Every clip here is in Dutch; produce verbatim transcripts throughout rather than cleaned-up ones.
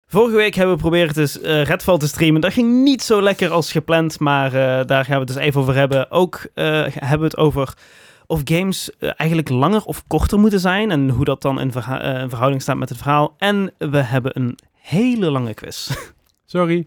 Vorige week hebben we geprobeerd dus, uh, Redfall te streamen. Dat ging niet zo lekker als gepland, maar uh, daar gaan we het dus even over hebben. Ook uh, hebben we het over of games uh, eigenlijk langer of korter moeten zijn en hoe dat dan in, verha- uh, in verhouding staat met het verhaal. En we hebben een hele lange quiz. Sorry.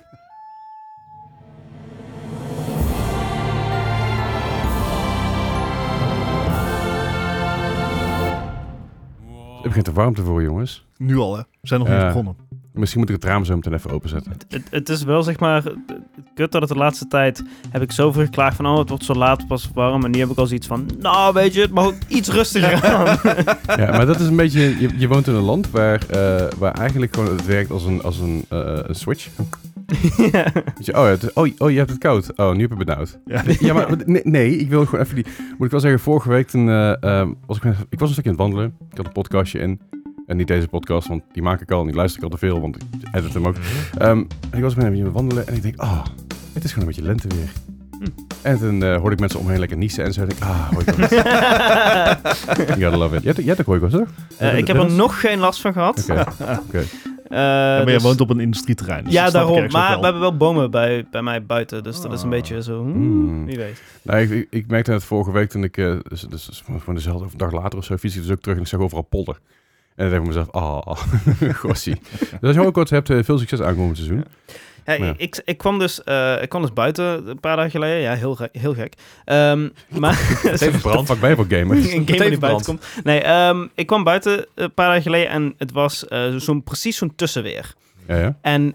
Het begint de warmte voor, jongens. Nu al, hè? We zijn nog niet uh, begonnen. Misschien moet ik het raam zo meteen even openzetten. Het, het, het is wel, zeg maar, kut dat het de laatste tijd heb ik zoveel geklaagd van, oh, het wordt zo laat, pas warm. En nu heb ik al zoiets van, nou, weet je, het mag ook iets rustiger aan. Ja, maar dat is een beetje, je, je woont in een land waar, uh, waar eigenlijk gewoon het werkt als een, als een, uh, een switch. Ja. Je, oh, het, oh, oh, je hebt het koud. Oh, nu heb ik het benauwd. Ja, ja maar nee, nee, ik wil gewoon even die... Moet ik wel zeggen, vorige week toen, uh, uh, was ik, ik was een stukje aan het wandelen. Ik had een podcastje in. En niet deze podcast, want die maak ik al en die luister ik al te veel, want ik edit hem ook. Um, en ik was met hem aan het wandelen en ik denk, ah, oh, het is gewoon een beetje lenteweer. Hm. En toen uh, hoorde ik mensen om me heen lekker niezen en zo. En ik denk, ah, hooikoorts. You gotta love it. Jij hebt ook hooikoorts, toch? Uh, ik heb er nog geen last van gehad. Oké, okay. okay. Uh, ja, maar dus... je woont op een industrieterrein. Dus ja, daarom. Maar we hebben wel bomen bij, bij mij buiten. Dus oh. dat is een beetje zo, hmm, mm. wie weet. Nou, ik, ik, ik merkte het vorige week toen ik, uh, dus, dus gewoon dezelfde of een dag later of zo, fiets ik dus ook terug en ik zag overal polder. En dan denk ik mezelf, ah, oh, gossie. Dus als je ook kort hebt, uh, veel succes aankomend seizoen. Ja, ja. Ik, ik, kwam dus, uh, ik kwam dus buiten een paar dagen geleden. Ja, heel, heel gek. Um, maar even brand. Wat ben je voor gamer? Een gamer die buiten komt. Nee, um, ik kwam buiten een paar dagen geleden en het was uh, zo'n, precies zo'n tussenweer. Ja, ja. En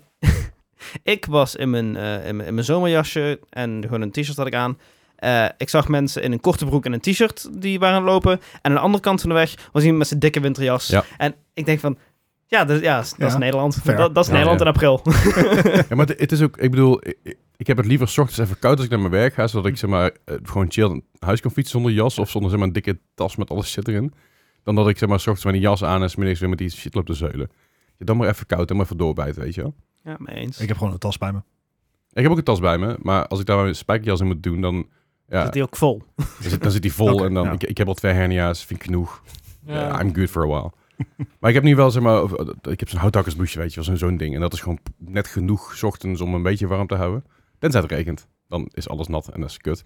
ik was in mijn, uh, in mijn, in mijn zomerjasje en gewoon een t-shirt had ik aan. Uh, ik zag mensen in een korte broek en een t-shirt die waren aan het lopen. En aan de andere kant van de weg was iemand met zijn dikke winterjas. Ja. En ik denk van, ja, dat, ja, dat ja. is Nederland. Dat, dat is ja, Nederland ja. in april. Ja, maar het is ook, ik bedoel, ik, ik heb het liever 's ochtends even koud als ik naar mijn werk ga, zodat ik zeg maar gewoon chill naar huis kan fietsen zonder jas of zonder zeg maar een dikke tas met alles shit erin. Dan dat ik zeg maar 's ochtends met een jas aan en 's middags weer met die shit loop te zeulen. Ja, dan maar even koud en maar even doorbijten, weet je wel. Ja, mee eens. Ik heb gewoon een tas bij me. Ik heb ook een tas bij me, maar als ik daar een spijkerjas in moet doen, dan... Ja, zit die ook vol? Dan zit, dan zit die vol okay, en dan... Ja. Ik, ik heb al twee hernia's, vind ik genoeg. Ja. Uh, I'm good for a while. Maar ik heb nu wel, zeg maar... Ik heb zo'n houthakkersbloesje, weet je wel, zo'n, zo'n ding. En dat is gewoon net genoeg 's ochtends om een beetje warm te houden. Tenzij het regent. Dan is alles nat en dat is kut.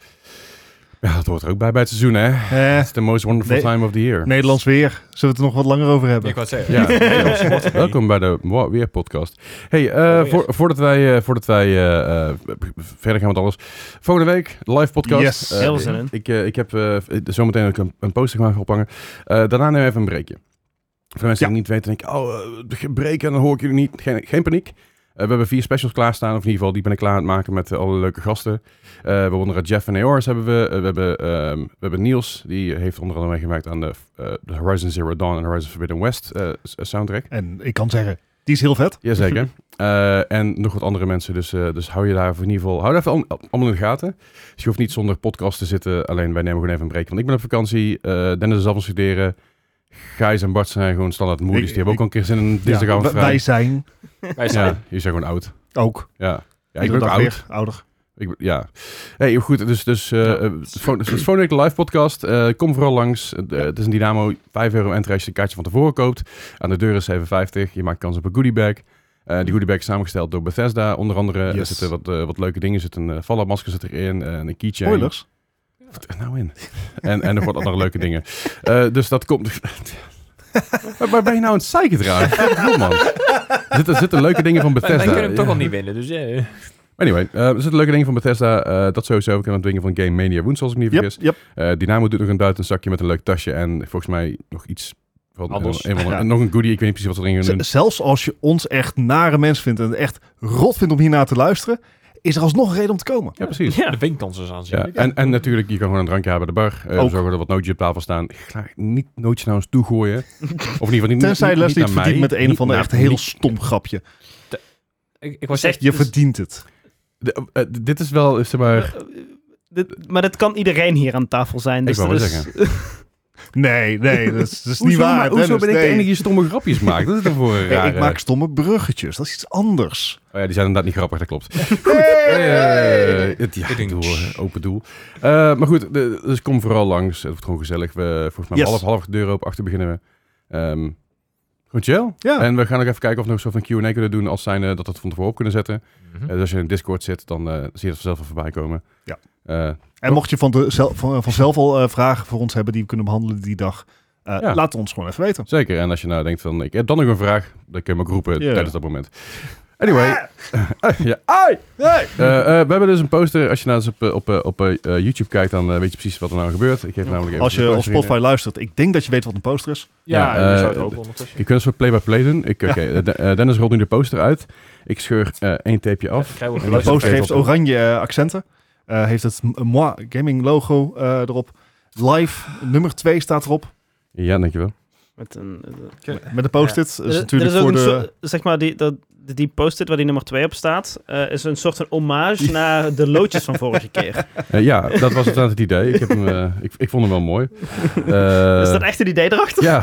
Ja, dat hoort er ook bij bij het seizoen, hè? Eh, It's the most wonderful ne- time of the year. Nederlands weer. Zullen we het er nog wat langer over hebben? Ik wou het zeggen. Ja, Nederlands. Welkom bij de wow, Weer podcast. Hey, uh, oh, voor, voordat wij, uh, voordat wij uh, uh, verder gaan met alles. Volgende week, live podcast. Yes. Uh, Heel zin in. Ik, uh, ik heb uh, zometeen ook een, een poster gaan ophangen. Uh, daarna nemen we even een breakje. Voor mensen ja. die niet weten, denk ik, oh, uh, breken en dan hoor ik jullie niet. Geen, geen paniek. Uh, we hebben vier specials klaarstaan, of in ieder geval die ben ik klaar aan het maken met uh, alle leuke gasten. Uh, waaronder Jeff en Eors hebben we. Uh, we, hebben uh, we hebben Niels, die heeft onder andere meegemaakt aan de, uh, de Horizon Zero Dawn en Horizon Forbidden West uh, soundtrack. En ik kan zeggen, die is heel vet. Jazeker. uh, en nog wat andere mensen, dus, uh, dus hou je daar in ieder geval, hou daar even al, allemaal in de gaten. Dus je hoeft niet zonder podcast te zitten, alleen wij nemen gewoon even een break. Want ik ben op vakantie, uh, Dennis is af aan studeren. Gijs en Bart zijn gewoon standaard moeders. Die hebben ook al een keer zin in dinsdagavond ja, vrij. Wij zijn... Wij zijn... Ja, je zijn gewoon oud. Ook. Ja, ja ik ben ook oud. Weer, ouder. Ik, ja. Hey, goed, dus, dus, uh, ja. uh, dus volgende week de live podcast. Uh, kom vooral langs. Uh, het is een Dynamo. vijf euro entry als je een kaartje van tevoren koopt. Aan de deur is zeven vijftig. Je maakt kans op een goodiebag. Uh, die goodiebag is samengesteld door Bethesda. Onder andere yes. Er zitten wat, uh, wat leuke dingen. Er zit een uh, Fallout masker zit erin. Uh, een keychain. Spoilers. Wat nou in? en, en nog wat andere leuke dingen. Uh, dus dat komt... Waar ben je nou aan het zeiken trouwens? Goed, man. Er zitten, er zitten leuke dingen van Bethesda. Wij kunnen hem toch al niet winnen, dus ja. Yeah. Anyway, uh, er zitten leuke dingen van Bethesda. Uh, dat sowieso. We kunnen het dingen van Game Mania woensdag, als ik niet vergis. Yep, yep. Uh, Dynamo doet nog een buitenzakje met een leuk tasje. En volgens mij nog iets... Van, Anders. Uh, een, een, ja. Nog een goodie, ik weet niet precies wat erin gaan doen. Zelfs als je ons echt nare mens vindt en echt rot vindt om hiernaar te luisteren... is er alsnog een reden om te komen. Ja, precies. Ja. De winkansen aan ja. En, en natuurlijk, je kan gewoon een drankje hebben bij de bar. Uh, zorgen dat er wat nootjes op tafel staan. Graag niet nootjes naar ons toe gooien. Of in ieder geval niet, Tenzij niet, Leslie niet het verdient met een of ander echt heel niet. stom grapje. De, ik, ik was echt, je dus, verdient het. De, uh, dit is wel, zeg maar... Uh, uh, dit, maar dat kan iedereen hier aan tafel zijn. Dus ik wou wel is... zeggen. Nee, nee, dat is, dat is niet hoezo, waar. Maar, hoezo Dennis, ben ik nee. de enige die stomme grapjes maakt? Dat is ervoor een rare... Ik maak stomme bruggetjes, dat is iets anders. Oh ja, die zijn inderdaad niet grappig, dat klopt. Goed. Hey. Uh, het ja, doel, open doel. Uh, maar goed, de, dus kom vooral langs. Het wordt gewoon gezellig. We, volgens mij yes. half, half de deur open, achter beginnen we. Um, Goed chill. Ja. En we gaan ook even kijken of we nog zo van Q en A kunnen doen als zijn uh, dat we het van tevoren op kunnen zetten. Mhm. Uh, dus als je in Discord zit, dan uh, zie je dat vanzelf wel voorbij komen. Ja. Uh, En mocht je van de, zel, van, vanzelf al uh, vragen voor ons hebben die we kunnen behandelen die dag, uh, Ja. laat ons gewoon even weten. Zeker. En als je nou denkt van, ik heb dan nog een vraag, dan kun je me ook roepen Ja. tijdens dat moment. Anyway. Uh, ja. Ai! Hey! Uh, uh, we hebben dus een poster. Als je nou eens op, uh, op, uh, op uh, YouTube kijkt, dan uh, weet je precies wat er nou gebeurt. Ik geef namelijk even Als de je op poster Spotify in. luistert, ik denk dat je weet wat een poster is. Ja, Ja, je uh, zou het ook d- ondertussen. Je kunt een soort play-by-play doen. Ik, okay, uh, De- uh, Dennis rolt nu de poster uit. Ik scheur uh, één tapeje af. Ja, krijgen we En een de poster even heeft op- oranje uh, accenten. Uh, heeft het M- Moi Gaming logo uh, erop. Live nummer twee staat erop. Ja, dankjewel. Met een, Met de post-it. Dat is Er- natuurlijk er is ook voor een de... soort- zeg maar, die, dat, die post-it waar die nummer twee op staat, uh, is een soort van hommage naar de loodjes van vorige keer. Uh, ja, dat was inderdaad het idee. Ik, heb hem, uh, ik, ik vond hem wel mooi. Uh, Is dat echt een idee erachter? Ja.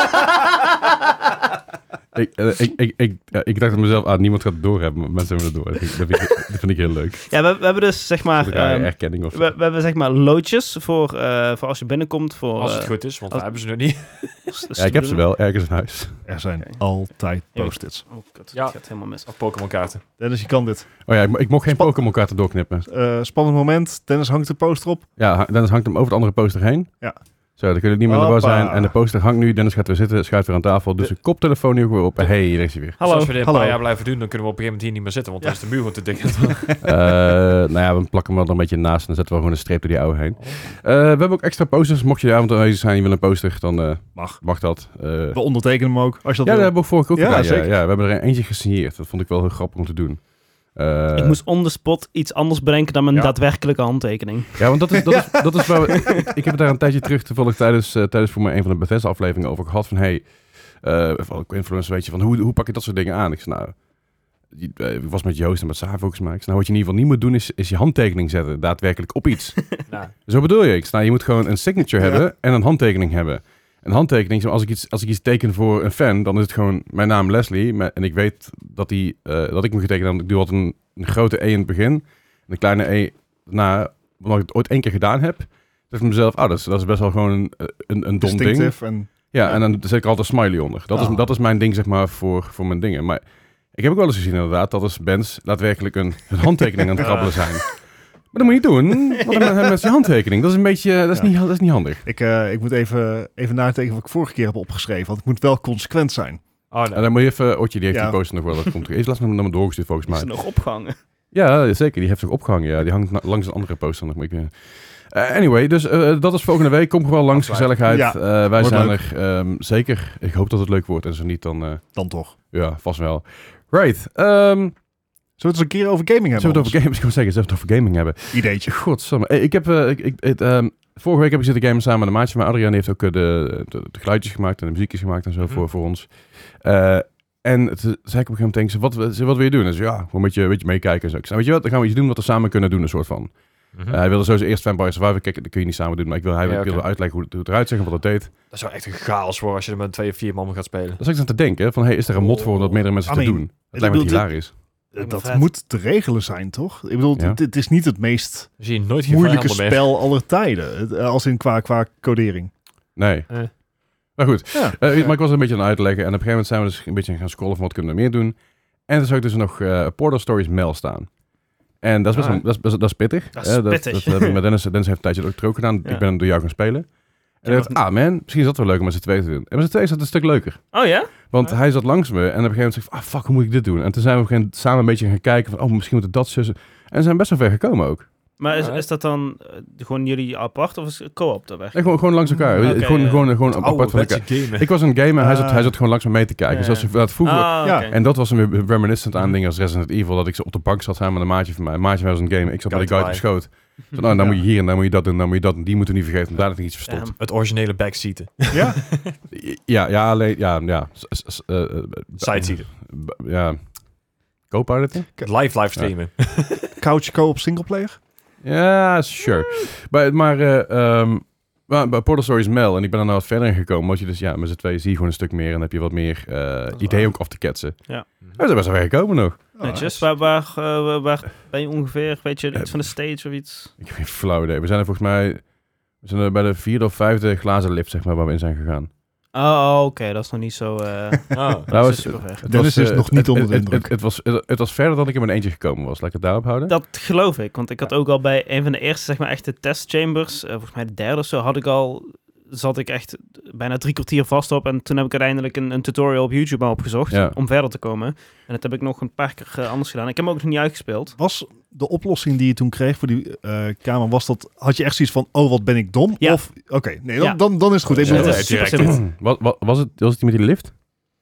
ik, uh, ik, ik, ik, uh, ik dacht aan mezelf, ah, niemand gaat het doorhebben, maar mensen hebben het door. Dat vind, dat vind ik, dat vind ik heel leuk. Ja, we, we hebben dus zeg maar... Zodra Um, erkenning of... we, we hebben zeg maar loodjes voor, uh, voor als je binnenkomt. Voor, Als het uh, goed is, want als- we hebben ze nog niet. Ja, ik heb ze wel, ergens in huis. Er zijn Oké. altijd Ja. post-its. Oh god, Ja. het gaat helemaal mis. Of Pokémon kaarten. Dennis, je kan dit. Oh ja, ik, mo- ik mocht geen Span- Pokémon-kaarten doorknippen. Uh, spannend moment. Dennis hangt de poster op. Ja, ha- Dennis hangt hem over de andere poster heen. Ja. Zo, dan kun je niet meer in de war Hoppa. zijn. En de poster hangt nu. Dennis gaat weer zitten, schuift weer aan tafel. Dus De- de koptelefoon nu ook weer op. Hé, hey, daar is hij weer. Hallo. Dus als we dit een Hallo. paar jaar blijven doen, dan kunnen we op een gegeven moment hier niet meer zitten, want Ja. dan is de muur gewoon te dik. Uh, nou ja, we plakken hem wel een beetje naast. En dan zetten we gewoon een streep door die oude heen. Uh, we hebben ook extra posters. Mocht je de avond aanwezig zijn en je wil een poster, dan uh, Mag. mag dat. Uh, We ondertekenen hem ook. Als je ja, dat dat wil. hebben we ook vorige keer ook Ja, gedaan. Ja, zeker. ja, we hebben er eentje gesigneerd. Dat vond ik wel heel grappig om te doen. Uh, Ik moest on the spot iets anders bedenken dan mijn Ja. daadwerkelijke handtekening. Ja, want dat is, dat is, dat is waar we, ik, ik heb het daar een tijdje terug toevallig tijdens, uh, tijdens voor mij een van de Bethesda-afleveringen over gehad. Van, hey, uh, van influencer, weet je, van hoe, hoe pak je dat soort dingen aan? Ik zei, nou, die, uh, ik was met Joost en met Saaf volgens mij. Ik zei, nou, wat je in ieder geval niet moet doen, is, is je handtekening zetten, daadwerkelijk op iets. Nou, Zo bedoel je. Ik zei, nou, je moet gewoon een signature Ja. hebben en een handtekening hebben. Een handtekening, als ik, iets, als ik iets teken voor een fan, dan is het gewoon mijn naam Leslie. me- En ik weet dat, die, uh, dat ik me getekend heb. Ik doe altijd een, een grote E in het begin. En een kleine E daarna, omdat ik het ooit één keer gedaan heb. dacht ik mezelf, oh, dat is, dat is best wel gewoon een, een, een dom ding. Distinctive en... Ja, Ja. en dan zet ik er altijd een smiley onder. Dat, Ah. is, dat is mijn ding, zeg maar, voor, voor mijn dingen. Maar ik heb ook wel eens gezien, inderdaad, dat als bands daadwerkelijk een, een handtekening aan het krabbelen zijn. Maar dat moet je niet doen, want dan met, met je handtekening. Dat is een beetje, dat is, Ja. niet, dat is niet handig. Ik, uh, ik moet even, even nadenken wat ik vorige keer heb opgeschreven. Want het moet wel consequent zijn. oh nee. En dan moet je even, Otje, die heeft Ja. die poster nog wel, dat komt er. Is laatst nog naar me doorgestuurd, volgens Is mij. er nog opgehangen? Ja, zeker, die heeft zich opgehangen. Ja. Die hangt na- langs een andere poster nog. Maar ik, uh, anyway, dus uh, dat is volgende week. Kom gewoon langs, Afsluiten. gezelligheid. Ja, Uh, wij wordt zijn leuk. er um, zeker. Ik hoop dat het leuk wordt. En zo niet, dan uh, Dan toch. ja, vast wel. Right. Um, Zullen we het eens een keer over gaming hebben? Zullen we het over games? Ik kan zeggen, zullen we het over gaming hebben? Ideetje. Godsamme. Hey, ik heb, uh, ik, ik, het, um, vorige week heb ik zitten gamen samen met een maatje van mij. Adriaan heeft ook uh, de, de, de geluidjes gemaakt en de muziekjes gemaakt en zo Mhm. voor, voor ons. Uh, en toen zei ik op een gegeven moment, denk, ze, wat, ze, wat wil je doen? En ze ja, gewoon een beetje, een beetje meekijken. En zo. Ik zei, weet je wat, dan gaan we iets doen wat we samen kunnen doen, een soort van. Mhm. Uh, hij wilde sowieso eerst Vampire Survivor kijken, dat kun je niet samen doen. Maar ik wil, hij Ja, ik wilde oké. uitleggen hoe het, hoe het eruit zag en wat het deed. Dat zou echt een chaos worden als je er met twee of vier man gaat spelen. Dat is ik aan te denken, van hey, is er een mod voor om dat meerdere mensen I te mean, doen? Dat ik lijkt me bedoel, hilarisch. Uh, dat vet. moet te regelen zijn, toch? Ik bedoel, Ja. het, het is niet het meest Dan zie je nooit geen moeilijke Fire Emblem spel aller tijden. Het, uh, als in qua, qua codering. Nee. Eh. Maar goed, Ja. Uh, maar ik was er een beetje aan het uitleggen. En op een gegeven moment zijn we dus een beetje gaan scrollen van wat kunnen we meer doen. En toen zag ik dus nog uh, Portal Stories Mail staan. En dat is best, Ah. wel- dat is, best- dat is pittig. Dat is Eh, pittig. Dat, dat heb ik met Dennis, Dennis heeft een tijdje ook, ook gedaan. Ja. Ik ben hem door jou gaan spelen. En Ja, ik dacht, ah man, misschien is dat wel leuk om met z'n tweeën te doen. En met z'n tweeën is dat een stuk leuker. Oh ja? Want Ja. hij zat langs me en op een gegeven moment zei ik, ah fuck, hoe moet ik dit doen? En toen zijn we op een gegeven moment samen een beetje gaan kijken van, oh, misschien moet het dat zussen. En we zijn best wel ver gekomen ook. Maar is, Ja. is dat dan uh, gewoon jullie apart of is het co-op daar weg? En gewoon, gewoon langs elkaar. Oké, gewoon, ja. gewoon, gewoon apart van elkaar. gamen. Ik was een gamer en hij zat, Ah. hij zat gewoon langs me mee te kijken. Ja, Dus als ja. je dat vroeger... Ah, Ja. oké. En dat was een reminiscent aan dingen als Resident Evil. Dat ik zo op de bank zat samen met een maatje van mij. Een maatje van mij was een game. Ik zat bij de guide op schoot. Van, oh, dan Ja. moet je hier en dan moet je dat doen. Dan moet je dat en die moeten we niet vergeten. Om daar nog iets verstopt. Damn. Het originele backseaten. Ja? Ja, ja, alleen... Ja, ja. S- s- uh, uh, Sideseaten. b- Ja. Co-piloten? Live live streamen. Couch co-op singleplayer? Ja, sure. Maar, maar, uh, um, maar bij Portal Stories Mel. En ik ben er nou wat verder in gekomen. Want je dus, ja, met z'n tweeën zie je gewoon een stuk meer. En dan heb je wat meer uh, ideeën ook af te ketsen. Ja. We zijn best wel ver gekomen nog. Oh, Netjes. nice. Waar, waar, uh, waar ben je ongeveer? Weet je, iets van de stage of iets? Ik heb geen flauw idee. We zijn er volgens mij... We zijn er bij de vierde of vijfde glazen lift, zeg maar, waar we in zijn gegaan. Oh, oké, okay, dat is nog niet zo... Uh, Oh. dat Nou, is het- super ver. Het Dennis was, is eh, nog niet het- onder de het- indruk. Het, het, was, het, het was verder dan ik in mijn eentje gekomen was. Laat ik het daarop houden. Dat geloof ik, want ik had ook al bij een van de eerste, zeg maar, echte testchambers, uh, volgens mij de derde of zo, had ik al, zat ik echt bijna drie kwartier vast op en toen heb ik uiteindelijk een, een tutorial op YouTube maar opgezocht Ja. om verder te komen. En dat heb ik nog een paar keer uh, anders gedaan. Ik heb hem ook nog niet uitgespeeld. Was de oplossing die je toen kreeg voor die uh, kamer, was dat, had je echt zoiets van, oh, wat ben ik dom? Ja. Of, oké, okay, nee, dan, Ja. dan, dan is het goed. Ik Ja, bedoel, het ja, is super direct. simpel. wat, wat, was, het, was het die met die lift?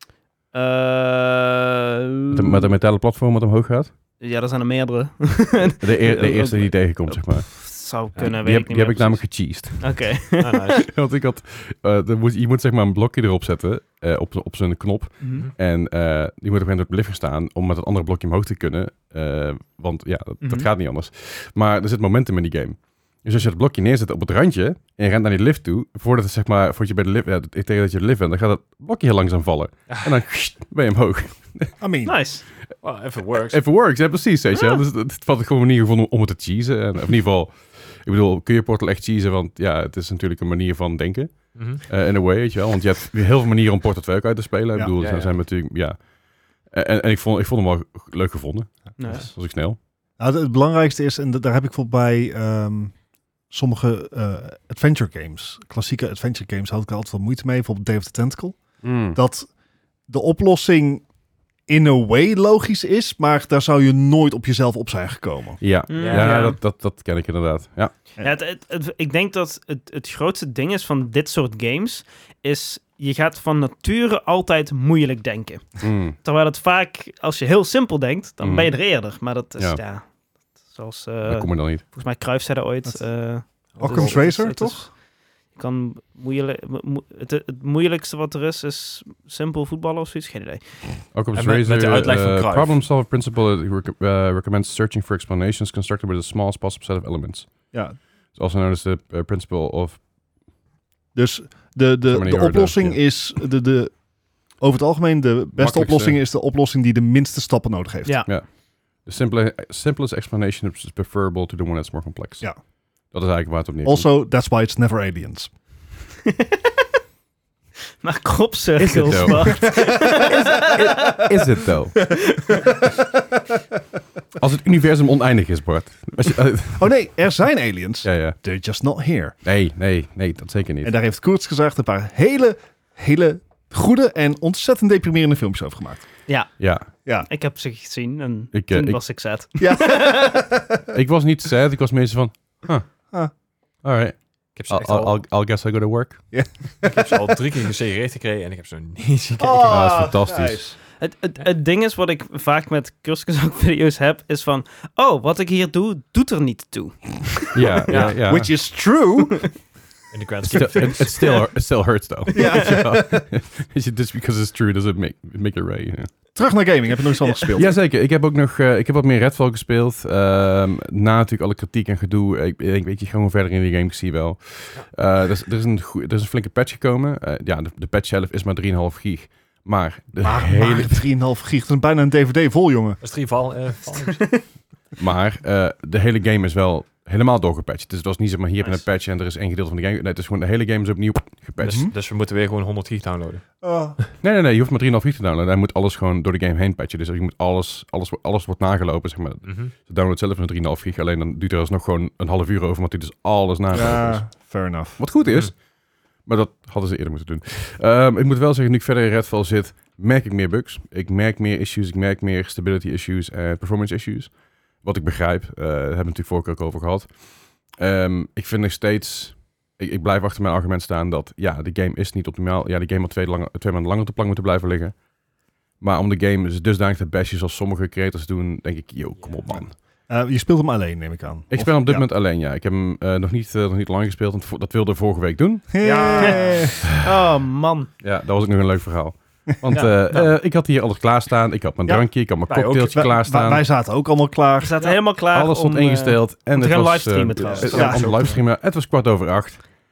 Uh, Met, de- met een metalen platform wat omhoog gaat? ja, er zijn er meerdere. De, eer- de eerste die je tegenkomt, zeg maar. Zou kunnen, Ja, weet die heb, ik niet die heb ik meer namelijk gecheased. precies. Oké. Ah, nice. Want ik had... eh, er moet, je moet zeg maar een blokje erop zetten, eh, op, op zijn knop. Mhm. En eh, die moet op een gegeven moment op de lift gaan staan om met het andere blokje omhoog te kunnen. Eh, want ja, dat, dat Mhm. gaat niet anders. Maar er zit momentum in die game. Dus als je het blokje neerzet op het randje en je rent naar die lift toe, voordat, het, zeg maar, voordat je bij de lift, ja, tegen dat je de lift bent, dan gaat het blokje heel langzaam vallen. En dan ben je omhoog. I mean, Nice. Well, if it works. If it works, ja precies, weet je wel. Ja. Dus het, het had ik gewoon een manier gevonden om het te cheesen. En, of in ieder geval, ik bedoel, kun je Portal echt cheesen? Want ja, het is natuurlijk een manier van denken. Mhm. Uh, in a way, weet je wel. Want je hebt heel veel manieren om Portal twee ook uit te spelen. Ik Ja. bedoel, Ja, er ja. zijn natuurlijk, ja. En, en ik, vond, ik vond hem wel leuk gevonden. Nice. Dus was ik snel. nou, het, het belangrijkste is, en d- daar heb ik bijvoorbeeld bij ehm, sommige eh, adventure games, klassieke adventure games, had ik er altijd wel moeite mee. Bijvoorbeeld Day of the Tentacle. Dat de oplossing in a way logisch is, maar daar zou je nooit op jezelf op zijn gekomen. Ja, Mm, ja, ja. Dat, dat, dat ken ik inderdaad. Ja. Ja, het, het, het- ik denk dat het, het grootste ding is van dit soort games, is je gaat van nature altijd moeilijk denken. Mm. Terwijl het vaak, als je heel simpel denkt, dan Mm. ben je er eerder. Maar dat is, Ja. ja, zoals, uh, Dat kom ik dan niet. volgens mij Cruijff zei dat ooit. Wat? Uh, Occam's Razor, toch? Je kan moeilijk, mo- het, het moeilijkste wat er is, is simpel voetballen of zoiets. Geen idee. Occam's En met- met Razor, de uitleg van uh, Cruyff. problem solver principle uh, rec- uh, recommends searching for explanations constructed with the smallest possible set of elements. Ja, It's also known as the uh, principle of... dus de, de, manier de hoor, oplossing ja. is, de, de, over het algemeen, de beste Makkelijkste. oplossing is de oplossing die de minste stappen nodig heeft. Ja. The simple, simplest explanation is preferable to the one that's more complex. Ja. Dat is eigenlijk waar het op neerkomt. Also, that's why it's never aliens. Maar crop Is circles, het wel? wacht. Is het though? Als het universum oneindig is, Bart. Als je, uh, Oh nee, er zijn aliens. ja, ja. They're just not here. Nee, nee, nee, dat zeker niet. En daar heeft Koerts gezegd een paar hele, hele goede en ontzettend deprimerende filmpjes over gemaakt. Ja, Ja, Ja. ik heb ze gezien en Ik, eh, toen ik- was ik zet. Ja. ik was niet sad, ik was meer zo van... Huh. Ah. Alright, Ik heb ze I'll, echt al, I'll, I'll guess I go to work. ik heb ze al drie keer gesegereerd gekregen en ik heb ze nog niet gekeken. Ah, dat is fantastisch. nice. Het, het, het ding is wat ik vaak met cursus-video's heb, is van, oh, wat ik hier doe, doet er niet toe. Ja, ja, ja. Which is true. In de grand Still, scheme of it, it, still, it still hurts though. Ja. Is it just because it's true doesn't make, make it right? you know? Terug naar gaming. Heb je nog iets anders gespeeld? Jazeker, ik heb ook nog eh, ik heb wat meer Redfall gespeeld. Ehm, na natuurlijk alle kritiek en gedoe. Ik, ik weet je, gewoon verder in de game, ik zie wel. Eh, er, is, er, is een goe- er is een flinke patch gekomen. Eh, ja, de, de patch zelf is maar drie komma vijf gig. Maar de Maar, hele... maar drie komma vijf gig. Dat is bijna een D V D vol, jongen. Dat is drie val. eh, val- Maar eh, de hele game is wel helemaal doorgepatcht. Dus het was niet zeg maar, hier heb je Nice. een patch en er is één gedeelte van de game. Nee, het is gewoon de hele game is opnieuw gepatcht. dus, dus we moeten weer gewoon honderd gig downloaden. Nee, nee, nee. Je hoeft maar drie komma vijf gig te downloaden. Hij moet alles gewoon door de game heen patchen. Dus je moet alles, alles, alles wordt nagelopen, zeg maar. Mhm. De download zelf is drie komma vijf gig. Alleen dan duurt er alsnog gewoon een half uur over, omdat hij dus alles nagelopen is. Ja, fair enough. Wat goed is. Maar dat hadden ze eerder moeten doen. Ehm, ik moet wel zeggen, nu ik verder in Redfall zit, merk ik meer bugs. Ik merk meer issues. Ik merk meer stability issues en performance issues. Wat ik begrijp. Uh, daar hebben we natuurlijk vorige keer ook over gehad. Um, ik vind nog steeds... Ik, ik blijf achter mijn argument staan dat... Ja, de game is niet optimaal. Ja, de game had twee, lange, twee maanden langer op de plank moeten blijven liggen. Maar om de game dusdanig te bashen zoals sommige creators doen... denk ik, yo, kom op man. Uh, je speelt hem alleen, neem ik aan. Ik Of- speel op dit ja. moment alleen, ja. Ik heb hem uh, nog, niet, uh, nog niet lang gespeeld. Want vo- dat wilde ik vorige week doen. Ja. Oh, man. Ja, dat was ook nog een leuk verhaal. Want Ja, uh, nou. uh, ik had hier alles klaarstaan. Ik had mijn Ja. drankje, ik had mijn Wij ook. cocktailtje Wij, wij, klaarstaan. wij zaten ook allemaal klaar. We zaten helemaal klaar Alles stond om, eh, ingesteld. en om te het gaan was, livestreamen uh, trouwens. uh, Ja, om te zo. livestreamen. Het was kwart over acht.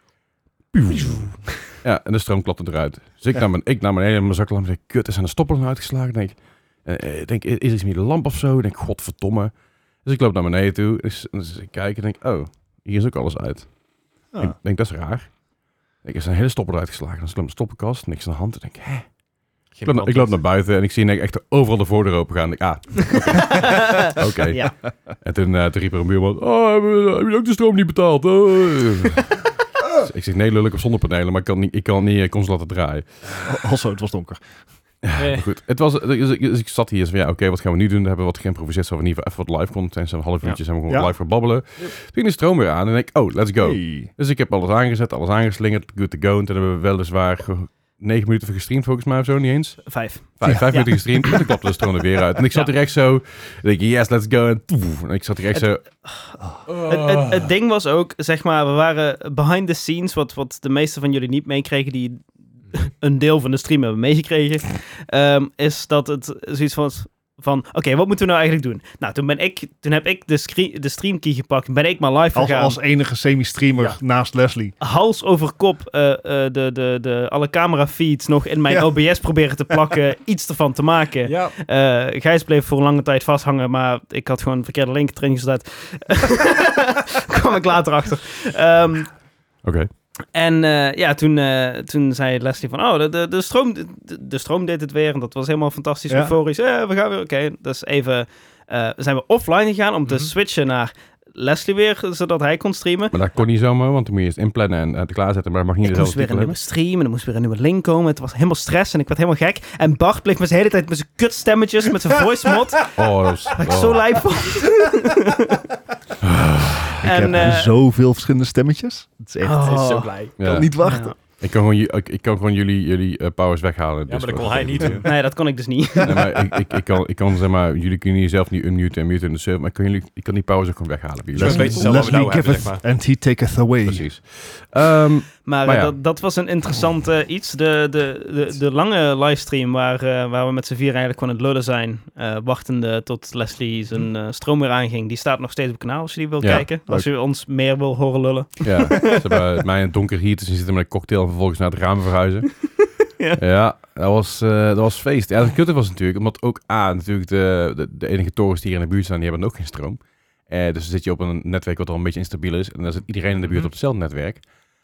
Ja, en de stroom klapte eruit. Dus ik, Ja. nam, mijn, ik nam mijn hele mijn zaklamp en zei, kut, er zijn de stoppers nou uitgeslagen. Denk, uh, ik denk, is iets met de lamp of zo? Ik denk, godverdomme. Dus ik loop naar beneden toe. Dus, dus ik kijk en denk, oh, hier is ook alles uit. Ah. Ik denk, dat is raar. Ik is een hele stopper eruit geslagen. Dan is de stoppenkast, niks aan de hand. En denk ik, hè? Geen Ik loop, ik loop naar buiten en ik zie echt overal de voordeur open gaan. Ik, ah, oké. Okay. Okay. Ja. En toen, uh, toen riep er een buurman, oh, heb je ook de stroom niet betaald? Oh. Ik zeg, nee, lul, ik heb zonnepanelen, maar ik kan niet, ik kan niet constant laten draaien. Also, het was donker. Ja, nee. Goed. Het was, dus, dus ik zat hier en zei, ja, oké, okay, wat gaan we nu doen? Dan hebben we wat geïmproviseerd, zodat we in ieder geval even wat live content. Zo'n half uurtje ja. zijn we gewoon ja. live gaan babbelen. Yep. Toen ging de stroom weer aan en ik, oh, let's go. Hey. Dus ik heb alles aangezet, alles aangeslingerd, good to go. En toen hebben we weliswaar negen minuten gestreamd volgens mij of zo, niet eens? Vijf. Vijf, ja. vijf ja. minuten gestreamd en toen klapte de stroom er weer uit. En ik zat ja. hier echt zo, denk ik, yes, let's go. En, poef, en ik zat hier echt het, zo... Oh. Het, het, het ding was ook, zeg maar, we waren behind the scenes, wat, wat de meeste van jullie niet meekregen, die een deel van de stream hebben meegekregen, um, is dat het zoiets was van, oké, okay, wat moeten we nou eigenlijk doen? Nou, toen ben ik, toen heb ik de, screen, de streamkey gepakt, ben ik maar live als, gegaan. Als enige semi-streamer ja. naast Leslie. Hals over kop, uh, uh, de, de, de, alle camera feeds nog in mijn ja. O B S proberen te plakken, iets ervan te maken. Ja. Uh, Gijs bleef voor een lange tijd vasthangen, maar ik had gewoon een verkeerde link erin gezet. Kwam ik later achter. Um, Oké. Okay. En uh, ja, toen, uh, toen zei Leslie van, oh, de, de, de, stroom, de, de stroom deed het weer. En dat was helemaal fantastisch, ja. euforisch. Ja, we gaan weer, oké. Okay. Dus even, uh, zijn we offline gegaan om mm-hmm. te switchen naar Leslie weer, zodat hij kon streamen. Maar dat kon niet zomaar, want toen moet je eerst inplannen en uh, te klaarzetten. Maar dat mag niet Ik moest weer een nieuwe stream en er moest weer een nieuwe link komen. Het was helemaal stress en ik werd helemaal gek. En Bart bleef me de hele tijd met zijn kutstemmetjes, met zijn voice mod. Oh, dat was... Waar ik oh. zo lijp van. Ik en, heb uh, zoveel verschillende stemmetjes. Het is echt oh, het is zo blij. Ik kan ja. niet wachten. Ja. Ik kan gewoon, ik, ik kan gewoon jullie, jullie uh, powers weghalen. Ja, dus maar dat kon hij niet doen. Nee, dat kon ik dus niet. Nee, maar ik, ik, ik, kan, ik kan, zeg maar, jullie kunnen jezelf niet unmuten en muten in de server, maar ik kan, jullie, ik kan die powers ook gewoon weghalen. Leslie, Leslie, Leslie nou giveth zeg maar. And he taketh away. Precies. Um, maar maar uh, ja. dat, dat was een interessant uh, iets. De, de, de, de lange livestream waar, uh, waar we met z'n vier eigenlijk gewoon het lullen zijn, uh, wachtende tot Leslie zijn uh, stroom weer aanging. Die staat nog steeds op het kanaal als je die wilt ja, kijken. Als je ons meer wil horen lullen. Ja, ze hebben mij in het donker hier te zien zitten met een cocktail en vervolgens naar het raam verhuizen. ja. ja, dat was, uh, dat was feest. Ja, het kutte was natuurlijk, omdat ook A, natuurlijk de, de, de enige torens die hier in de buurt staan, die hebben ook geen stroom. Uh, dus dan zit je op een netwerk wat al een beetje instabiel is. En dan zit iedereen in de buurt op hetzelfde netwerk.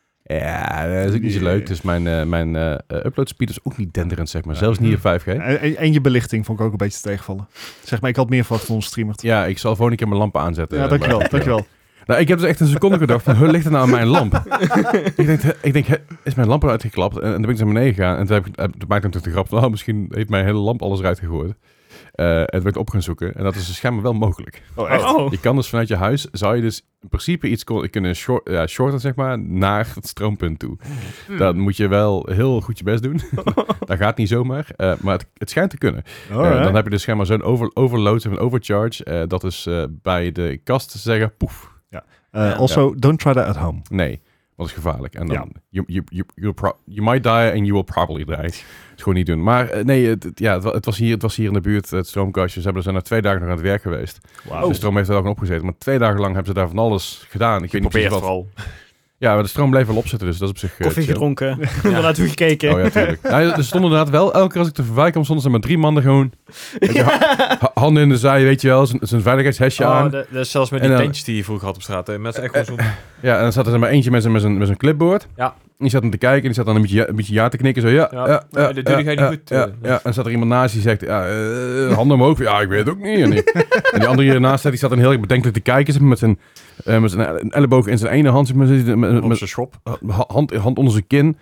Ja, dat is ook niet zo leuk. Dus mijn, uh, mijn uh, upload speed is ook niet denderend, zeg maar. Ja. Zelfs niet op vijf G. En, en je belichting vond ik ook een beetje tegenvallen. Zeg maar, ik had meer verwacht van ons streamer. Ja, ik zal volgende keer mijn lampen aanzetten. Ja, dankjewel. Maar, dankjewel. Nou, ik heb dus echt een seconde gedacht van, hoe ligt het nou aan mijn lamp? ik denk, ik denk, is mijn lamp eruit geklapt? En, en toen ben ik naar beneden gegaan. En toen heb ik, toen maakte ik natuurlijk de grap van, oh, misschien heeft mijn hele lamp alles eruit gegooid. Uh, en toen ben ik op gaan zoeken. En dat is dus schijnbaar wel mogelijk. Oh, echt? Je kan dus vanuit je huis, zou je dus in principe iets kunnen short, ja, shorten, zeg maar, naar het stroompunt toe. Hmm. Dan moet je wel heel goed je best doen. Dat gaat niet zomaar. Uh, maar het, het schijnt te kunnen. Uh, dan heb je dus schijnbaar zo'n over, overload, een overcharge. Uh, dat is uh, bij de kast te zeggen, poef. Ja. Uh, also, ja. don't try that at home. Nee, dat is gevaarlijk. En dan, ja. you, you, you, you, pro- you might die and you will probably die. Het is gewoon niet doen. Maar uh, nee, het, ja, het, het, was hier, het was hier in de buurt, het stroomkastje. Ze hebben, zijn er twee dagen nog aan het werk geweest. Wow. De stroom heeft er ook nog opgezeten. Maar twee dagen lang hebben ze daar van alles gedaan. Ik weet niet precies wat. Vooral. Ja, maar de stroom bleef wel opzitten, dus dat is op zich... Uh, Koffie chill. Gedronken, ja. er naartoe gekeken. Oh ja, tuurlijk. Nou, er stonden inderdaad wel, elke keer als ik te voorbij kwam, stonden ze met drie mannen gewoon... Ja. Ha- ha- handen in de zij, weet je wel, zijn, zijn veiligheidshesje oh, aan. Dat is zelfs met die uh, tentjes die je vroeger had op straat. Hè. Met echt uh, zo'n... Ja, en dan zat er maar eentje met zijn, met zijn, met zijn clipboard. Ja. Die zat hem te kijken en die zat dan een beetje, een beetje ja te knikken. Zo, ja, ja, ja, ja, ja, dat doe je niet goed. Ja, ja, ja. En dan zat er iemand naast die zegt, ja, uh, handen omhoog. Ja, ik weet het ook niet. En die, en die andere hiernaast die zat dan heel erg bedenkelijk te kijken. Met zijn, uh, met zijn elleboog in zijn ene hand. Met, met, met, met zijn schop. Hand, hand onder zijn kin.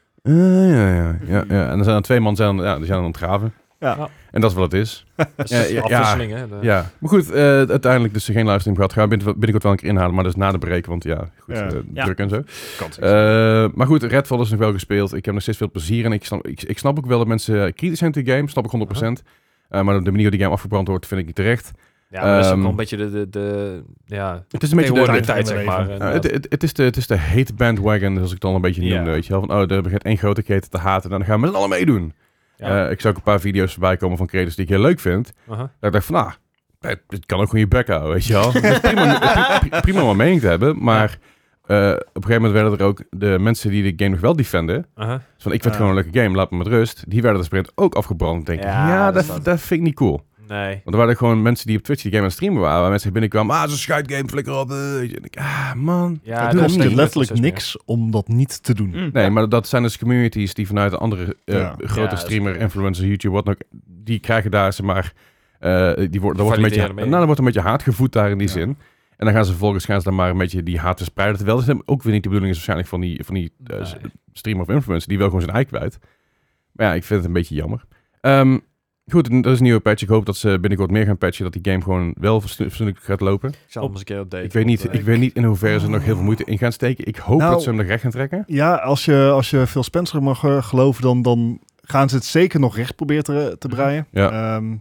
Uh, ja, ja, ja, ja. En dan zijn er twee man zijn, ja, die zijn aan het graven. Ja. Ja. En dat is wat het is. Dat is ja, afwisseling, ja, hè? De... Ja, maar goed, uh, uiteindelijk dus geen livestream gehad. Gaan we binnenkort wel een keer inhalen, maar dat is na de break, want ja, goed, ja. Uh, ja. druk en zo. Uh, maar goed, Redfall is nog wel gespeeld. Ik heb nog steeds veel plezier en ik snap, ik, ik snap ook wel dat mensen kritisch zijn tegen de game, snap ik honderd procent. Uh, maar de manier hoe die game afgebrand wordt, vind ik niet terecht. Ja, maar dat is ook wel een beetje de, de, de ja, het is een beetje de, de tijd, zeg maar. Uh, het, het, het, is de, het is de hate bandwagon, zoals ik het al een beetje noemde, yeah. weet je wel. Van, oh, er begint één grote keten te haten en dan gaan we met z'n allen meedoen. Ja. Uh, ik zag ook een paar video's voorbij komen van creators die ik heel leuk vind. Uh-huh. Dat ik dacht van, nou, het, het kan ook gewoon je bek houden, weet je wel. Het is prima, prima, prima om een mening te hebben, maar uh, op een gegeven moment werden er ook de mensen die de game nog wel defenden. Uh-huh. Dus van, ik vind uh. gewoon een leuke game, laat me met rust. Die werden de sprint ook afgebrand. Denk ik, ja, ja dat, dat, dat vind ik niet cool. Nee. Want er waren gewoon mensen die op Twitch die game aan het streamen waren. Waar mensen binnenkwamen. Ah, het is een scheidgame, flikker op. Uh. En ik, ah, man. Ja, het doe kost dat je niet. letterlijk niks om dat niet te doen. Mm. Nee, maar dat zijn dus communities die vanuit een andere uh, Ja. grote Ja, streamer, is- influencer, YouTube, wat dan ook. Die krijgen daar, zeg maar... Uh, die wordt, er wordt een beetje, Valideren mee. nou, er wordt een beetje haat gevoed daar in die Ja. zin. En dan gaan ze vervolgens gaan ze dan maar een beetje die haat verspreiden. Terwijl het ook weer niet de bedoeling is waarschijnlijk van die, van die uh, Nee. streamer of influencer. Die wil gewoon zijn ei kwijt. Maar ja, ik vind het een beetje jammer. Um, goed, dat is een nieuwe patch. Ik hoop dat ze binnenkort meer gaan patchen. Dat die game gewoon wel fatsoenlijk gaat lopen. Ik zal hem eens een keer updaten. Ik weet niet, Want, eh, ik weet niet in hoeverre ze er nog heel veel moeite in gaan steken. Ik hoop Nou, dat ze hem nog recht gaan trekken. Ja, als je, als je Phil Spencer mag uh, geloven, dan, dan gaan ze het zeker nog recht proberen te, te breien. Ja. Um,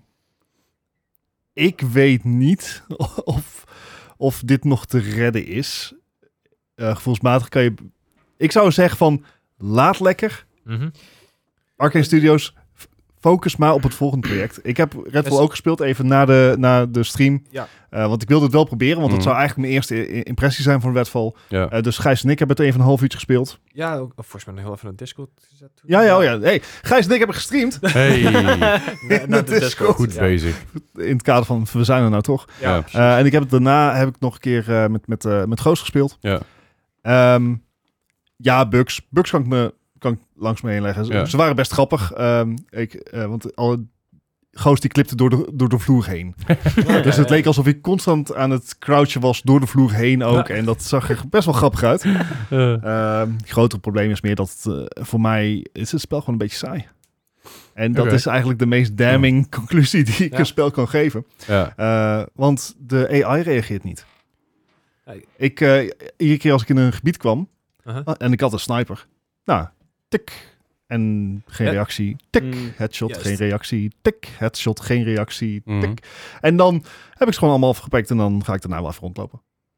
ik weet niet of, of dit nog te redden is. Uh, gevoelsmatig kan je... Ik zou zeggen van, laat lekker. mhm. Arcane Studios, f- focus maar op het volgende project. Ik heb Redfall Is- ook gespeeld, even na de, na de stream. Ja. Uh, want ik wilde het wel proberen, want Mhm. het zou eigenlijk mijn eerste i- impressie zijn van Redfall. Ja. Uh, dus Gijs en ik hebben het even een half uurtje gespeeld. Ja, ook, of volgens mij nog heel even een Discord gezet. toen. Ja, ja, oh ja. Hey, Gijs en ik hebben gestreamd. Hey, Na, na de Dat is Discord. goed ja. bezig. In het kader van, we zijn er nou toch. Ja. Ja, precies. Uh, en ik heb het daarna heb ik nog een keer uh, met, met, uh, met Goos gespeeld. Ja. Um, ja, bugs. Bugs kan ik me kan ik langs me heen leggen. Ze- Ja. Ze waren best grappig. Um, ik, uh, want alle Goos die klipte door de, door de vloer heen. Dus het leek alsof ik constant aan het crouchen was door de vloer heen ook. Ja. En dat zag er best wel grappig uit. Uh, Um, het grotere probleem is meer dat het, uh, voor mij is het spel gewoon een beetje saai. En dat Oké. is eigenlijk de meest damning conclusie die ik Ja. een spel kan geven. ja. Uh, want de A I reageert niet. Hey. Ik, uh, iedere keer als ik in een gebied kwam Uh-huh. uh, en ik had een sniper. Nou, tik. En geen Ja. reactie. Tik. Mm. Headshot, Juist. geen reactie. Tik. Headshot, geen reactie. Mhm. Tik. En dan heb ik ze gewoon allemaal afgepakt en dan ga ik daarna wel even rondlopen.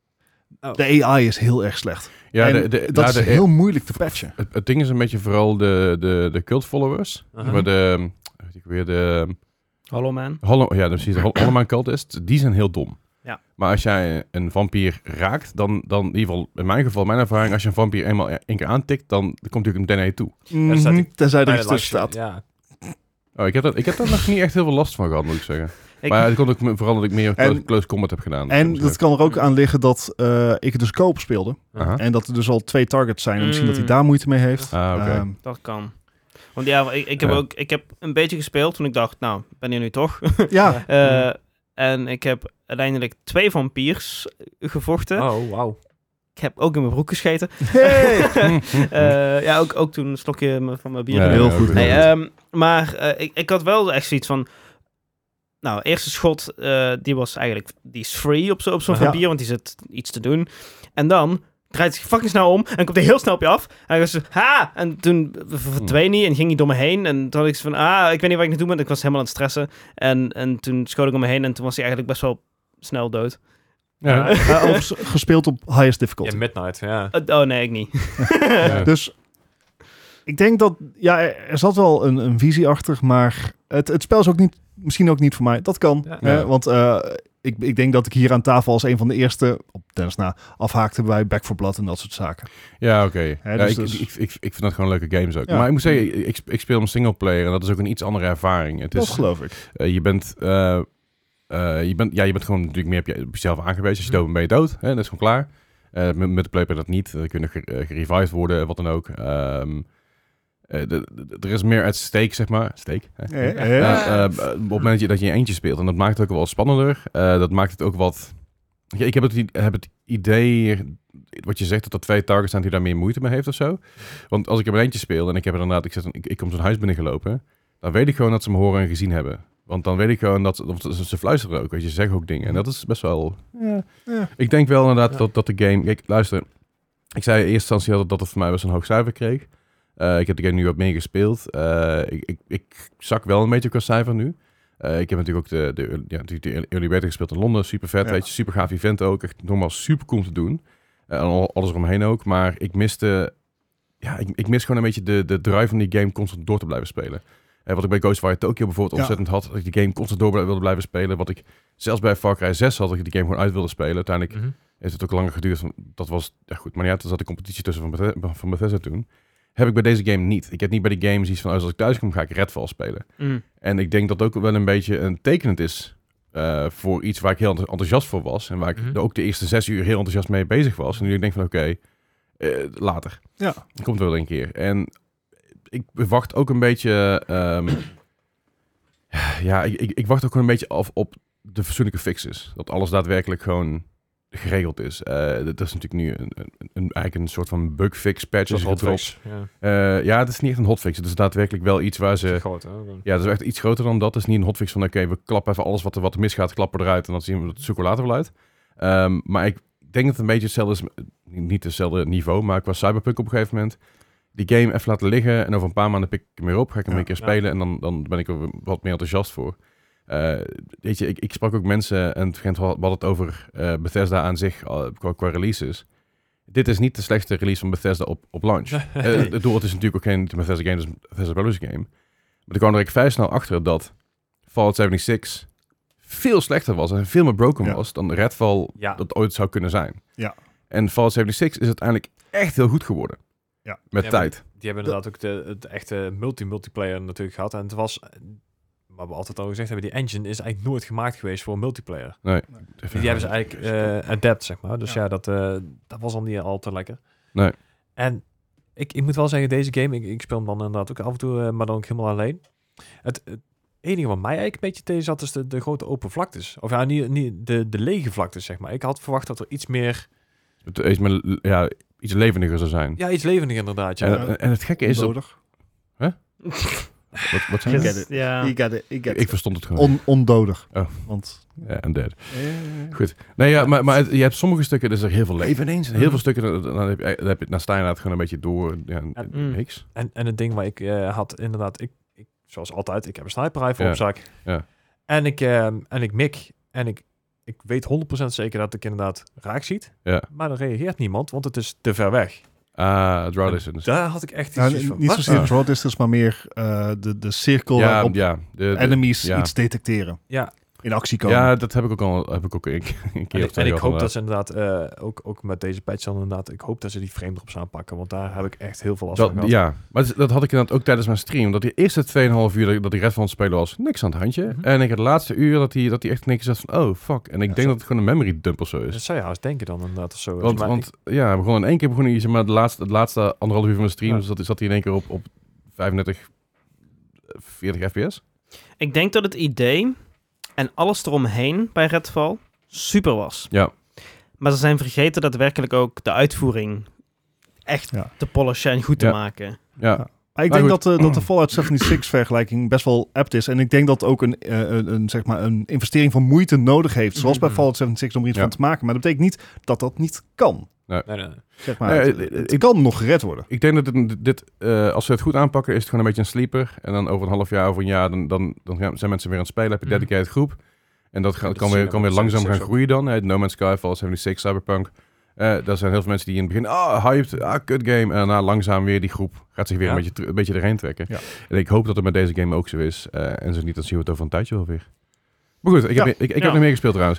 Oh. De A I is heel erg slecht. Ja, en de, de, dat nou, is de- heel moeilijk te patchen. Het, het ding is een beetje vooral de, de, de cult followers. Uh-huh. Maar de, weet ik weer, de Hallo man. Hollow, ja, precies, de Hol- Hollow cultists, die zijn heel dom. Ja. Maar als jij een vampier raakt, dan, dan in ieder geval, in mijn geval, mijn ervaring, als je een vampier eenmaal één keer aantikt, dan komt hij ook meteen naar je toe. Mhm, staat die- Tenzij er Bij iets de tussen live- staat. Ja. Oh, ik heb, dat, ik heb daar nog niet echt heel veel last van gehad, moet ik zeggen. Ik, maar het komt ook me- vooral dat ik meer En- close, close combat heb gedaan. En dat kan er ook aan liggen dat uh, ik het dus koop speelde. Aha. En dat er dus al twee targets zijn. En misschien Mm. dat hij daar moeite mee heeft. Ah, oké. Ehm, dat kan. Want ja, ik, ik heb Ja. ook ik heb een beetje gespeeld toen ik dacht, nou, ik ben hier nu toch. ja, Eh, en ik heb uiteindelijk twee vampiers gevochten. Oh, wauw. Ik heb ook in mijn broek gescheten. hey. Eh, ja, ook, ook toen een slokje m- van mijn bier. Ja, heel ja, goed. ook Nee, heel ehm, maar eh, ik, ik had wel echt zoiets van... Nou, eerste schot, eh, die was eigenlijk... Die is free op, zo, op zo'n Ja. vampier, want die zit iets te doen. En dan draait hij fucking snel om en komt hij heel snel op je af. En hij was zo, ha! En toen v- verdween hij en ging hij door me heen. En toen had ik zo van, ah, ik weet niet wat ik aan het doen ben. Ik was helemaal aan het stressen. En, en toen schoot ik om me heen en toen was hij eigenlijk best wel snel dood. Ja. Eh, Uh, overigens gespeeld op highest difficulty. Ja, Midnight, ja. oh nee, ik niet. Ja. Dus ik denk dat... Ja, er er zat wel een, een visie achter. Maar het, het spel is ook niet... Misschien ook niet voor mij. Dat kan. Ja. hè, Ja. want uh, ik, ik denk dat ik hier aan tafel als een van de eerste... Op tennis na afhaakte bij Back for Blood en dat soort zaken. Ja, oké. Hè, Ja, dus ik, dus- ik, ik, ik, ik vind dat gewoon leuke games ook. Ja. Maar ik moet zeggen, ik, ik speel hem singleplayer en dat is ook een iets andere ervaring. Het Dat is, geloof ik. eh, je bent... eh, eh, je, bent ja, je bent gewoon natuurlijk meer op, je, op jezelf aangewezen. Als je dood bent, ben je dood. Hè? Dat is gewoon klaar. Eh, met, met de player dat niet. Dan kunnen ge, uh, gerevived worden, wat dan ook. Ehm, eh, de- de- er is meer uit stake, zeg maar. Stake. Hè? Ja, ja, Eh, ja. eh, op het moment dat je, dat je in eentje speelt. En dat maakt het ook wel spannender. Eh, dat maakt het ook wat... Ja, ik heb het, i- heb het idee... Wat je zegt, dat er twee targets zijn die daar meer moeite mee heeft of zo. Want als ik in mijn eentje speel en ik heb er inderdaad... Ik, zet een, ik, ik kom zo'n huis binnengelopen. Dan weet ik gewoon dat ze me horen en gezien hebben. Want dan weet ik gewoon dat... Of ze, ze fluisteren ook, weet je. Ze zeggen ook dingen. En dat is best wel... Ja. Ja. Ik denk wel inderdaad Ja. dat, dat de game... Kijk, luister. Ik zei in eerste instantie dat, dat het voor mij best een hoog cijfer kreeg. Uh, ik heb de game nu wat meer gespeeld. Uh, ik, ik, ik zak wel een beetje qua cijfer nu. Uh, ik heb natuurlijk ook de, de, ja, natuurlijk de Early Beta gespeeld in Londen. Super vet, Ja. weet je. Super gaaf event ook. Echt normaal super cool te doen. Uh, en al- alles eromheen ook. Maar ik miste... Ja, ik, ik mis gewoon een beetje de, de drive van die game constant door te blijven spelen. Uh, wat ik bij Ghostwire Tokyo bijvoorbeeld Ja. ontzettend had. Dat ik die game constant door wilde blijven spelen. Wat ik zelfs bij Far Cry zes had. Dat ik die game gewoon uit wilde spelen. Uiteindelijk Mhm. heeft het ook langer geduurd. Dat was... Ja goed, maar ja, er zat de competitie tussen van, Bethe- van Bethesda toen. heb ik bij deze game niet. Ik heb niet bij die game iets van, als ik thuis kom, ga ik Redfall spelen. Mm. En ik denk dat ook wel een beetje een tekenend is uh, voor iets waar ik heel enthousiast voor was. En waar ik Mm-hmm. ook de eerste zes uur heel enthousiast mee bezig was. En nu denk ik van, oké, okay, uh, later. Ja. Dat komt wel een keer. En ik wacht ook een beetje... Um, ja, ik, ik, ik wacht ook gewoon een beetje af op de fatsoenlijke fixes. Dat alles daadwerkelijk gewoon geregeld is. Uh, dat is natuurlijk nu een, een, een, eigenlijk een soort van bugfix patch. Zoals is hotfix. gedropt. Ja. Uh, ja, het is niet echt een hotfix. Het is daadwerkelijk wel iets waar ze... Groot, hè? Ja, het is echt iets groter dan dat. Het is niet een hotfix van, oké, okay, we klappen even alles wat er, wat er misgaat, klappen we eruit en dan zien we het zoeken later wel uit. Um, maar ik denk dat het een beetje hetzelfde is, niet hetzelfde niveau, maar ik was Cyberpunk op een gegeven moment. Die game even laten liggen en over een paar maanden pik ik hem weer op, ga ik hem Ja, een keer ja. spelen en dan, dan ben ik er wat meer enthousiast voor. Uh, weet je, ik, ik sprak ook mensen en we hadden het over uh, Bethesda aan zich uh, qua, qua releases. Dit is niet de slechtste release van Bethesda op, op launch. uh, het doel, het is natuurlijk ook geen Bethesda game, het is een Bethesda Publishing game. Maar ik kwam er ik vrij snel achter dat Fallout zevenenzeventig veel slechter was en veel meer broken Ja. was dan Redfall Ja. dat ooit zou kunnen zijn. Ja. En Fallout zevenenzeventig is uiteindelijk echt heel goed geworden. Ja. Met Ja, tijd. Die hebben inderdaad ook de, het echte multi-multiplayer natuurlijk gehad. En het was, wat we altijd al gezegd hebben, die engine is eigenlijk nooit gemaakt geweest voor multiplayer. Nee. Die hebben ze eigenlijk uh, adapt, zeg maar. Dus ja, Ja. dat, uh, dat was al niet al te lekker. Nee. En ik, ik moet wel zeggen, deze game, ik, ik speel hem dan inderdaad ook af en toe, uh, maar dan ook helemaal alleen. Het, het enige wat mij eigenlijk een beetje tegen zat, is de, de grote open vlaktes. Of ja, niet, niet de, de lege vlaktes, zeg maar. Ik had verwacht dat er iets meer... Het iets, meer, ja, iets levendiger zou zijn. Ja, iets levendiger inderdaad. Ja. En, en het gekke is... Dat, Onnodig. wat, wat zei You je? get it. Ja. You get it. You get Ik it. verstond het gewoon. On, ondodig. Oh. Want... Ja, en dead. Goed. Nee, ja, maar, maar het, je hebt sommige stukken, er is er heel veel leven ineens. En heel veel stukken, dan, dan heb je, dan heb je, dan sta je inderdaad gewoon een beetje door. Ja, een Mm. niks. En, en het ding waar ik uh, had, inderdaad, ik, ik, zoals altijd, ik heb een sniper rifle Ja. op zak. Ja. En ik, uh, en ik mik. En ik, ik weet honderd procent zeker dat ik inderdaad raak ziet. Ja. Maar er reageert niemand, want het is te ver weg. Ah, draw En distance. daar had ik echt Nou, iets van. niet wat? zozeer Ah. draw distance, maar meer uh, de, de cirkel Ja, waarop ja. De, de, enemies ja. iets detecteren. Ja. In actie komen. ja, dat heb ik ook al heb ik ook een, een keer En, of ik, twee en ik gehad, hoop dat inderdaad. ze inderdaad, uh, ook, ook met deze patch dan inderdaad, ik hoop dat ze die frame drops aanpakken, want daar heb ik echt heel veel last Dat, van gehad. ja, maar dat, dat had ik inderdaad ook tijdens mijn stream. Dat die eerste twee komma vijf uur dat, dat die Redfall aan het spelen was, niks aan het handje. Mhm. En ik het laatste uur dat hij dat die echt niks zat van, oh fuck. En ik Ja, denk zo. dat het gewoon een memory dump of zo Dat is. zou je haast denken dan inderdaad of zo. Want, Maar want ik- ja, we begonnen in één keer begonnen hij, zeg maar, de laatste, het laatste anderhalf uur van mijn stream, Ja. zat, zat hij in één keer op, op vijfendertig, veertig F P S. Ik denk dat het idee en alles eromheen bij Redfall super was. Ja. Maar ze zijn vergeten daadwerkelijk ook de uitvoering echt Ja. te polishen en goed te Ja. maken. Ja, Maar ik Maar denk goed. dat, uh, dat de Fallout zevenenzeventig vergelijking best wel apt is. En ik denk dat ook een, uh, een, een, zeg maar een investering van moeite nodig heeft. Zoals bij Mhm. Fallout zevenenzeventig om er iets Ja. van te maken. Maar dat betekent niet dat dat niet kan. nee, nee, nee. Zeg maar, Nee, het, het- het ik- kan nog gered worden. ik denk dat dit, dit uh, als ze het goed aanpakken, is het gewoon een beetje een sleeper. En dan over een half jaar, over een jaar, dan, dan, dan gaan- zijn mensen weer aan het spelen. Heb je een Mhm. dedicated groep. En dat gaat, dat kan, zie weer, je kan met weer langzaam gaan zevenenzeventig groeien dan. Hè. No Man's Sky, Fallout zevenenzeventig, Cyberpunk. Uh, daar zijn heel veel mensen die in het begin, ah, hyped, ah, kut game. En daarna langzaam weer die groep gaat zich weer Ja. een, beetje, ter- een beetje erheen trekken. Ja. En ik hoop dat het met deze game ook zo is. Uh, en zo niet, dan zien we het over een tijdje wel weer. Maar goed, ik heb, Ja. ik, ik Ja. heb nog meer gespeeld trouwens.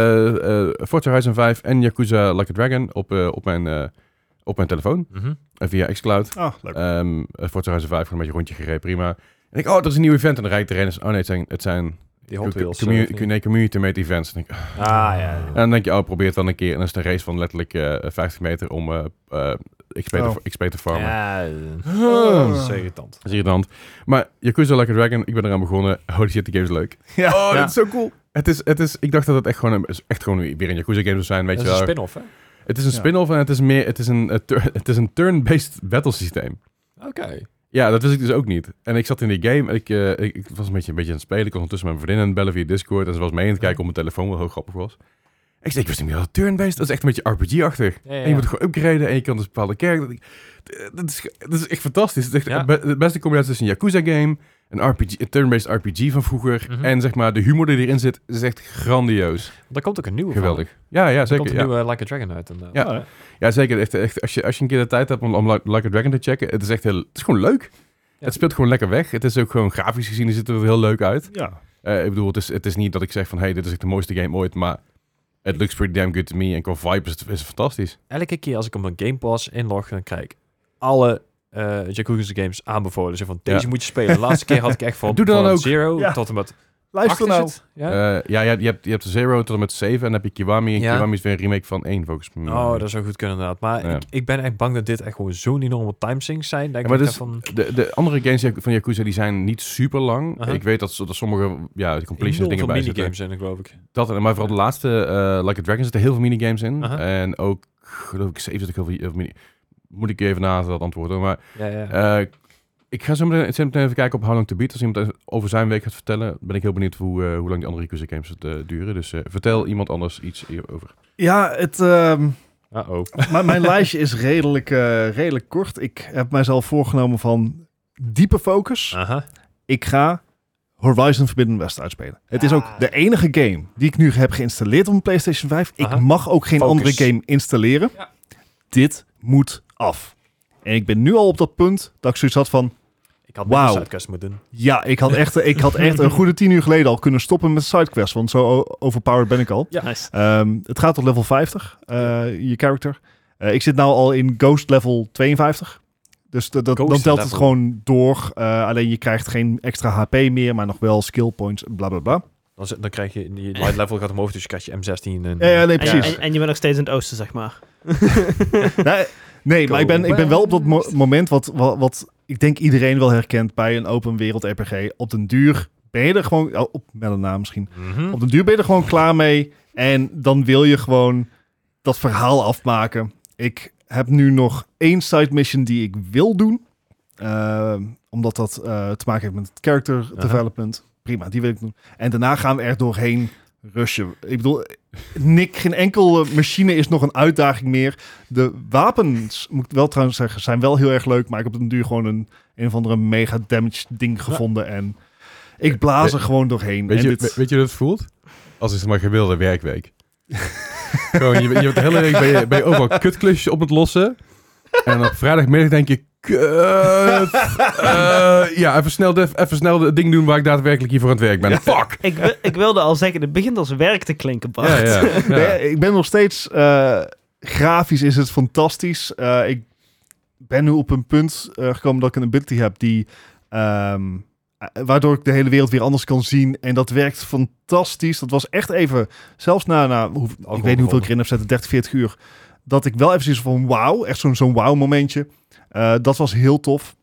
Uh, uh, Forza Horizon vijf en Yakuza Like a Dragon op, uh, op, mijn, uh, op mijn telefoon. Mhm. Uh, via xCloud. Ah, leuk. Um, uh, Forza Horizon vijf, gewoon een beetje rondje gereden, prima. En ik, oh, er is een nieuw event. En dan rijd ik erheen en oh nee, het zijn... Het zijn Die Hot Wheels. community, uh, of nee, community made events. En, denk ik, niet? Ah, ja. ja. en dan denk je, oh, probeer het dan een keer. En dan is het een race van letterlijk uh, vijftig meter om uh, uh, X P, te, Oh. X P te farmen. Ja, Oh. dat is irritant. Dat is irritant. Maar Yakuza Like a Dragon, ik ben eraan begonnen. Holy shit, die game is leuk. Ja. Oh, Ja. dat is zo cool. Het is, het is, ik dacht dat het echt gewoon, een, echt gewoon weer een Yakuza game zou zijn, weet Dat je is wel. een spin-off, hè? Het is een Ja. spin-off en het is meer, het is een, uh, tur- het is een turn-based battle systeem. Oké. Ja, dat wist ik dus ook niet. En ik zat in die game, ik, uh, ik, ik was een beetje, een beetje aan het spelen. Ik was ondertussen met mijn vriendin aan het bellen via Discord. En ze was mee aan het kijken op mijn telefoon, wat heel grappig was. Ik zei, ik wist niet meer dat het turn-based, dat is echt een beetje R P G-achtig. Ja, ja, En je moet ja. het gewoon upgraden en je kan dus bepaalde kerk. Dat is, dat is echt fantastisch. Het is echt Ja. het be- de beste combinatie tussen een Yakuza-game, een, R P G, een turn-based R P G van vroeger. Mhm. En zeg maar, de humor die erin zit, is echt grandioos. Want daar komt ook een nieuwe Geweldig. Ja, ja, van. Er zeker. komt een Ja. nieuwe Like a Dragon uit. inderdaad. Ja. Ah, ja. Ja, zeker. Echt, echt, als, je, als je een keer de tijd hebt om, om Like Like a Dragon te checken, het is echt heel, het is gewoon leuk. Ja. Het speelt gewoon lekker weg. Het is ook gewoon grafisch gezien, het ziet er heel leuk uit. Ja. Uh, ik bedoel, het is, het is niet dat ik zeg van, hey, dit is echt de mooiste game ooit, maar it looks pretty damn good to me. En qua vibe is het, is het fantastisch. Elke keer als ik op mijn Game Pass inlog, dan krijg ik alle uh, Yakuza games aanbevolen. Zeg van, deze Ja. moet je spelen. De laatste keer had ik echt van, Doe dan van ook. Zero Ja. tot en met Luister acht is nou. het? Ja? Uh, ja, ja, je hebt, je hebt Zero tot en met zeven en dan heb je Kiwami. En Ja. Kiwami is weer een remake van één, volgens mij. Oh, dat zou goed kunnen inderdaad. Maar Ja. ik, ik ben echt bang dat dit echt gewoon zo'n enorme timesinks zijn. Dat Ja, maar ik dus, van, de, de andere games van Yakuza die zijn niet super lang. Uh-huh. Ik weet dat, dat sommige ja, de completion enorm dingen veel bij zitten. minigames zijn er, geloof ik. Dat, en- maar vooral de laatste, uh, Like a Dragon, zitten heel veel minigames in. Uh-huh. En ook, geloof ik, zeven zit ik heel veel, heel veel mini... Moet ik even na dat antwoorden. Maar Ja, ja. uh, ik ga zo meteen, zo meteen even kijken op How Long to Beat. Als iemand over zijn week gaat vertellen, ben ik heel benieuwd hoe, uh, hoe lang die andere Yakuza games het uh, duren. Dus uh, vertel iemand anders iets hierover. Ja, het... Um... Uh-oh. Maar mijn lijstje is redelijk, uh, redelijk kort. Ik heb mijzelf voorgenomen van diepe focus. Aha. Ik ga Horizon Forbidden West uitspelen. Het is Ja. ook de enige game die ik nu heb geïnstalleerd op mijn PlayStation vijf. Ik Aha. mag ook geen Focus. andere game installeren. Ja. Dit moet af. En ik ben nu al op dat punt dat ik zoiets had van... Ik had Wauw. een sidequest moeten doen. Ja, ik had echt, ik had echt een goede tien uur geleden al kunnen stoppen met sidequests. Want zo o- overpowered ben ik al. Ja. Nice. Um, het gaat tot level vijftig, uh, je character. Uh, ik zit nou al in Ghost level tweeënfijftig. Dus dat, dat, Ghost dan telt level. het gewoon door. Uh, alleen je krijgt geen extra H P meer, maar nog wel skill points, bla bla bla. Dan, zit- dan krijg je, die light level gaat omhoog, dus je krijgt je M zestien. En, Ja, ja, nee, En, precies. en, en je bent nog steeds in het oosten, zeg maar. nee, nee maar ik ben, ik ben wel op dat mo- moment wat, wat, wat ik denk iedereen wel herkent bij een open wereld R P G. Op den duur ben je er gewoon, oh, op met een naam misschien. Mhm. Op den duur ben je er gewoon klaar mee. En dan wil je gewoon dat verhaal afmaken. Ik heb nu nog één side mission die ik wil doen. Uh, omdat dat uh, te maken heeft met het character Uh-huh. development. Prima, die wil ik doen. En daarna gaan we er doorheen rushen. Ik bedoel, Nick, geen enkele machine is nog een uitdaging meer. De wapens, moet ik wel trouwens zeggen, zijn wel heel erg leuk. Maar ik heb op den duur gewoon een, een of andere mega damage ding gevonden. En ik blaas er gewoon doorheen. Weet en je, dit... we- weet je hoe het voelt? Als is maar gewilde werkweek. Gewoon, je, je bent de hele week ben je, ben je overal kutklusjes op het lossen. En op vrijdagmiddag denk je, kut. Uh, ja, even snel, de, even snel het ding doen waar ik daadwerkelijk hier voor aan het werk ben. Fuck! Ik, wi- ik wilde al zeggen, het begint als werk te klinken, Bart. Ja, ja, ja. Nee, ik ben nog steeds... uh, grafisch is het fantastisch. Uh, ik ben nu op een punt uh, gekomen dat ik een ability heb die... Um, waardoor ik de hele wereld weer anders kan zien. En dat werkt fantastisch. Dat was echt even... Zelfs na... na hoe, ik weet niet hoeveel ik erin heb zitten. dertig, veertig uur. Dat ik wel even zoiets van wauw. Echt zo'n zo'n wauw momentje. Uh, dat was heel tof.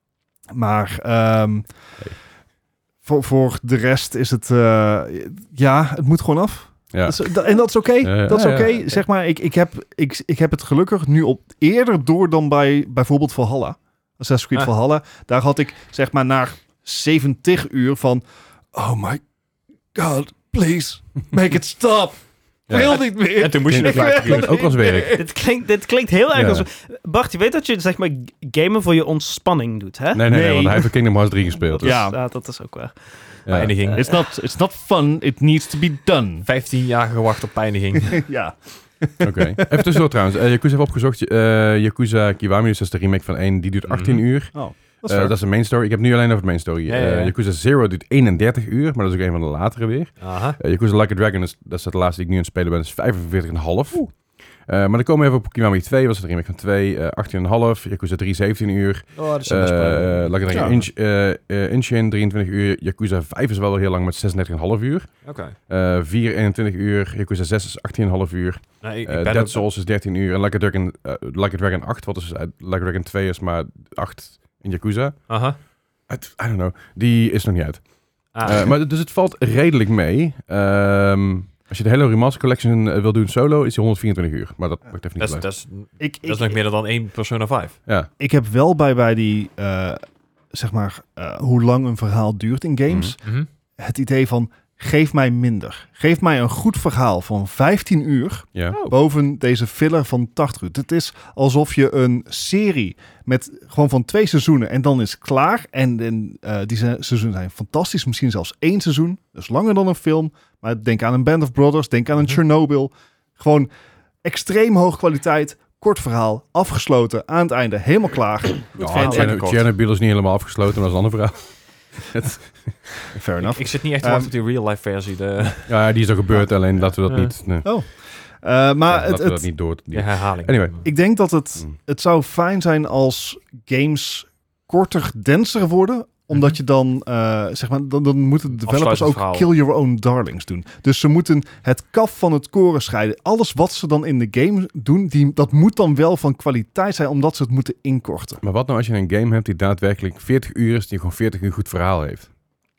Maar... Um, Hey. voor, voor de rest is het... Uh, ja, het moet gewoon af. Ja. Dat is, dat, en dat is oké. Okay. Ja, ja. Dat is Ja, oké. Okay. ja. Zeg maar, ik, ik, heb, ik, ik heb het gelukkig nu op eerder door dan bij bijvoorbeeld Valhalla. Assassin's Creed Ah. Valhalla. Daar had ik zeg maar na zeventig uur van... Oh my god, please, make it stop. Ja. Wil niet meer. En toen moest je Klinkt- nog vijftig klinkt uur. ook als werk. Dit klinkt, dit klinkt heel erg Ja. als... Bart, je weet dat je zeg maar gamen voor je ontspanning doet, hè? Nee, nee, nee, Nee. want hij heeft de Kingdom Hearts drie gespeeld. Dus. Ja. Ja. Ja, dat is ook waar. Ja. Pijniging. It's not, it's not fun, it needs to be done. vijftien jaar gewacht op pijniging. ja. Oké. Even tussendoor trouwens. Uh, Yakuza heeft opgezocht. Uh, Yakuza Kiwami, dus dat is de remake van één. Die duurt achttien Mhm. uur. Oh, dat is Uh, fair. dat is de main story. Ik heb nu alleen over de main story. Ja, ja, ja. Uh, Yakuza Zero duurt eenendertig uur, maar dat is ook een van de latere weer. Aha. Uh, Yakuza Like a Dragon, is, dat is de laatste die ik nu aan het spelen ben, is vijfenveertig komma vijf. Uh, maar dan komen we even op Kiwami twee, was het de remake van twee, uh, achttien komma vijf. Yakuza drie, zeventien uur. Oh, dat is Uh, best wel- Like a Dragon Ja. Inch, uh, uh, Inshin, drieëntwintig uur. Yakuza vijf is wel heel lang met zesendertig komma vijf uur. Oké. Uh, vier, eenentwintig uur. Yakuza zes is achttien komma vijf uur. Nee, ik, ik Uh, ben Dead ook- Souls is dertien uur. En Like a Dragon, uh, like a Dragon acht, wat is uh, Like a Dragon twee is maar acht in Yakuza. Aha. Het- I don't know. Die is nog niet uit. Ah. Uh, maar dus het valt redelijk mee. Um, als je de hele Remaster Collection uh, wil doen solo, is die honderdvierentwintig uur. Maar dat maakt even niet dat, is, uit. dat, is, Ik, dat is ik, nog meer dan één Persona vijf. Ja. ik heb wel bij, bij die, uh, zeg maar, uh, hoe lang een verhaal duurt in games... Mhm. het idee van, geef mij minder. Geef mij een goed verhaal van vijftien uur Ja. Oh. boven deze filler van tachtig uur. Het is alsof je een serie met gewoon van twee seizoenen en dan is het klaar. En, en uh, die se- seizoenen zijn fantastisch. Misschien zelfs één seizoen. Dus langer dan een film. Maar denk aan een Band of Brothers. Denk aan een Mhm. Chernobyl. Gewoon extreem hoge kwaliteit. Kort verhaal. Afgesloten. Aan het einde. Helemaal klaar. Ja, verhaal. Cherno- Kort. Chernobyl is niet helemaal afgesloten, maar dat is een ander verhaal. Fair Ik, enough. ik zit niet echt te Um, wachten op die real-life versie. De... Ja, die is al gebeurd, alleen laten we dat Ja. niet... Nee. Uh, maar ja, het, laten we het, dat niet door. De herhaling. Anyway. ik denk dat het, Mm. het zou fijn zijn als games korter, denser worden. Omdat je dan, uh, zeg maar, dan, dan moeten de developers ook verhaal. kill your own darlings doen. Dus ze moeten het kaf van het koren scheiden. Alles wat ze dan in de game doen, die, dat moet dan wel van kwaliteit zijn, omdat ze het moeten inkorten. Maar wat nou als je een game hebt die daadwerkelijk veertig uur is, die gewoon veertig uur goed verhaal heeft?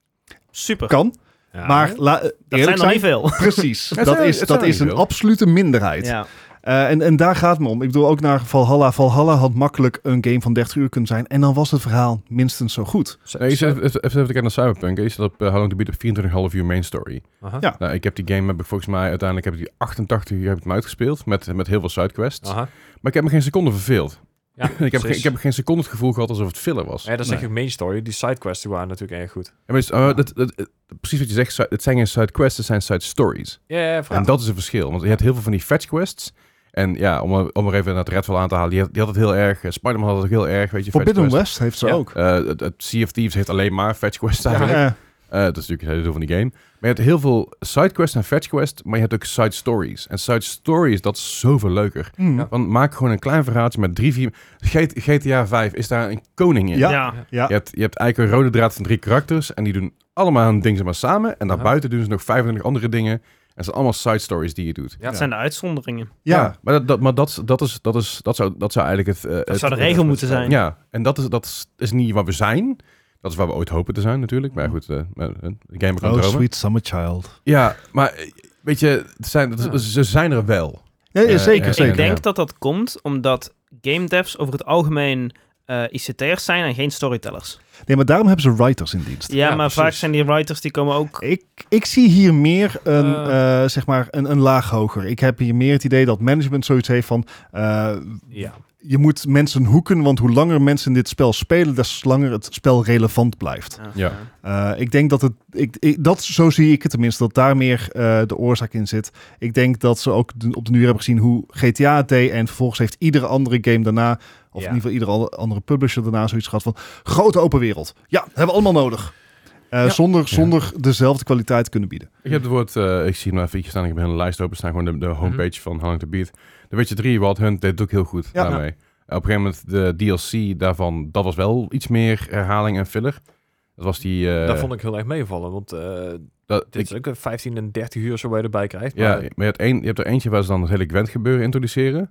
Super. Kan, Ja. maar la, dat eerlijk zijn er niet veel. Precies, Het dat zijn- is, het dat zijn is er een niet veel. absolute minderheid. Ja. Uh, en, en daar gaat het me om. Ik bedoel ook naar Valhalla. Valhalla had makkelijk een game van dertig uur kunnen zijn. En dan was het verhaal minstens zo goed. Nee, je zet, even even even kijken naar Cyberpunk. Je zit op uh, How Long to Beat op vierentwintig komma vijf uur main story. Aha. Ja. Nou, ik heb die game, heb ik volgens mij, uiteindelijk heb ik die achtentachtig uur heb ik hem uitgespeeld. Met, met heel veel sidequests. Aha. Maar ik heb me geen seconde verveeld. Ja, ik, heb geen, precies. ik heb geen seconde het gevoel gehad alsof het filler was. Ja, dat is Nee. echt een main story. Die sidequests die waren natuurlijk erg goed. Ja, maar het is, uh, dat, dat, dat- precies wat je zegt, si- het zijn geen sidequests, het zijn side stories. Ja, ja, En vooral. dat is een verschil. Want je hebt heel veel van die fetch quests. En ja, om, er- om er even naar het Redfall aan te halen, die had, die had het heel erg. Uh, Spider-Man had het ook heel erg, weet je. fetch Forbidden quests. West heeft ze Ja. ook. Uh, het, het Sea of Thieves heeft alleen maar fetch quests eigenlijk. Ja. Uh, dat is natuurlijk het hele doel van die game. Maar je hebt heel veel sidequests en fetch quests, maar je hebt ook side stories. En side stories, dat is zoveel leuker. Mm. Ja. Want maak gewoon een klein verhaaltje met drie, vier... G- G T A vijf is daar een koning in. Ja. Ja. Ja. Je, hebt, je hebt eigenlijk een rode draad van drie karakters en die doen allemaal een ding zeg maar samen. En daarbuiten doen ze nog vijfentwintig andere dingen. En het zijn allemaal side stories die je doet. Ja. Dat zijn de uitzonderingen. Ja. maar, dat, dat, maar dat, dat, is, dat, is, dat, zou, dat zou eigenlijk het... uh, Dat het- zou de het- regel moeten zijn. Ja, en dat is, dat is, is niet waar we zijn. Dat is waar we ooit hopen te zijn natuurlijk. Maar goed, uh, de game kan Oh, dromen. sweet summer child. Ja, maar eh, weet je, het zijn, het- Ja. ze zijn er wel. Ja, ja, Eh, zeker, eh, zeker. Ik denk ja. dat dat komt omdat game devs over het algemeen eh I C T'ers zijn en geen storytellers. Nee, maar daarom hebben ze writers in dienst. Ja, Ja, maar precies. vaak zijn die writers die komen ook... Ik, ik zie hier meer een, Eh. eh, zeg maar een, een laag hoger. Ik heb hier meer het idee dat management zoiets heeft van... eh, Ja. je moet mensen hoeken, want hoe langer mensen dit spel spelen, des langer het spel relevant blijft. Ja. Uh, ik denk dat het, ik, ik, dat, zo zie ik het tenminste, dat daar meer uh, de oorzaak in zit. Ik denk dat ze ook de, op de nu hebben gezien hoe G T A het deed en vervolgens heeft iedere andere game daarna, of Ja. in ieder geval iedere andere publisher daarna zoiets gehad van grote open wereld. Ja, hebben we allemaal nodig. Uh, Ja. Zonder, zonder dezelfde kwaliteit te kunnen bieden. Ik heb het woord, uh, ik zie hem even staan, ik heb een hele lijst open staan, gewoon de, de homepage Mhm. van How Long to Beat. De Witcher drie, Wild Hunt, deed het ook heel goed Ja. daarmee. Uh, op een gegeven moment de D L C daarvan, dat was wel iets meer herhaling en filler. Dat was die... Uh, Daar vond ik heel erg meevallen, want uh, dat, dit ik, is ook een vijftien en dertig uur zo waar je erbij krijgt. ja, Maar maar je hebt, een, je hebt er eentje waar ze dan het hele Gwent gebeuren introduceren.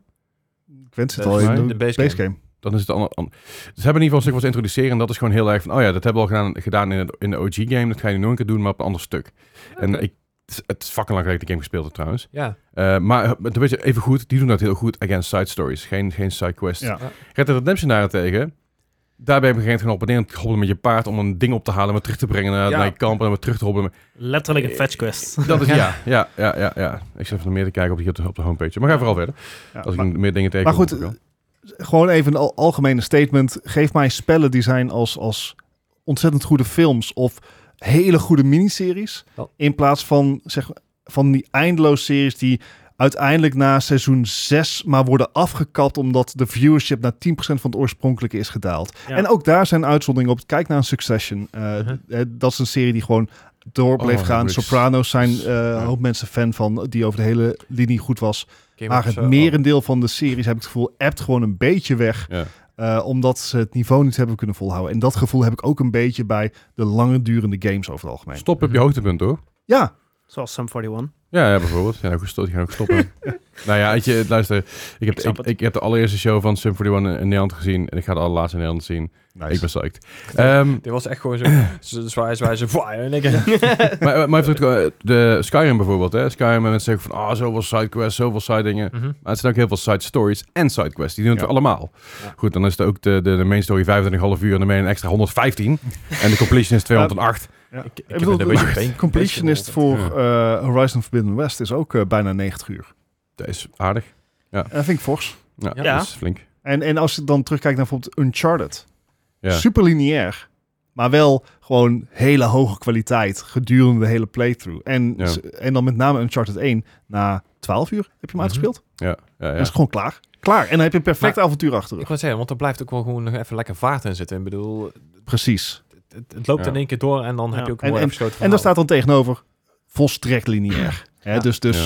Ik wens het De- al in de, de base base game. game. Dan is het ander, ander. Ze hebben in ieder geval een stuk wat introduceren en dat is gewoon heel erg van, oh ja, dat hebben we al gedaan, gedaan in, het, in de O G-game, dat ga je nu nog een keer doen, maar op een ander stuk. En Oké. ik, het is- het is fucking lang geleden dat ik de game gespeeld heb trouwens. Ja, Uh, maar weet je, even goed, die doen dat heel goed. Again, side stories, geen, geen side quests. Ja. Red Dead Redemption daarentegen, daar ben je op een gegeven moment gewoon op en neer aan het hobbelen met je paard om een ding op te halen en weer terug te brengen naar, Ja. naar je kamp en dan weer terug te hobbelen. Letterlijk een fetch quest. Dat is, ja, ja, ja, ja, ja. Ik zit even nog meer te kijken op, die, op, de, op de homepage. Maar ga vooral verder. Ja, Als ik maar- nog meer dingen tegen Maar goed, gewoon even een al- algemene statement. Geef mij spellen die zijn als, als ontzettend goede films of hele goede miniseries. Ja. In plaats van, zeg, van die eindeloos series die uiteindelijk na seizoen zes maar worden afgekapt omdat de viewership naar tien procent van het oorspronkelijke is gedaald. Ja. En ook daar zijn uitzonderingen op. Kijk naar een Succession. Uh, Mhm. eh, dat is een serie die gewoon door bleef Oh, gaan. Rick's- Sopranos zijn uh, Ja. een hoop mensen fan van, die over de hele linie goed was. Game Maar of het zo- merendeel van de series, heb ik het gevoel, appt gewoon een beetje weg. Ja. Uh, omdat ze het niveau niet hebben kunnen volhouden. En dat gevoel heb ik ook een beetje bij de langer durende games over het algemeen. Stop op je hoogtepunt hoor. Ja, Zoals Sum eenenveertig. Ja, ja, bijvoorbeeld. Ja, nou, gesto- die gaan ook stoppen. Nou ja, weet je, luister. Ik heb, Ik snap ik, het. ik heb de allereerste show van Sum eenenveertig in, in Nederland gezien. En ik ga de allerlaatste in Nederland zien. nice. Ik ben psyched. Ehm, Dit was echt gewoon zo, zo zwaar, zwaar, zo zwaar. En ik, maar maar even terug, eh, de Skyrim bijvoorbeeld. Hè? Skyrim, mensen zeggen van, ah, zoveel sidequests, zoveel side dingen. Mhm. Maar het zijn ook heel veel side stories en sidequests. Die doen het Ja. allemaal. Ja. Goed, dan is het ook de, de, de main story vijfentwintig komma vijf uur en dan ben je een extra honderdvijftien. En de completion is tweehonderdacht. Ja. Ik- ik Ik heb bedoel, het een beetje been- completionist been voor Ja. uh, Horizon Forbidden West is ook uh, bijna negentig uur. Dat is aardig. En dat vind ik fors. Ja, Ja. dat is flink. En, en als je dan terugkijkt naar bijvoorbeeld Uncharted. Ja. Super lineair. Maar wel gewoon hele hoge kwaliteit gedurende de hele playthrough. En, Ja. en dan met name Uncharted één. Na twaalf uur heb je hem Mhm. uitgespeeld. Ja, ja, Dan ja. is het gewoon klaar. Klaar. En dan heb je een perfect Maar- avontuur achter de Ik rug. wil zeggen, want er blijft ook wel gewoon nog even lekker vaart in zitten. Ik bedoel, Precies. het, het loopt Ja. in één keer door en dan Ja. heb je ook En- een mooi en- afgesloten En daar verhaal. staat dan tegenover volstrekt lineair. Hè, Ja. Dus, dus Ja.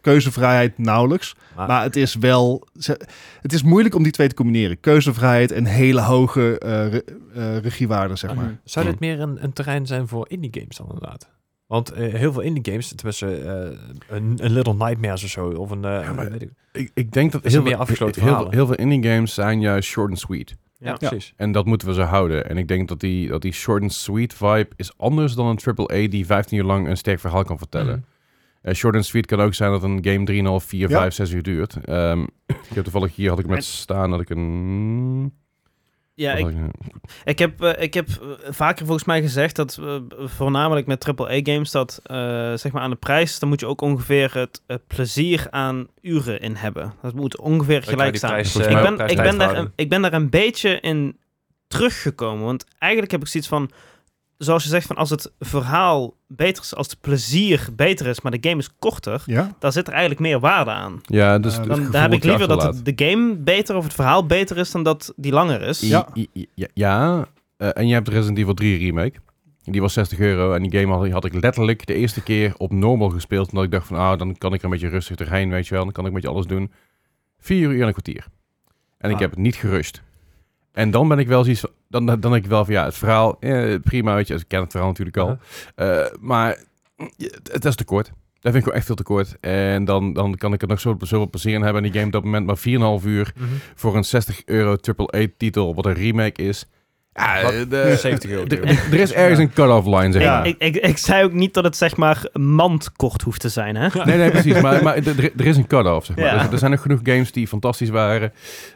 keuzevrijheid nauwelijks. Maar, Maar het is wel... ze- Het is moeilijk om die twee te combineren. Keuzevrijheid en hele hoge eh, re- eh, regiewaarden, zeg maar. zou dit meer een, een terrein zijn voor indie games dan inderdaad? Want uh, heel veel indie games, tenminste uh, een, een Little Nightmares of zo, of een... Uh, Ja, maar weet ik, Ik, ik denk dat is heel, meer veel- afgesloten heel, veel- verhalen. heel veel indie games zijn juist short and sweet. ja, Ja. precies. En dat moeten we zo houden. En ik denk dat die, dat die short and sweet vibe is anders dan een triple A die vijftien uur lang een sterk verhaal kan vertellen. Mhm. Uh, short and sweet kan ook zijn dat een game drie komma vijf, vier, Ja. vijf, zes uur duurt. Um, ik heb toevallig hier had ik met staan dat ik een... Ja, wat ik, had ik nou? ik heb, eh, ik heb eh, vaker volgens mij gezegd dat eh, voornamelijk met triple A games dat eh, zeg maar aan de prijs, dan moet je ook ongeveer het eh, plezier aan uren in hebben. Dat moet ongeveer gelijk staan. prijs, ik, eh, ben, prijs ik, ben daar, houden. een- ik ben daar een beetje in teruggekomen, want eigenlijk heb ik zoiets van, zoals je zegt, van als het verhaal beter is, als het plezier beter is, maar de game is korter, Ja? daar zit er eigenlijk meer waarde aan. Ja, dus Eh, het Dan, gevoel dan heb ik je liever dat achterlaat. het de game beter of het verhaal beter is dan dat die langer is. Ja. I- I- Ja, ja. Uh, en je hebt de Resident Evil drie remake. Die was zestig euro. En die game had, had ik letterlijk de eerste keer op normal gespeeld. Omdat ik dacht van, ah, dan kan ik er een beetje rustig erheen, weet je wel. Dan kan ik een beetje alles doen. Vier uur en een kwartier. En ik Ah. heb het niet gerust. En dan ben ik wel zoiets van, dan, dan denk ik wel van, ja, het verhaal, eh, prima, weet je. Ik ken het verhaal natuurlijk al. Uh, maar het, het is te kort. Dat vind ik gewoon echt veel te kort. En dan, dan kan ik er nog zo, zoveel plezier in hebben. En die game op dat moment maar vier komma vijf uur Mhm. voor een zestig euro triple A titel, wat een remake is. Ja, Wat? de, zeventig euro. de- de- er is ergens Ja. een cut-off line, zeg Ja. maar. Ik, ik, ik zei ook niet dat het zeg maar mandkort hoeft te zijn, hè? Nee, nee, precies. Maar, maar er, er is een cut-off, zeg maar. Ja. Dus er zijn ook genoeg games die fantastisch waren,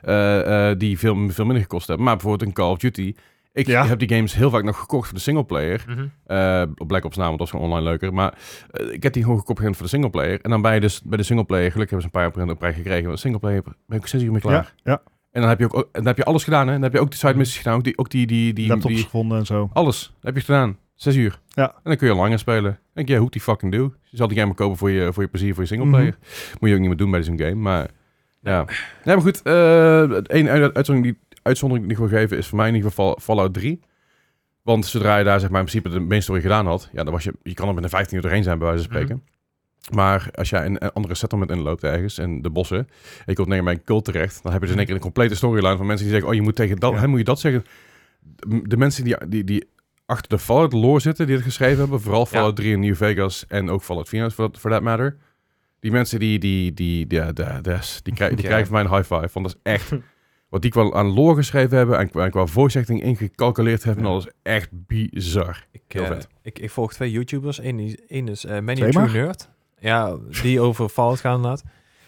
uh, uh, die veel, veel minder gekost hebben. Maar bijvoorbeeld een Call of Duty. Ik Ja. heb die games heel vaak nog gekocht voor de singleplayer. Mhm. Uh, op Black Ops na, want dat was gewoon online leuker. Maar uh, ik heb die gewoon gekocht voor de singleplayer. En dan ben je dus bij de singleplayer, gelukkig hebben ze een paar jaar op rij gekregen. Maar de singleplayer ben ik zes uur mee klaar. Ja, ja. En dan heb je ook, dan heb je alles gedaan, hè. Dan heb je ook de side missies gedaan, ook die, ook die, die, die, Laptops die gevonden en zo. alles heb je gedaan. Zes uur. Ja. En dan kun je langer spelen. Dan denk je, ja, hoe die fucking do? Je zal die game maar kopen voor je, voor je plezier, voor je singleplayer. Mhm. Moet je ook niet meer doen bij zo'n game, maar ja. Ja, maar goed. Uh, het ene uitzondering die, uitzondering die ik wil geven is voor mij in ieder geval Fallout drie. Want zodra je daar zeg maar in principe de main story gedaan had, ja, dan was je, je kan er met een vijftien uur doorheen zijn bij wijze van spreken. Mm-hmm. Maar als jij in een andere settlement inloopt ergens, in de bossen, en je komt neer bij een cult terecht, dan heb je dus in één keer een complete storyline van mensen die zeggen, oh, je moet tegen dat, Ja. hè, moet je dat zeggen. De, de mensen die, die, die achter de Fallout lore zitten, die het geschreven hebben, vooral Fallout drie in New Vegas en ook Fallout vier, for, for that matter. Die mensen, die, die, die, die, die, die, die, die, krijgen, die Ja. krijgen van mij een high five, want dat is echt... Wat die qua aan lore geschreven hebben en qua, en qua voice acting ingecalculeerd hebben, Ja. dat is echt bizar. Ik, Heel uh, vet. ik, ik volg twee YouTubers. Eén is, één is uh, Many Twee True maar? Nerd. Ja, die over Fallout gaan inderdaad.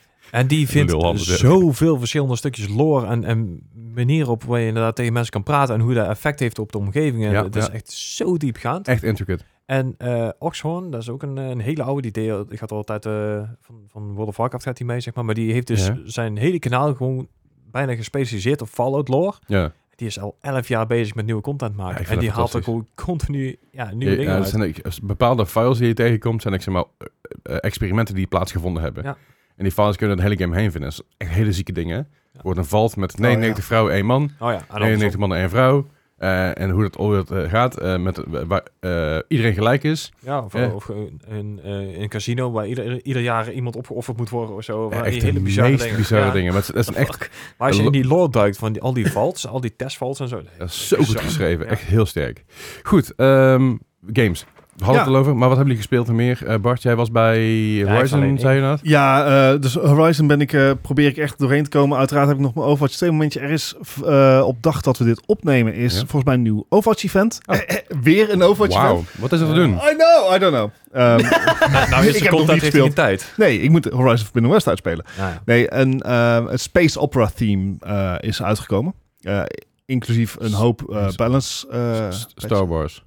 En die vindt Lulhanden, zeg. zoveel verschillende stukjes lore en, en manieren op waar je inderdaad tegen mensen kan praten en hoe dat effect heeft op de omgeving. En Ja, het is ja. echt zo diepgaand. Echt intricate. En uh, Oxhorn, dat is ook een, een hele oude, die, deed, die gaat altijd uh, van, van World of Warcraft gaat hij mee, zeg maar. Maar die heeft dus Ja. zijn hele kanaal gewoon bijna gespecialiseerd op Fallout lore. Ja. Die is al elf jaar bezig met nieuwe content Ja, maken. ik vind en die dat haalt ook fantastisch. gewoon continu ja, nieuwe Ja, dingen ja, uit. er zijn ook- als bepaalde files die je tegenkomt, zijn ik zeg maar uh, uh, experimenten die plaatsgevonden hebben. Ja. En die files kunnen de hele game heen vinden. Dat is echt hele zieke dingen. Er Ja. wordt een valt met negenennegentig vrouwen, één man. Oh ja, en negenennegentig andersom. mannen, één vrouw. Uh, en hoe dat, hoe dat uh, gaat, uh, met, uh, waar uh, iedereen gelijk is. Ja, of, Ja. of een, een, uh, een casino waar ieder, ieder jaar iemand opgeofferd moet worden of zo. Waar Echt die de hele bizarre meest dingen. bizarre Ja. dingen. Maar het, het is een echt Maar als je in die lore duikt van die, al die vaults, al die testvaults en zo. dat is zo goed bizar. geschreven. Ja. Echt heel sterk. Goed, um, games. We hadden Ja. het al over, maar wat hebben jullie gespeeld en meer? Uh, Bart, jij was bij Horizon, alleen zei je dat? Ja, uh, dus Horizon ben ik, uh, probeer ik echt doorheen te komen. Uiteraard heb ik nog mijn Overwatch twee momentje. Er is uh, op dag dat we dit opnemen is Ja. volgens mij een nieuw Overwatch event. Oh. Weer een Overwatch Wauw, event. wat is er te doen? I know, I don't know. Um, Nou, is Ik de heb nog content niet heeft hij geen gespeeld. tijd. nee, ik moet Horizon Forbidden West uitspelen. Nou ja. Nee, een, uh, een space opera theme uh, is uitgekomen. Uh, inclusief een hoop uh, balance. Uh, S- Star Wars.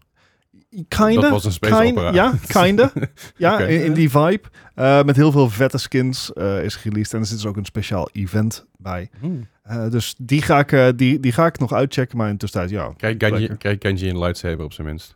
Kinda. Dat was een space Kind- opera. Ja, kinda. Ja, Oké. in, in die vibe. Uh, met heel veel vette skins uh, is released. En er zit dus ook een speciaal event bij. Hmm. Uh, dus die ga, ik, uh, die, die ga ik nog uitchecken. Maar in de tussentijd, ja. Krijg Genji, lekker. krijg Genji een lightsaber op zijn minst.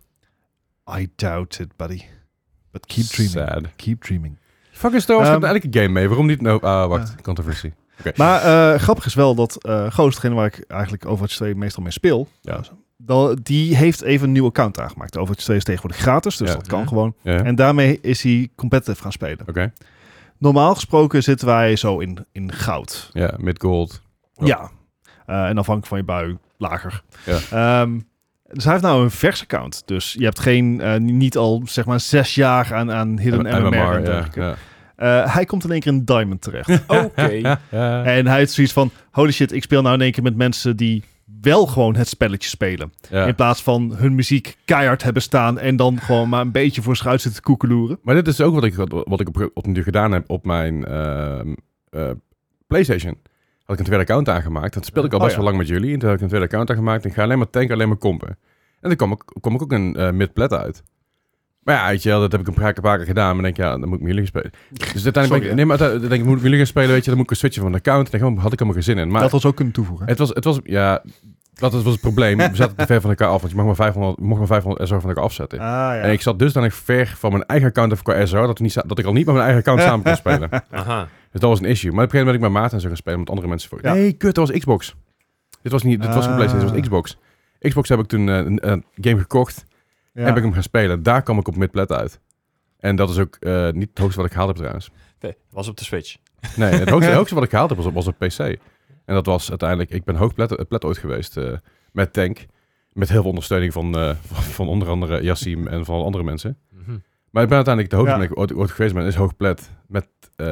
I doubt it, buddy. But keep dreaming. Sad. Keep dreaming. Fucking Star Wars Um, gaat elke game mee. Waarom niet? No, ah, wacht. Ja. Controversie. Oké. Maar uh, grappig is wel dat uh, Ghost, degene waar ik eigenlijk Overwatch twee meestal mee speel, Ja. uh, dat, die heeft even een nieuwe account aangemaakt. Overwatch twee is tegenwoordig gratis, dus Ja. dat kan Ja. gewoon. Ja. En daarmee is hij competitive gaan spelen. Oké. normaal gesproken zitten wij zo in, in goud. Ja, met gold. Oh. Ja. Uh, en afhankelijk van je bui lager. Ja. Um, dus hij heeft nou een vers account. Dus je hebt geen, uh, niet al zeg maar zes jaar aan, aan Hidden M M R en dergelijke. Ja, ja. Uh, hij komt in één keer in Diamond terecht. Oké. Okay. ja. En hij heeft zoiets van, holy shit, ik speel nou in één keer met mensen die wel gewoon het spelletje spelen. Ja. In plaats van hun muziek keihard hebben staan en dan gewoon maar een beetje voor schuit zitten koekeloeren. Maar dit is ook wat ik, wat ik op, op nu gedaan heb op mijn uh, uh, PlayStation. Had ik een tweede account aangemaakt. Dat speelde ik al best oh, ja. wel lang met jullie. En toen heb ik een tweede account aangemaakt. En ik ga alleen maar tanken, alleen maar kompen. En dan kom ik, kom ik ook een uh, mid-plat uit. Maar ja, weet je wel, dat heb ik een paar, paar keer gedaan. Maar dan denk ik, ja, dan moet ik met jullie gaan spelen. Dus uiteindelijk Sorry, ben ik, nee, maar uiteindelijk denk ik, moet ik met jullie gaan spelen, weet je, dan moet ik een switchen van de account. En dan had ik helemaal geen zin in. Maar dat was ook kunnen toevoegen. Het was, het was, ja, dat was het probleem. We zaten te ver van elkaar af, want je mag maar vijfhonderd, mocht maar vijfhonderd S R van elkaar afzetten. Ah, ja. En ik zat dus dan echt ver van mijn eigen account of qua S R, dat, we niet, dat ik al niet met mijn eigen account samen kon spelen. Aha. Dus dat was een issue. Maar op een gegeven moment ben ik met Maarten zo gaan spelen met andere mensen. Voor. Ja. Nee, kut, dat was Xbox. Dit was niet, dit ah. was geen PlayStation, dit was Xbox. Xbox heb ik toen uh, een, een game gekocht. Ja. En heb ik hem gaan spelen. Daar kwam ik op mid-plat uit. En dat is ook uh, niet het hoogste wat ik gehaald heb trouwens. Nee, was op de Switch. Nee, het hoogste, het hoogste wat ik gehaald heb was op, was op P C. En dat was uiteindelijk... Ik ben hoogplat plat ooit geweest uh, met Tank. Met heel veel ondersteuning van, uh, van, van onder andere Yassim en van andere mensen. Mm-hmm. Maar ik ben uiteindelijk de hoogste ja. dat ik ooit, ooit geweest ben, is hoogplat met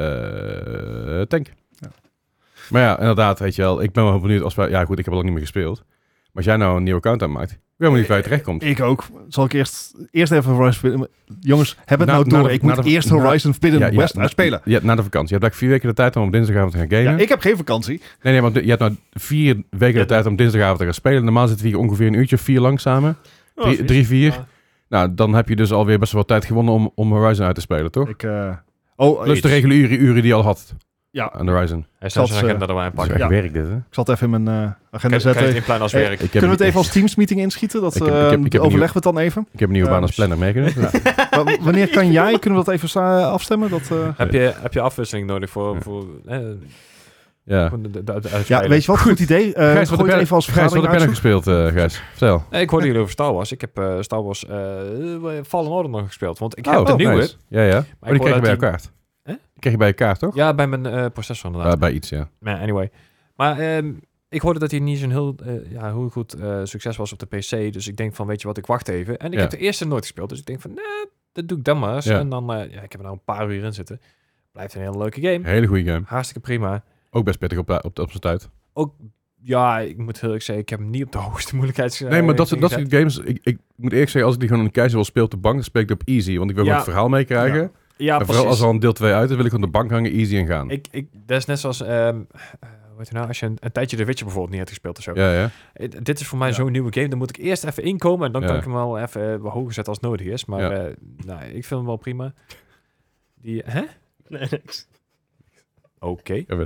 uh, Tank. Ja. Maar ja, inderdaad, weet je wel. Ik ben wel benieuwd als wij... Ja goed, ik heb al lang niet meer gespeeld. Maar als jij nou een nieuwe account aanmaakt... Ik weet niet waar je terecht komt. Ik ook. Zal ik eerst, eerst even Horizon... Jongens, heb het na, nou door. De, ik moet de, eerst Horizon Forbidden ja, West ja, uitspelen. Ja, na de vakantie. Je hebt eigenlijk vier weken de tijd om op dinsdagavond te gaan gamen. Ja, ik heb geen vakantie. Nee, nee, want je hebt nou vier weken de tijd om dinsdagavond te gaan spelen. Normaal zitten we hier ongeveer een uurtje of vier lang samen. Oh, drie, drie, vier. Ja. Nou, dan heb je dus alweer best wel tijd gewonnen om, om Horizon uit te spelen, toch? Ik, uh... oh, Plus de reguliere uren, uren die je al had. Ja. Aan Horizon. Hij staat zijn agenda erbij een pakken. Ja. Werk dit, hè? Ik zal het even in mijn uh, agenda kan, zetten. Kan je het als werk? Hey, kunnen we het even als Teams meeting inschieten? Dat ik heb, ik heb, ik heb overleggen we het dan even. Ik heb een nieuwe uh, baan als planner meegenomen. Ja. Wanneer kan jij? Kunnen we dat even afstemmen? Dat, uh... heb, je, heb je afwisseling nodig voor... Ja. voor eh, ja. De, de, de, de ja, weet je wat? Goed idee. Uh, Gijs, wat heb jij even als Gijs, wat heb jij nog gespeeld, uh, Gijs? Vertel. Nee, ik hoorde jullie over Star Wars. Ik heb uh, Star Wars uh, Fallen Order nog gespeeld. Want ik heb oh, de nieuwe. Nice. Ja, ja. Maar, maar die kreeg je bij elkaar. Huh? Die kreeg je bij elkaar, toch? Ja, bij mijn uh, processor inderdaad. Uh, bij iets, ja. Maar anyway. Maar um, ik hoorde dat hij niet zo'n heel, uh, ja, heel goed uh, succes was op de P C. Dus ik denk van, weet je wat, ik wacht even. En ik ja. heb de eerste nooit gespeeld. Dus ik denk van, nou, nah, dat doe ik dan maar eens. Ja. En dan, uh, ja, ik heb er nou een paar uur in zitten. Blijft een hele leuke game. Hele goede game. Hartstikke prima. Ook best pittig op, op, op zijn tijd. Ook, ja, ik moet heel erg zeggen, ik heb hem niet op de hoogste moeilijkheids... Uh, nee, maar dat, dat soort games, ik, ik moet eerlijk zeggen, als ik die gewoon een casual speel op de bank, dan speel ik op easy. Want ik wil ja. gewoon het verhaal meekrijgen. Ja. Ja, en vooral als er al een deel twee uit is, wil ik gewoon de bank hangen, easy en gaan. Ik, ik, dat is net zoals, um, uh, weet je nou, als je een, een tijdje de Witcher bijvoorbeeld niet hebt gespeeld of zo. Ja, ja. Uh, dit is voor mij ja. zo'n nieuwe game, dan moet ik eerst even inkomen en dan ja. kan ik hem wel even uh, hoger zetten als nodig is. Maar ja. uh, nou, ik vind hem wel prima. Die, hè? Nee, niks. Oké. Okay. Ja,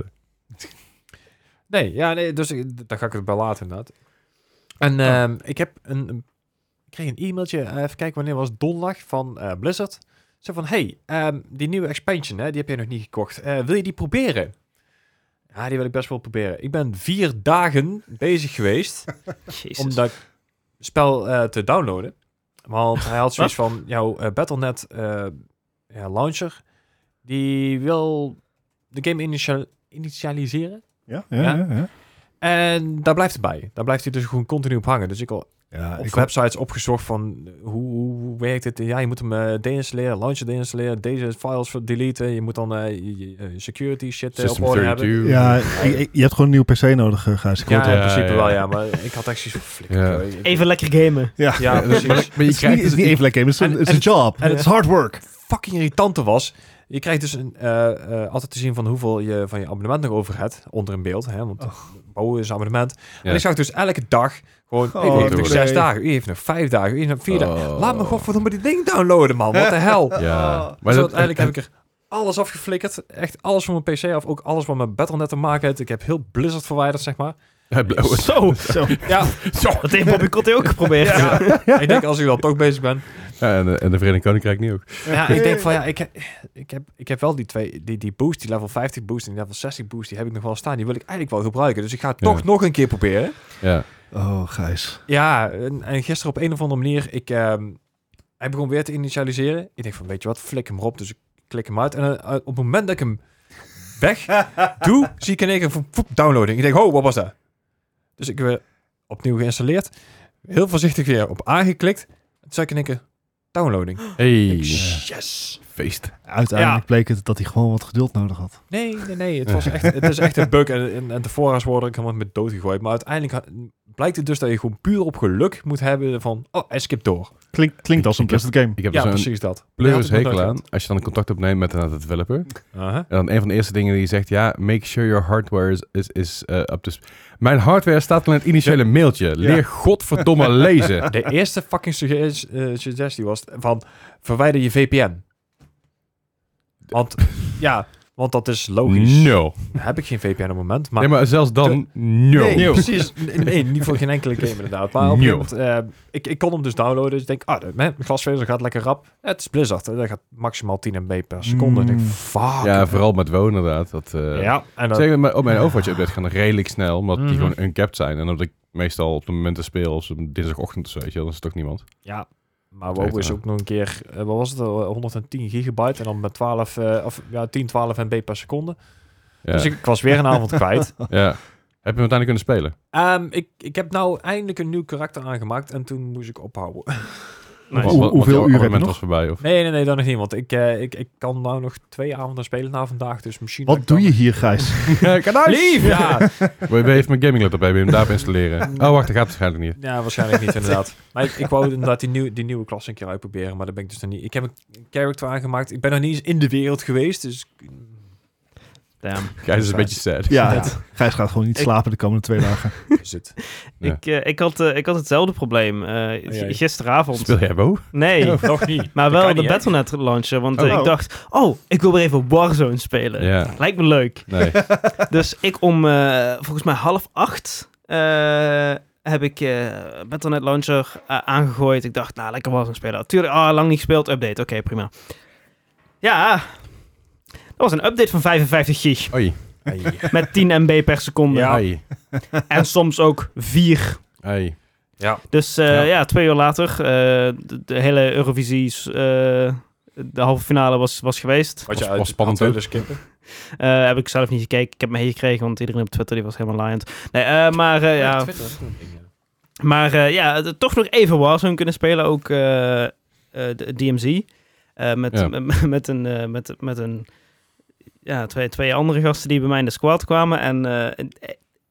nee, ja, nee, dus ik, daar ga ik het bij laten inderdaad. En oh. um, ik heb een, een, ik kreeg een e-mailtje, uh, even kijken wanneer was donderdag, van uh, Blizzard. Zo van, hey, um, die nieuwe expansion, hè, die heb jij nog niet gekocht. Uh, wil je die proberen? Ja, die wil ik best wel proberen. Ik ben vier dagen bezig geweest om dat spel uh, te downloaden. Want hij had zoiets van, jouw uh, Battle dot net uh, ja, launcher, die wil de game initial, initialiseren. Ja, ja, ja, ja, ja. En daar blijft het bij. Daar blijft hij dus gewoon continu op hangen. Dus ik al ja, op ik websites op... opgezocht van hoe, hoe werkt het. Ja, je moet hem uh, deinstalleren, launcher deinstalleren, deze files deleten. Je moet dan uh, je, je security shit uh, op orde hebben. Ja, je, je hebt gewoon een nieuwe P C nodig, uh, Gijs. Ja, in principe ja, ja. wel, ja. Maar ik had echt zoiets van flikker. Ja. Even lekker gamen. Ja, ja, ja precies. Maar, maar je het, is niet, het is niet even lekker gamen, het is een job. En het is hard work. Fucking irritante was... Je krijgt dus een, uh, uh, altijd te zien van hoeveel je van je abonnement nog over hebt. Onder in beeld. Hè? Want oh. bouwen is een abonnement. Ja. En ik zag dus elke dag gewoon... Oh, u heeft nog zes dagen. U heeft nog vijf dagen. U heeft nog vier oh. dagen. Laat me godverdomme die ding downloaden, man. Wat de hel. Ja. Maar dus dat, uiteindelijk heb ik er alles afgeflikkerd. Echt alles van mijn P C af. Ook alles wat met Battle dot net te maken heeft. Ik heb heel Blizzard verwijderd, zeg maar. Ja, zo, zo. Ja. Zo. Dat heeft Bobby Kotick ook geprobeerd. Ja. Ja. Ja. Ik denk, als ik dan toch bezig ben... Ja, en de, en de Verenigd Koninkrijk niet ook. Ja, ik denk van ja, ik heb, ik heb, ik heb wel die twee, die, die boost, die level vijftig boost en die level zestig boost, die heb ik nog wel staan. Die wil ik eigenlijk wel gebruiken. Dus ik ga het ja. toch nog een keer proberen. Ja. Oh, Gijs. Ja, en, en gisteren op een of andere manier, ik, um, hij begon weer te initialiseren. Ik denk van, weet je wat, flik hem erop. Dus ik klik hem uit. En uh, op het moment dat ik hem weg doe, zie ik in één keer van, poep, downloading. Ik denk, oh, wat was dat? Dus ik weer opnieuw geïnstalleerd. Heel voorzichtig weer op aangeklikt. Toen zei ik in één keer, downloading. Hey, Yes! feest. Uiteindelijk Ja. bleek het dat hij gewoon wat geduld nodig had. Nee, nee, nee. Het, was echt, het is echt een bug. En, en, en tevoren word ik helemaal met dood gegooid. Maar uiteindelijk ha- blijkt het dus dat je gewoon puur op geluk moet hebben van, oh, hij skipt door. Klink, klinkt als een Ik heb- plastic game. Ik heb Ja, dus een precies dat. pleuris Die had ik nog hekel nooit aan als je dan contact opneemt met een developer. gehad. Uh-huh. En dan een van de eerste dingen die je zegt, ja, make sure your hardware is, is, is uh, up to... sp- Mijn hardware staat al in het initiële mailtje. Leer Ja. godverdomme lezen. De eerste fucking sugge- uh, suggestie was van, verwijder je V P N. Want, ja, want dat is logisch. No. Heb ik geen V P N op het moment. Maar, nee, maar zelfs dan, no. Nee, precies. Nee, nee, niet voor geen enkele game inderdaad. Maar op een No. gegeven moment, uh, ik, ik kon hem dus downloaden. Dus ik denk, ah, de, mijn glasvezel gaat lekker rap. Ja, het is Blizzard. hè. Dat gaat maximaal tien megabyte per seconde. Mm. Ik denk, fuck. Ja, vooral met WoW inderdaad. Dat, uh, Ja, en dat, Zeker, maar op mijn Overwatch-update gaan redelijk snel, omdat Mhm. die gewoon uncapped zijn. En omdat ik meestal op de momenten speel, als op een dinsdagochtend of zo, weet je wel, dan is het toch niemand. ja. Maar Dat WoW is heeft, ook nog een keer, uh, wat was het, uh, honderdtien gigabyte. En dan met twaalf, uh, of ja, tien, twaalf M B per seconde. Ja. Dus ik, ik was weer een avond kwijt. ja. Heb je hem uiteindelijk kunnen spelen? Um, ik, ik heb nou eindelijk een nieuw karakter aangemaakt. En toen moest ik ophouden. Hoe- Want- want hoeveel je uur heb je abonnement nog? was voorbij, of? Nee, nee, nee, dat nog niet. Want ik, uh, ik, ik kan nou nog twee avonden spelen na vandaag. Dus misschien... dat Wat ik doe dan- je hier, Gijs? Lief! Ja. Wil je even mijn gaming laptop hebben? Wil je hem daarop installeren? Oh, wacht, dat gaat waarschijnlijk niet. Ja, waarschijnlijk niet inderdaad. Maar ik, ik wou inderdaad die, nieuw, die nieuwe klas een keer uitproberen, maar dat ben ik dus nog niet. Ik heb een character aangemaakt. Ik ben nog niet eens in de wereld geweest, dus... Damn. Gijs is een beetje sad. Ja, Ja. Gijs gaat gewoon niet Ik- slapen de komende twee dagen. Is het. Ja. Ik, eh, ik, had, eh, ik had hetzelfde probleem. eh, g- jee. gisteravond. Speel jij WoW? Nee, Nog niet. maar Dat wel kan de niet, hè? Battle Net launcher. Want Oh. eh, ik dacht, oh, ik wil weer even Warzone spelen. Ja. Lijkt me leuk. Nee. Dus ik om, eh, volgens mij half acht, eh, heb ik uh, Battle Net launcher uh, aangegooid. Ik dacht, nou, lekker Warzone spelen. Tuurlijk, ah, lang niet gespeeld, update. Oké, prima. Ja, dat was een update van vijfenvijftig gig. Oei. Ai. Met tien megabyte per seconde. Ja. Ai. En soms ook vier. Ai. Ja. Dus uh, Ja. ja. twee uur later, uh, de, de hele Eurovisie, uh, de halve finale was, was geweest. Wat je Was- uit was spannend had ook. willen skippen. Uh, heb ik zelf niet gekeken. Ik heb meegekregen, want iedereen op Twitter die was helemaal laaiend. Nee, uh, maar uh, ja, Twitter, dat is een ding, ja. maar uh, ja, de- toch nog even Warzone kunnen spelen. Ook uh, uh, de D M Z. Uh, met, Ja. met, met een, uh, met, met een ja, twee, twee andere gasten die bij mij in de squad kwamen. En uh,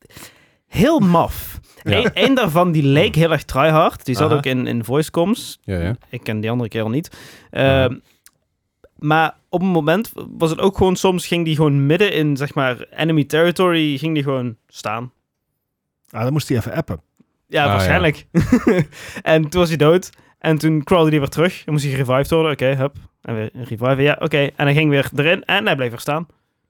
heel maf. Ja. Eén één daarvan die leek heel erg tryhard. Die zat Aha. ook in, in voicecoms. Ja, ja. Ik ken die andere kerel niet. Uh, Ja. Maar op een moment was het ook gewoon... Soms ging die gewoon midden in, zeg maar, enemy territory... ging die gewoon staan. Ah, dan moest hij even appen. Ja, Ah, waarschijnlijk. En toen was hij dood. En toen crawlde hij weer terug. Dan moest hij gerevived worden. Oké, hup. En weer reviven. Ja, oké. En hij ging weer erin. En hij bleef weer staan.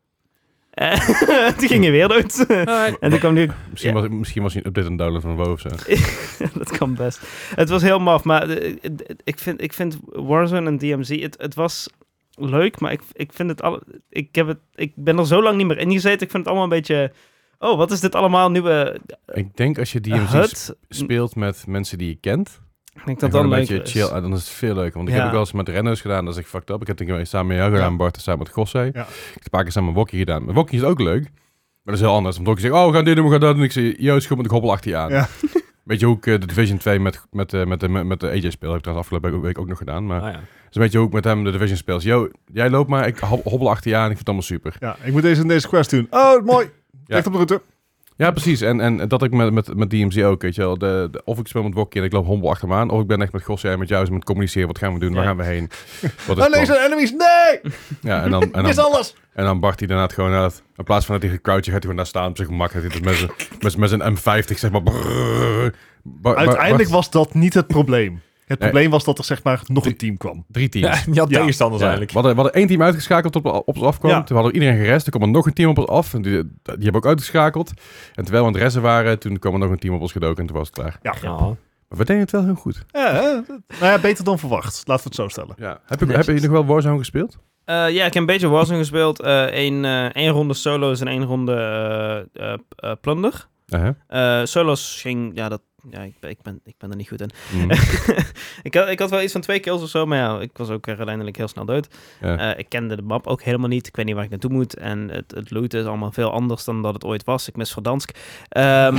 En toen ging hij weer dood. En toen kwam hij... Misschien, Ja. was, misschien was hij een update aan het downloaden van WoW of zo. Dat kan best. Het was heel maf. Maar eh, eh, ik vind, ik vind Warzone en D M Z... Het, het was leuk, maar ik, ik vind het... Alle, ik, heb het ik ben er zo lang niet meer in gezeten. Ik vind het allemaal een beetje... Oh, wat is dit allemaal? Nieuwe Ik denk als je D M uh, Z H U sp- D? speelt met mensen die je kent, Ik denk en dat gewoon dan een leuk beetje is. chill, en dan is het veel leuker. Want ik Ja. heb ook wel eens met Renno's gedaan, dat is echt fucked up. Ik heb het een keer samen met jou gedaan, Ja. Bart, en samen met Gossé. Ja. Ik heb een paar keer samen met Wokkie gedaan. Met Wokkie is het ook leuk, maar dat is heel anders. Want Wokkie zegt, oh, we gaan dit doen, we gaan dat doen. En ik zeg, yo, is goed, met de hobbel achter je aan. Ja. Weet je hoe ik uh, de Division twee met, met, uh, met, de, met, met de A J speel? Heb ik trouwens afgelopen week ook nog gedaan. Maar Ah, ja. dat is een beetje hoe ik met hem de Division speel. Yo, jij loopt maar, ik hob- hobbel achter je aan. Ik vind het allemaal super. Ja, ik moet deze en deze quest doen. Oh, mooi. Ligt op de route. Ja, precies. En, en dat ik met, met, met D M Z ook, weet je wel. De, de, of ik speel met Wokkie en ik loop hobbel achter me aan. Of ik ben echt met Gossé en met jou met communiceren. Wat gaan we doen? Waar Ja. gaan we heen? Wat is Oh nee, het plan? zijn enemies. Nee! Ja, en dan, en Dit is dan, alles. en dan Bart hij daarna gewoon uit. In plaats van dat hij gecroucht, gaat hij gewoon daar staan op zijn gemak. Gaat hij het met zijn, met, met zijn M vijftig, zeg maar. Brrrr. Ba- Ba- Uiteindelijk Bart- was dat niet het probleem. Het Nee. probleem was dat er zeg maar nog een team kwam. Drie teams. Ja, je had Ja. tegenstanders Ja, eigenlijk. we, hadden, we hadden één team uitgeschakeld op, op ons afkwam. Ja. Toen hadden we iedereen gerest. Toen kwam er nog een team op ons af. En die, die hebben we ook uitgeschakeld. En terwijl we aan het resten waren, toen kwam er nog een team op ons gedoken en toen was het klaar. Ja. Ja. Maar we deden het wel heel goed. Ja, hè? nou ja, beter dan verwacht. Laten we het zo stellen. Ja. Heb, je, heb je nog wel Warzone gespeeld? Uh, ja, ik heb een beetje Warzone gespeeld. Eén uh, één ronde solo's en één ronde uh, uh, uh, plunder. Uh-huh. Uh, solo's ging, ja, dat ja, ik, ben, ik, ben, ik ben er niet goed in. Mm. ik, had, ik had wel iets van twee kills of zo, maar ja, ik was ook er uiteindelijk heel snel dood. Ja. Uh, ik kende de map ook helemaal niet. Ik weet niet waar ik naartoe moet. En het, het looten is allemaal veel anders dan dat het ooit was. Ik mis Verdansk. Um,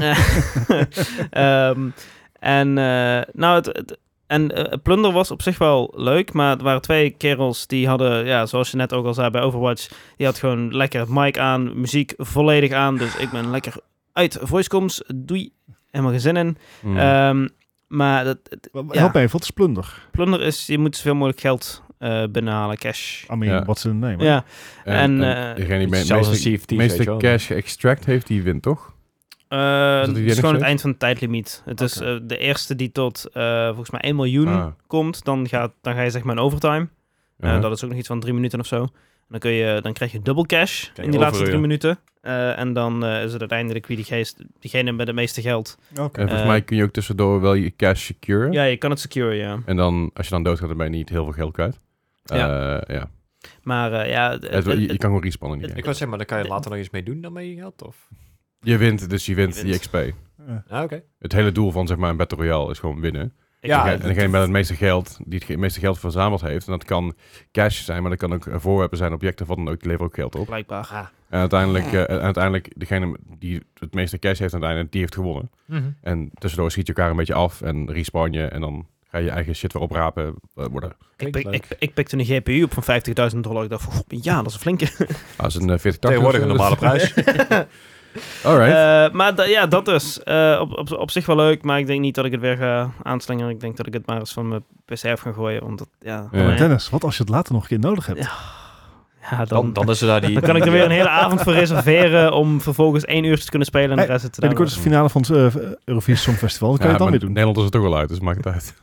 um, en uh, nou, het... het En uh, Plunder was op zich wel leuk, maar er waren twee kerels die hadden, ja, zoals je net ook al zei bij Overwatch, die had gewoon lekker het mic aan, muziek volledig aan, dus ik ben lekker uit voicecoms, doei, helemaal geen zin in. Mm. Um, maar dat, Help ja, me even, wat is Plunder? Plunder is, je moet zoveel mogelijk geld uh, binnenhalen, cash. I mean, Ja. what's in the name? Ja, En, en, en uh, degene die me- zelfs een meeste, C F T, meeste weet je wel. cash extract heeft, die wint, toch? Uh, dat het die is nog gewoon het steeds? eind van de tijdlimiet. Het is Oké. uh, de eerste die tot uh, volgens mij één miljoen Ah. komt, dan, gaat, dan ga je zeg maar in overtime. Uh, Uh-huh. Dat is ook nog iets van drie minuten of zo. En dan, kun je, dan krijg je dubbel cash Krijg je in die laatste overuren. drie minuten. Uh, en dan uh, is het uiteindelijk wie die geest, diegene met het meeste geld. Oké. En volgens Eh, mij kun je ook tussendoor wel je cash securen. Ja, je kan het secure, ja. En dan, als je dan doodgaat, dan ben je niet heel veel geld kwijt. Ja. Uh, ja. Maar uh, ja... Het, Het- je, je het- kan gewoon respannen in die Ik game. wou zeggen, maar dan kan je later nog iets mee doen dan met je geld, of? Je wint, dus je wint, Je die wint. X P. Ja. Ah, oké. Het hele doel van zeg maar, een Battle Royale is gewoon winnen. Ja, en degene, degene met het meeste geld, die het meeste geld verzameld heeft, en dat kan cash zijn, maar dat kan ook uh, voorwerpen zijn, objecten, wat dan ook, die leveren ook geld op. Blijkbaar. Ah. En uiteindelijk, uh, uiteindelijk degene die het meeste cash heeft, uiteindelijk, die heeft gewonnen. Mhm. En tussendoor schiet je elkaar een beetje af en respawn je, en dan ga je je eigen shit weer oprapen uh, worden. Ik, Klinkt pik, leuk. ik, ik pikte een G P U op van vijftigduizend dollar. Ik dacht van, goh, ja, dat is een flinke. Als een uh, veertig tachtig. Tegenwoordig een normale prijs. Alright. Uh, maar da- ja, dat dus. Uh, op, op, op zich wel leuk, maar ik denk niet dat ik het weer ga aanslingeren. Ik denk dat ik het maar eens van mijn P C af ga gooien. Want dat, ja, Ja. nee. Dennis, wat als je het later nog een keer nodig hebt? Ja. Ja, dan, Dan, dan is er daar die... dan kan ik er weer een hele avond voor reserveren om vervolgens één uurtje te kunnen spelen en de Hey, rest het te Binnenkort is de finale van het uh, Eurovisie Songfestival. Wat kan Ja, je dan maar weer doen? Nederland is het toch al uit, dus maakt het uit.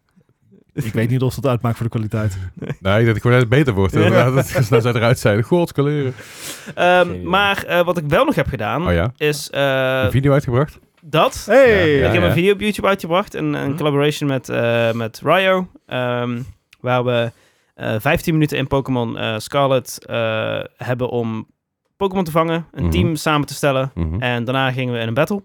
Ik weet niet of dat uitmaakt voor de kwaliteit. Nee, ik denk dat het gewoon net beter wordt. Inderdaad. Dat is nou zij eruit zijn. God, skaleren. Um, idee. maar uh, wat ik wel nog heb gedaan, Oh ja? is uh, Een video uitgebracht? dat. Hey! Ja, ik heb ja. een video op YouTube uitgebracht, een, een Hm. collaboration met, uh, met Ryo, um, waar we uh, vijftien minuten in Pokémon uh, Scarlet uh, hebben om Pokémon te vangen, een Mhm. team samen te stellen Mhm. en daarna gingen we in een battle.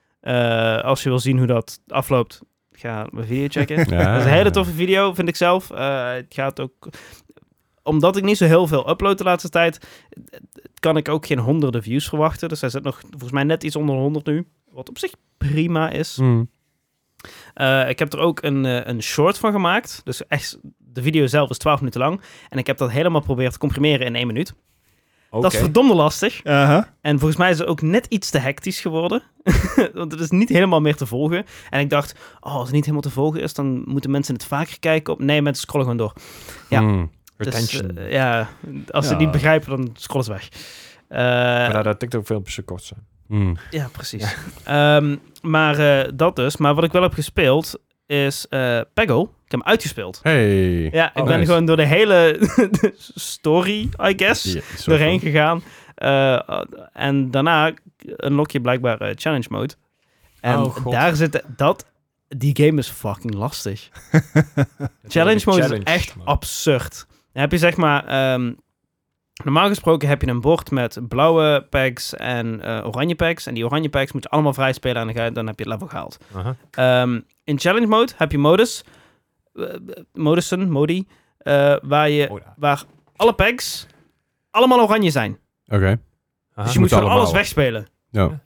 Uh, als je wil zien hoe dat afloopt, ga mijn video checken. Ja. Dat is een hele toffe video, vind ik zelf. Uh, het gaat ook... Omdat ik niet zo heel veel upload de laatste tijd, kan ik ook geen honderden views verwachten. Dus hij zit nog volgens mij net iets onder de honderd nu. Wat op zich prima is. Mm. Uh, ik heb er ook een, uh, een short van gemaakt. Dus echt, de video zelf is twaalf minuten lang. En ik heb dat helemaal proberen te comprimeren in één minuut. Oké. Dat is verdomde lastig. Uh-huh. En volgens mij is het ook net iets te hectisch geworden. Want het is niet helemaal meer te volgen. En ik dacht, oh, als het niet helemaal te volgen is, dan moeten mensen het vaker kijken. Op... Nee, mensen scrollen gewoon door. Ja. Mm. Dus, Retention. uh, ja, als ze Ja. het niet begrijpen, dan scrollen ze weg. Uh, maar daar dat TikTok-filmpjes kort zijn. Mm. Ja, precies. Um, maar uh, dat dus. Maar wat ik wel heb gespeeld is uh, Peggle. Ik heb hem uitgespeeld. Hey. Ja, ik Oh, ben nice. gewoon door de hele story, I guess, Ja, zo doorheen van. gegaan. Uh, en daarna unlock je blijkbaar uh, challenge mode. En Oh, God. daar zit dat... Die game is fucking lastig. Challenge mode is echt mode. absurd. Dan heb je zeg maar... Um, normaal gesproken heb je een bord met blauwe packs en uh, oranje packs. En die oranje packs moet je allemaal vrij spelen en dan, ga je, dan heb je het level gehaald. Aha. Um, in challenge mode heb je modus, uh, modussen, modi, uh, waar, je, Oh, ja. waar alle packs allemaal oranje zijn. Oké. Aha. Dus je moet moet gewoon allemaal. alles wegspelen. Ja.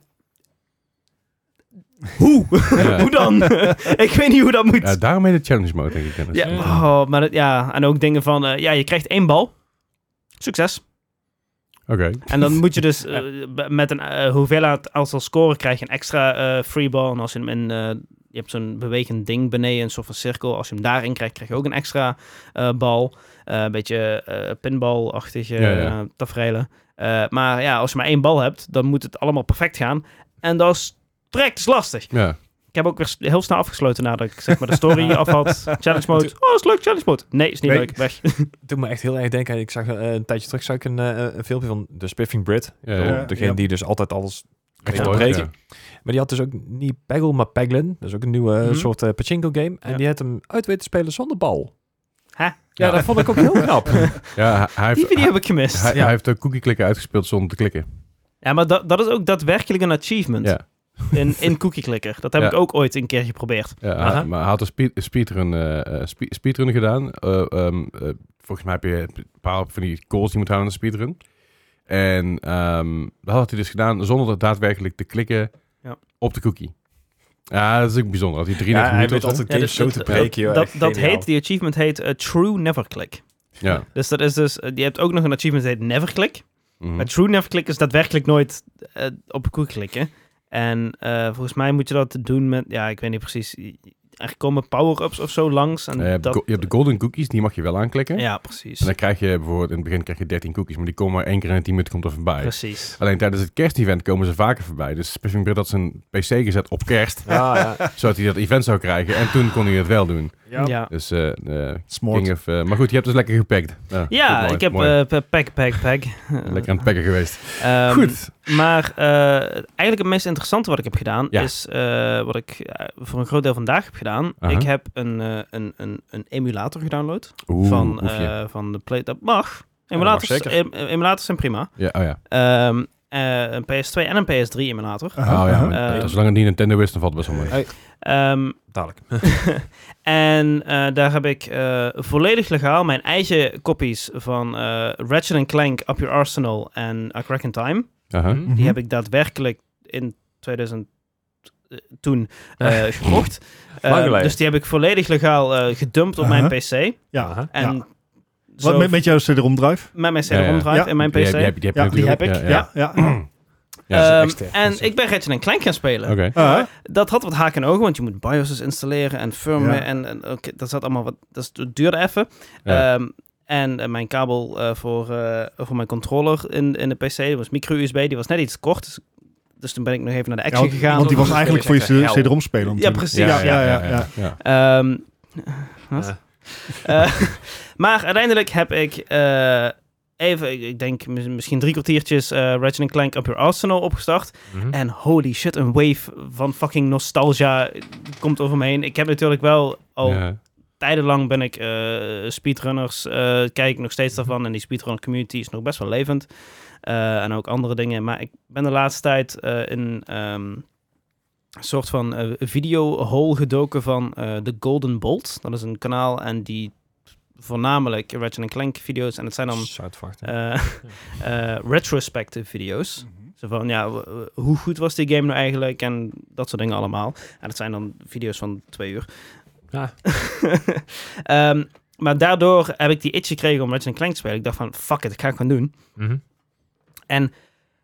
Hoe? Ja. Hoe dan? Ik weet niet hoe dat moet. Ja, daarom heet het challenge mode, denk ik. Dennis. Ja, oh, maar dat, ja, en ook dingen van, uh, ja, je krijgt één bal. Succes. Oké. En dan moet je dus uh, b- met een uh, hoeveelheid aantal scoren krijg je een extra uh, free ball. En als je hem in, uh, je hebt zo'n bewegend ding beneden, een soort van cirkel. Als je hem daarin krijgt, krijg je ook een extra uh, bal. Uh, een beetje uh, pinball-achtige Ja, ja. uh, tafereelen. Uh, maar ja, als je maar één bal hebt, dan moet het allemaal perfect gaan. En dat is direct is lastig. Ja. Ik heb ook weer s- heel snel afgesloten nadat ik zeg maar de story af had. Challenge mode. Oh, is leuk, challenge mode. Nee, is niet Nee. leuk. Weg. Het doet me echt heel erg denken. Ik zag uh, een tijdje terug zag ik een, uh, een filmpje van de Spiffing Brit. Ja, Zo, ja. Degene Ja. die dus altijd alles weet Ja. te breken. Ja. Maar die had dus ook niet Peggle, maar Peglin. Dat is ook een nieuwe uh, Mhm. soort uh, pachinko game. En Ja. die had hem uit weten spelen zonder bal. Hè? Ja, Ja. dat vond ik ook heel knap. Ja, hij, hij Die heeft, video heb ik gemist. hij, ja. hij heeft de cookie klikken uitgespeeld zonder te klikken. ja, maar dat, dat is ook daadwerkelijk een achievement. Ja. In, in Cookie Clicker. Dat heb Ja. ik ook ooit een keer geprobeerd. Ja, Aha. hij- maar hij had een speed, een speedrun, eh, eh, speed, speedrun gedaan. Uh, um, uh, volgens mij heb je een paar van die calls die je moet houden aan de speedrun. En um, dat had hij dus gedaan zonder daadwerkelijk te klikken Ja. op de cookie. Ja, dat is ook bijzonder. Had hij drieëndertig Ja, hij minuten weet of zo. altijd games dus zo te dat- breken. joh. Dat, Echt dat geniaal. heet, die achievement heet uh, True Never Click. Ja. Dus dat is dus, uh, je hebt ook nog een achievement dat heet Never Click. Mhm. Maar True Never Click is daadwerkelijk nooit uh, op een cookie klikken. En uh, volgens mij moet je dat doen met, ja, ik weet niet precies. Er komen power-ups of zo langs. En Uh, je, hebt dat, go- je hebt de golden cookies, die mag je wel aanklikken. ja, precies. En dan krijg je bijvoorbeeld, in het begin krijg je dertien cookies, maar die komen maar één keer in de tien minuten komt er voorbij. Precies. Alleen tijdens het kerstevent komen ze vaker voorbij. Dus Pacific Rim had zijn P C gezet op kerst, Ja, ja. zodat hij dat event zou krijgen. En toen kon hij het wel doen. Ja, ja. Dus, uh, uh, Smart. King of, uh, maar goed, je hebt dus lekker gepakt. Ja, goed, mooi, ik heb mooi. uh, pack, pack, pack. Lekker aan het packen geweest. Um, Goed. Maar uh, eigenlijk het meest interessante wat ik heb gedaan, Ja. is uh, wat ik uh, voor een groot deel vandaag heb gedaan. Aha. Ik heb een, uh, een, een, een emulator gedownload Oeh, van, hoef je. uh, van de Play. Dat mag. mag Emulators, zeker. em- emulators zijn prima. Ja, oh ja. Um, uh, een P S twee en een P S drie emulator. Aha, Oh ja, aha. maar Uh, zolang het niet Nintendo is, dan valt het best wel mee. Hey. Um, Dadelijk. en uh, daar heb ik uh, volledig legaal mijn eigen kopies van uh, Ratchet and Clank, Up Your Arsenal en A Crack in Time. Aha. Mhm. Die heb ik daadwerkelijk in tweeduizend uh, toen uh, gekocht. Lang Uh, geleden. dus die heb ik volledig legaal uh, gedumpt op Aha. mijn P C. Ja. Aha. En Ja. zo Wat met, met jouw C D-ROM drive? met mijn C Ja, ja. D-ROM drive Ja. in mijn P C. Die, die, heb, die, heb, je Ja, die natuurlijk. heb ik. Ja, ja. ja. Ja, Um, extern. en ik ben Ratchet and Clank gaan spelen. Oké. Ah, Dat had wat haken en ogen, want je moet BIOS's installeren en firmware. Ja. En, en oké, dat zat allemaal wat. Dat, is- dat duurde even. Ja. Um, en uh, mijn kabel uh, voor, uh, voor mijn controller in, in de P C, dat was micro-U S B, die was net iets te kort. Dus, dus toen ben ik nog even naar de Ja, Action want, gegaan. want die was Of- eigenlijk voor je Hel. C D-ROM spelen. Ja, natuurlijk. precies. Ja, ja, ja. ja, ja, ja. Um, wat? Ja. Uh, maar uiteindelijk heb ik uh, even, ik- ik denk mis- misschien drie kwartiertjes uh, Ratchet and Clank Up Your Arsenal opgestart. Mhm. En holy shit, een wave van fucking nostalgia komt over me heen. Ik heb natuurlijk wel al Ja. tijdenlang ben ik uh, speedrunners, uh, kijk ik nog steeds daarvan. En die speedrunner community is nog best wel levend. Uh, en ook andere dingen. Maar ik ben de laatste tijd uh, in um, een soort van uh, video-hole gedoken van uh, The Golden Bolt. Dat is een kanaal en die voornamelijk Ratchet and Clank video's. En het zijn dan Zuidvacht. uh, uh, retrospective video's. Zo van, ja, w- w- hoe goed was die game nou eigenlijk? En dat soort dingen allemaal. En dat zijn dan video's van twee uur. Ja. um, maar daardoor heb ik die itch gekregen om Ratchet and Clank te spelen. Ik dacht van, fuck it, ik ga het gewoon doen. Mhm. En,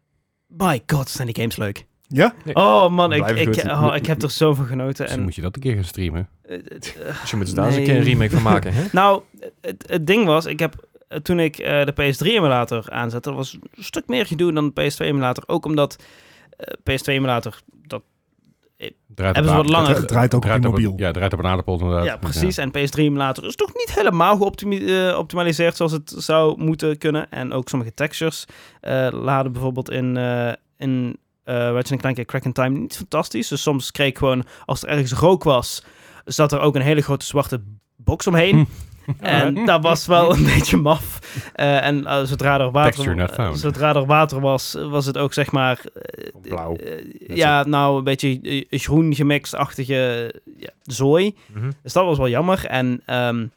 by god, zijn die games leuk. Ja? Nee. Oh man, ik, Blijven ik, goed. oh, ik heb er zo van genoten. Misschien En, moet je dat een keer gaan streamen. uh, uh, Dus je moet daar eens een nee. keer een remake van maken, hè? Nou, het, het ding was, ik heb uh, toen ik uh, de P S drie emulator aanzette, dat was een stuk meer gedoe dan de P S twee emulator. Ook omdat uh, P S twee emulator, dat Draait hebben ze op wat een- langer. Het draait ook op je draait op een- mobiel. Ja, draait op een aardappel inderdaad. Ja, precies. En P S drie emulator is toch niet helemaal geoptimaliseerd zoals het zou moeten kunnen. En ook sommige textures uh, laden bijvoorbeeld in, uh, in uh, Ratchet and Clank en Crack in Time niet fantastisch. Dus soms kreeg ik gewoon, als er ergens rook was, zat er ook een hele grote zwarte box omheen. En dat was wel een beetje maf. Uh, en uh, zodra er Texture not water, found. zodra er water was, was het ook zeg maar... uh, Blauw. uh, ja, nou, een beetje uh, groen gemixt-achtige ja, zooi. Mhm. Dus dat was wel jammer. En um,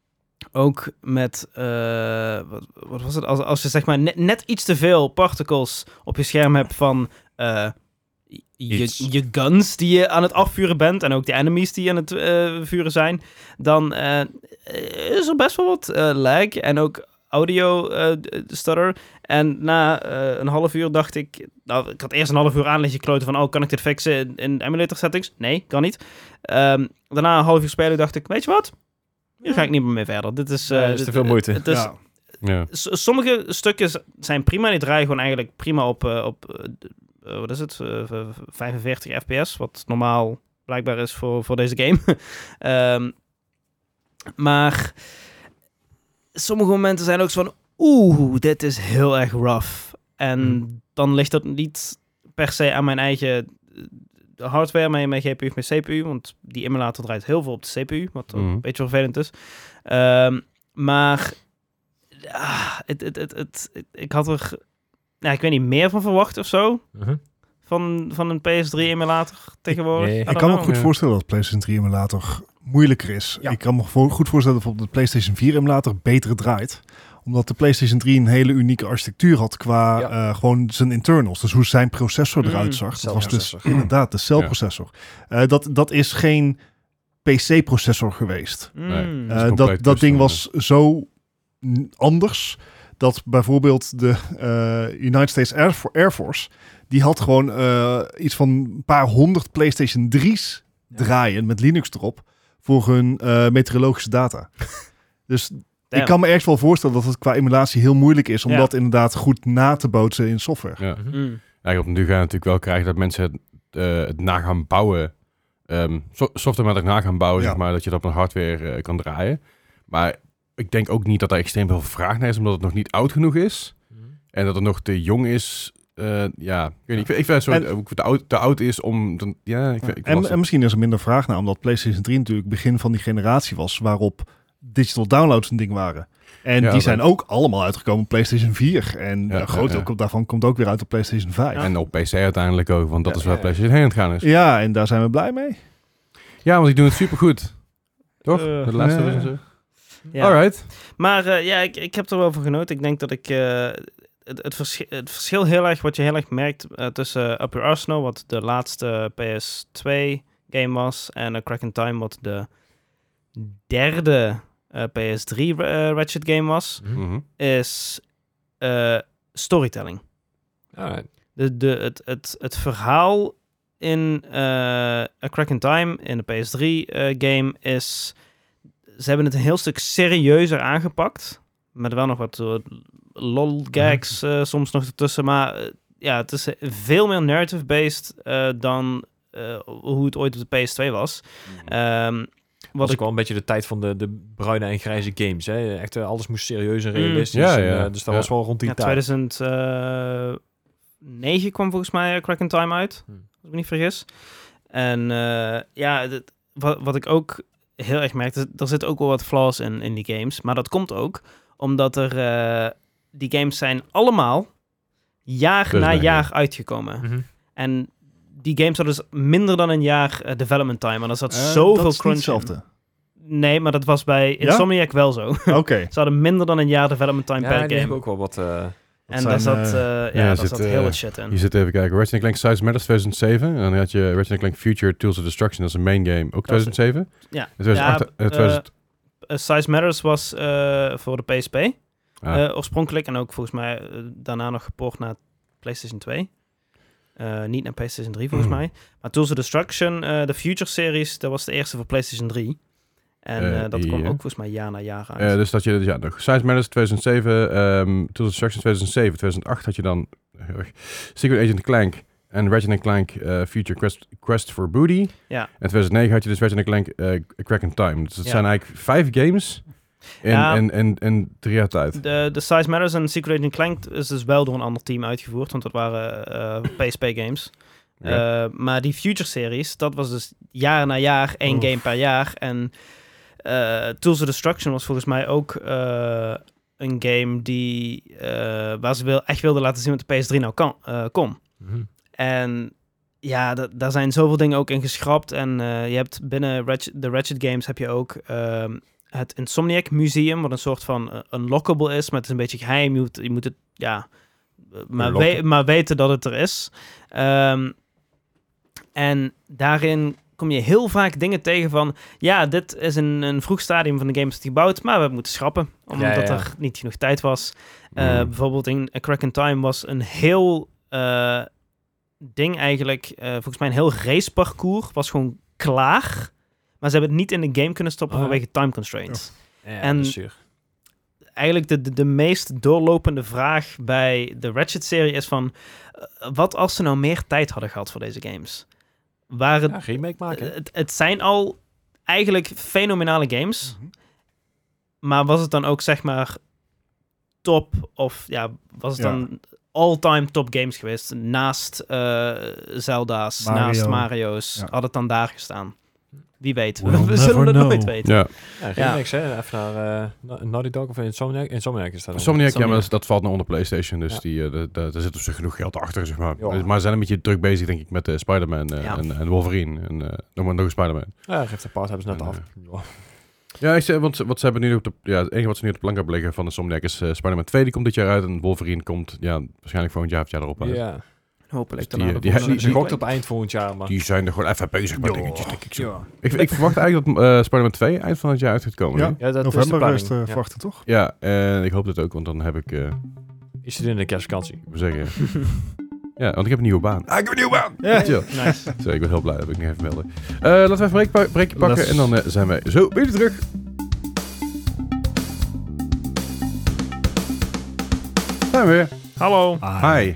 ook met, uh, wat, wat was het? Als, als je zeg maar net, net iets te veel particles op je scherm hebt van uh, Iets. je, je guns die je aan het afvuren bent en ook de enemies die je aan het uh, vuren zijn, dan uh, is er best wel wat uh, lag en ook audio uh, stutter. En na uh, een half uur dacht ik... Nou, ik had eerst een half uur aan liggen kloten van... Oh, kan ik dit fixen in, in emulator settings? Nee, kan niet. Um, daarna een half uur spelen dacht ik... Weet je wat? Hier ga ik niet meer mee verder. Dit is... Uh, Nee, dat is te veel moeite. Het is, Ja. Ja. s- sommige stukken zijn prima. Die draaien gewoon eigenlijk prima op... Uh, op uh, wat is het? Uh, vijfenveertig F P S. Wat normaal blijkbaar is voor, voor deze game. um, maar... Sommige momenten zijn ook zo van... Oeh, dit is heel erg rough. En Hmm. dan ligt dat niet per se aan mijn eigen uh, hardware, mijn, mijn G P U of mijn C P U. Want die emulator draait heel veel op de C P U. Wat Mhm. een beetje vervelend is. Um, maar... ah, het, het, het, het, het- ik had er... Nou, ik weet niet, meer van verwacht of zo. Mhm. van, van een P S drie emulator tegenwoordig? Nee. I Ik don't kan me know. goed Ja. voorstellen dat PlayStation drie emulator moeilijker is. Ja. Ik kan me voor, goed voorstellen dat bijvoorbeeld de PlayStation vier emulator beter draait. Omdat de PlayStation drie een hele unieke architectuur had qua Ja. eh, gewoon zijn internals. Dus hoe zijn processor Mm, eruit zag. Dat was dus celprocessor. inderdaad de celprocessor. Eh, dat, dat is geen P C-processor geweest. Mm. Nee. Eh, compleet dat, dat ding custom, was zo n- anders dat bijvoorbeeld de eh, United States Air, For- Air Force, die had gewoon eh, iets van een paar honderd PlayStation drie's draaien met Linux erop voor hun eh, meteorologische data. Dus Damn. ik kan me ergens wel voorstellen dat het qua emulatie heel moeilijk is om Ja. dat inderdaad goed na te bootsen in software. Ja. Mhm. Mm. Ja, op nu ga je natuurlijk wel krijgen dat mensen het, eh, het na gaan bouwen. Um, so softwarematig na gaan bouwen, Ja. zeg maar, dat je dat op een hardware uh, kan draaien. Maar ik denk ook niet dat er extreem veel vraag naar is, omdat het nog niet oud genoeg is. Mhm. En dat het nog te jong is. Uh, ja, ik weet niet. Ik vind, ik vind het zo, En- ook te, oud, te oud is om... Dan, ja, ik vind, ik En, en misschien is er minder vraag naar, omdat PlayStation drie natuurlijk begin van die generatie was, waarop digital downloads een ding waren. En Ja, die dat- zijn ook allemaal uitgekomen op PlayStation vier. En Ja, een groot ja, ja. deel daarvan komt ook weer uit op PlayStation vijf. Ja. Ja, En op P C uiteindelijk ook, want dat Ja, is waar ja. PlayStation heen aan het gaan is. en daar zijn we blij mee. Ja, want die doen het supergoed. Toch? Eh, de laatste ja. was zo. Ja. Alright. Maar uh, ja, ik, ik heb er wel van genoten. Ik denk dat ik uh, het, het, verschil, het verschil heel erg, wat je heel erg merkt uh, tussen uh, Up Your Arsenal, wat de laatste P S twee game was, en A Crack in Time, wat de derde uh, P S drie uh, Ratchet game was, Mhm. Mhm. is uh, storytelling. Alright. De, de, het, het, het verhaal in uh, A Crack in Time, in de P S drie uh, game, is... Ze hebben het een heel stuk serieuzer aangepakt. Met wel nog wat uh, lol-gags uh, soms nog ertussen. Maar uh, ja, het is veel meer narrative-based uh, dan uh, hoe het ooit op de P S twee was. Um, Was wat ook ik... wel een beetje de tijd van de, de bruine en grijze games. Hè? Echt, uh, alles moest serieus en Mm. realistisch. Ja, en, ja. uh, dus dat Ja. was wel rond die Ja, tijd. tweeduizend negen kwam volgens mij uh, Crack in Time uit. Hmm. Als ik me niet vergis. En uh, ja, dit, wat, wat ik ook heel erg merk, er, er zitten ook wel wat flaws in, in die games. Maar dat komt ook omdat er... Uh, die games zijn allemaal jaar Dus na nee, jaar ja. uitgekomen. Mhm. En die games hadden dus minder dan een jaar uh, development time. En er zat Eh, zoveel dat is niet crunch hetzelfde. in. Nee, maar dat was bij Insomniac wel zo. Oké. Ze hadden minder dan een jaar development time Ja, per die game. hebben ook wel wat... Uh, En zijn, daar zat, uh, eh, ja, ja, daar zit, zat eh, heel wat shit in. Je zit even kijken. Ratchet Clank Size Matters tweeduizend zeven. En dan had je Ratchet Clank Future Tools of Destruction. Dat is een main game. Ook Dat is- tweeduizend zeven? Ja, En tweeduizend acht, Ja, eh, tweeduizend Uh, Size Matters was uh, voor de P S P ah, uh, oorspronkelijk. En ook volgens mij uh, daarna nog geport naar PlayStation twee. Uh, niet naar PlayStation drie volgens Mm. mij. Maar Tools of Destruction, uh, de Future Series, dat was de eerste voor PlayStation drie. En uh, Uh, dat kwam ja. ook volgens mij jaar na jaar uit. eh, dus dat je, ja, nog Size Matters tweeduizend zeven, um, Tools of Destruction tweeduizend zeven, tweeduizend acht had je dan uh, Secret Agent Clank en Ratchet Clank uh, Future Quest, Quest for Booty. Ja. En tweeduizend negen had je dus Ratchet Clank uh, A Crack in Time. Dus het Ja. zijn eigenlijk vijf games in, Ja. in, in, in drie jaar tijd. De, de Size Matters en Secret Agent Clank is dus wel door een ander team uitgevoerd, want dat waren uh, P S P games. Ja. Uh, maar die Future Series, dat was dus jaar na jaar, één Oef. game per jaar. En uh, Tools of Destruction was volgens mij ook uh, een game die, uh, waar ze wil, echt wilden laten zien wat de P S drie nou kan, uh, kon. mhm. En ja, da- daar zijn zoveel dingen ook in geschrapt. En uh, je hebt binnen Ratchet, de Ratchet games heb je ook um, het Insomniac Museum, wat een soort van uh, unlockable is, maar het is een beetje geheim. Je moet, je moet het, ja, uh, maar, Unlocken. we- maar weten dat het er is. Um, en daarin kom je heel vaak dingen tegen van, ja, dit is een, een vroeg stadium van de game is gebouwd, maar we moeten schrappen, omdat Ja, ja. er niet genoeg tijd was. Uh, Mm. Bijvoorbeeld in A Crack in Time was een heel uh, ding eigenlijk, uh, volgens mij een heel raceparcours, was gewoon klaar, maar ze hebben het niet in de game kunnen stoppen Oh, ja. vanwege time constraints. Ja, En- dat is zuur. Eigenlijk de, de, de meest doorlopende vraag bij de Ratchet-serie is van, uh, wat als ze nou meer tijd hadden gehad voor deze games? Waren, Ja, remake maken. hè? het, het zijn al eigenlijk fenomenale games, Mhm. maar was het dan ook zeg maar top of ja, was het Ja. dan all-time top games geweest naast uh, Zelda's, Mario. naast Mario's, Ja. had het dan daar gestaan? Wie weet. We'll We never zullen het know. nooit weten. Ja. Ja, Ja. remakes, hè. Even naar uh, Naughty Dog of Insomniac. Insomniac is dat. Insomniac, ja, maar Insomniac. dat, dat valt nog onder PlayStation, dus Ja. die, uh, de, de, daar zit op zich genoeg geld achter, zeg maar. Ja. Maar ze zijn een beetje druk bezig, denk ik, met uh, Spider-Man uh, Ja. en, en Wolverine. En uh, nog maar nog een Spider-Man. Ja, Rift Apart hebben ze net En, af. uh, Ja. Ja, ik zeg, want wat ze hebben nu op de, ja, het enige wat ze nu op de plank hebben liggen van Insomniac is uh, Spider-Man twee, die komt dit jaar uit. En Wolverine komt, ja, waarschijnlijk volgend jaar of het jaar erop uit. Ja. Hopelijk. Dus daarna die- de die- volgende die- Ze die- gokt op eind volgend jaar, maar... Die zijn er gewoon even bezig met Ja. dingetjes, denk ik zo. Ja. Ik, ik verwacht eigenlijk dat uh, Spider-Man twee eind van het jaar uit gaat komen. Ja. hè? Ja, dat is de November planning. is te Ja. verwachten, toch? Ja, en ik hoop dat ook, want dan heb ik, uh, Is het in de kerstvakantie? ik moet zeggen... ja, want ik heb een nieuwe baan. Ah, ik heb een nieuwe baan! Ja. Chill. Nice. Zo, ik ben heel blij dat ik nog even melden. Uh, laten we even een break, pa- breakje pakken Let's- en dan uh, zijn wij zo weer terug. Zijn we weer. Hallo. Ah, Hi.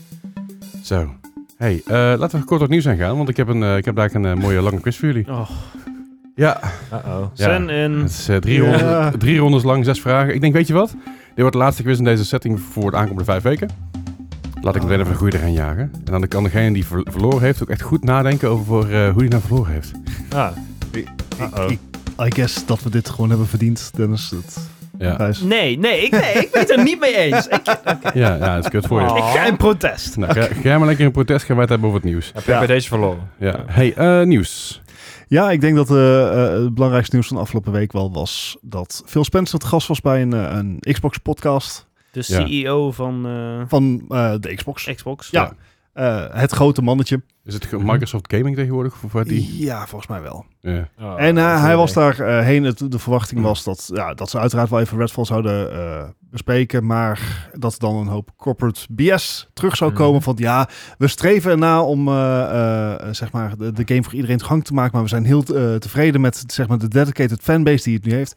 Zo. Hey, uh, laten we kort op nieuws aan gaan, want ik heb, een, uh, ik heb daar een uh, mooie lange quiz voor jullie. Oh, Ja, Uh-oh. Ja. zin in. het is uh, drie, Ja. rondes, drie rondes lang, zes vragen. Ik denk, weet je wat? Dit wordt de laatste quiz in deze setting voor de aankomende vijf weken. Laat ik meteen even een goede erin jagen. En dan kan degene die ver- verloren heeft ook echt goed nadenken over voor, uh, hoe die nou verloren heeft. Ah, ik, Uh-oh. ik, I guess dat we dit gewoon hebben verdiend, Dennis. Het, Ja, Gijs. Nee, nee, ik, nee, ik ben het er niet mee eens. Ik, ja, ja dat is kut voor je. Oh. ik ga in protest. Nou, ga, ga maar lekker in protest, gaan wij het hebben over het nieuws. heb je Ja. bij deze verloren? Ja. Hey, uh, nieuws. Ja, ik denk dat uh, uh, het belangrijkste nieuws van de afgelopen week wel was dat Phil Spencer te gast was bij een, uh, een Xbox podcast De Ja. C E O van uh, van uh, de Xbox. Xbox. Ja. Uh, het grote mannetje. Is het Microsoft Gaming tegenwoordig? Of wat die? Ja, volgens mij wel. Ja. Oh, en uh, dat is hij een was idee. daar uh, heen. Het, de verwachting was dat, ja, dat ze uiteraard wel even Redfall zouden uh, bespreken. Maar dat er dan een hoop corporate B S terug zou komen. Mhm. Van ja, we streven erna om uh, uh, zeg maar de, de game voor iedereen toegankelijk te maken. Maar we zijn heel uh, tevreden met zeg maar, de dedicated fanbase die het nu heeft.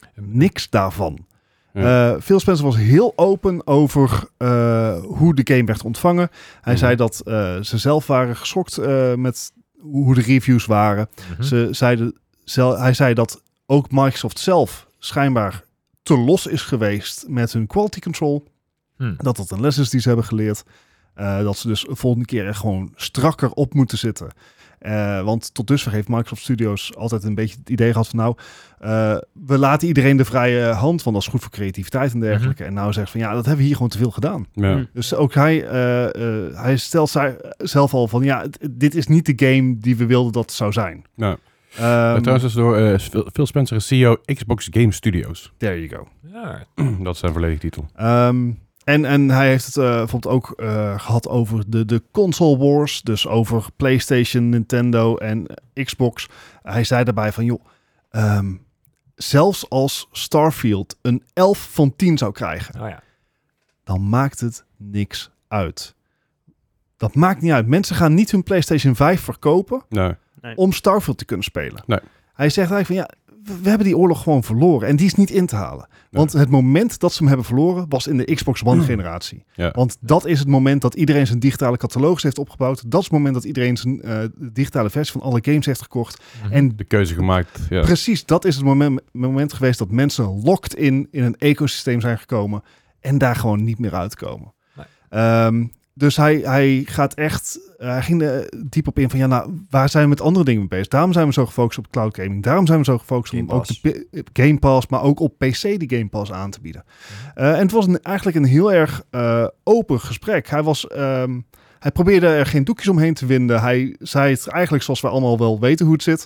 Niks daarvan. Ja. Uh, Phil Spencer was heel open over uh, hoe de game werd ontvangen. Hij Mhm. zei dat uh, ze zelf waren geschokt uh, met hoe de reviews waren. Mhm. Ze zeiden, zel, hij zei dat ook Microsoft zelf schijnbaar te los is geweest met hun quality control. Hm. Dat dat een les is die ze hebben geleerd. Uh, dat ze dus de volgende keer er gewoon strakker op moeten zitten. Uh, want tot dusver heeft Microsoft Studios altijd een beetje het idee gehad van nou, uh, we laten iedereen de vrije hand, want dat is goed voor creativiteit en dergelijke. En nou zegt van ja, dat hebben we hier gewoon te veel gedaan. Ja. Hm. Dus ook hij, uh, uh, hij stelt zij- zelf al van ja, d- dit is niet de game die we wilden dat het zou zijn. Nou, Um, uh, trouwens is door uh, Phil Phil Spencer is C E O Xbox Game Studios. there you go. Ja. Dat is zijn volledige titel. Um, en, en hij heeft het uh, bijvoorbeeld ook uh, gehad over de, de console wars. Dus over PlayStation, Nintendo en Xbox. Hij zei daarbij van joh, um, zelfs als Starfield een elf van tien zou krijgen, Oh ja. dan maakt het niks uit. Dat maakt niet uit. Mensen gaan niet hun PlayStation vijf verkopen Nou, om Starfield te kunnen spelen. Nee. Hij zegt eigenlijk van ja, we, we hebben die oorlog gewoon verloren. En die is niet in te halen. Want het moment dat ze hem hebben verloren was in de Xbox One generatie. ja. Want dat is het moment dat iedereen zijn digitale catalogus heeft opgebouwd. Dat is het moment dat iedereen zijn uh, digitale versie van alle games heeft gekocht. Mhm. En De keuze gemaakt. Ja. precies, dat is het moment, moment geweest dat mensen locked in in een ecosysteem zijn gekomen. En daar gewoon niet meer uitkomen. Nee. Um, dus hij, hij gaat echt, uh, hij ging er diep op in van ja, nou, waar zijn we met andere dingen mee bezig? Daarom zijn we zo gefocust op cloud gaming. Daarom zijn we zo gefocust Game om ook Pass. de pi- Game Pass, maar ook op P C de Game Pass aan te bieden. Uh, en het was een, eigenlijk een heel erg uh, open gesprek. Hij was, um, hij probeerde er geen doekjes omheen te winden. Hij zei het eigenlijk zoals we allemaal wel weten hoe het zit.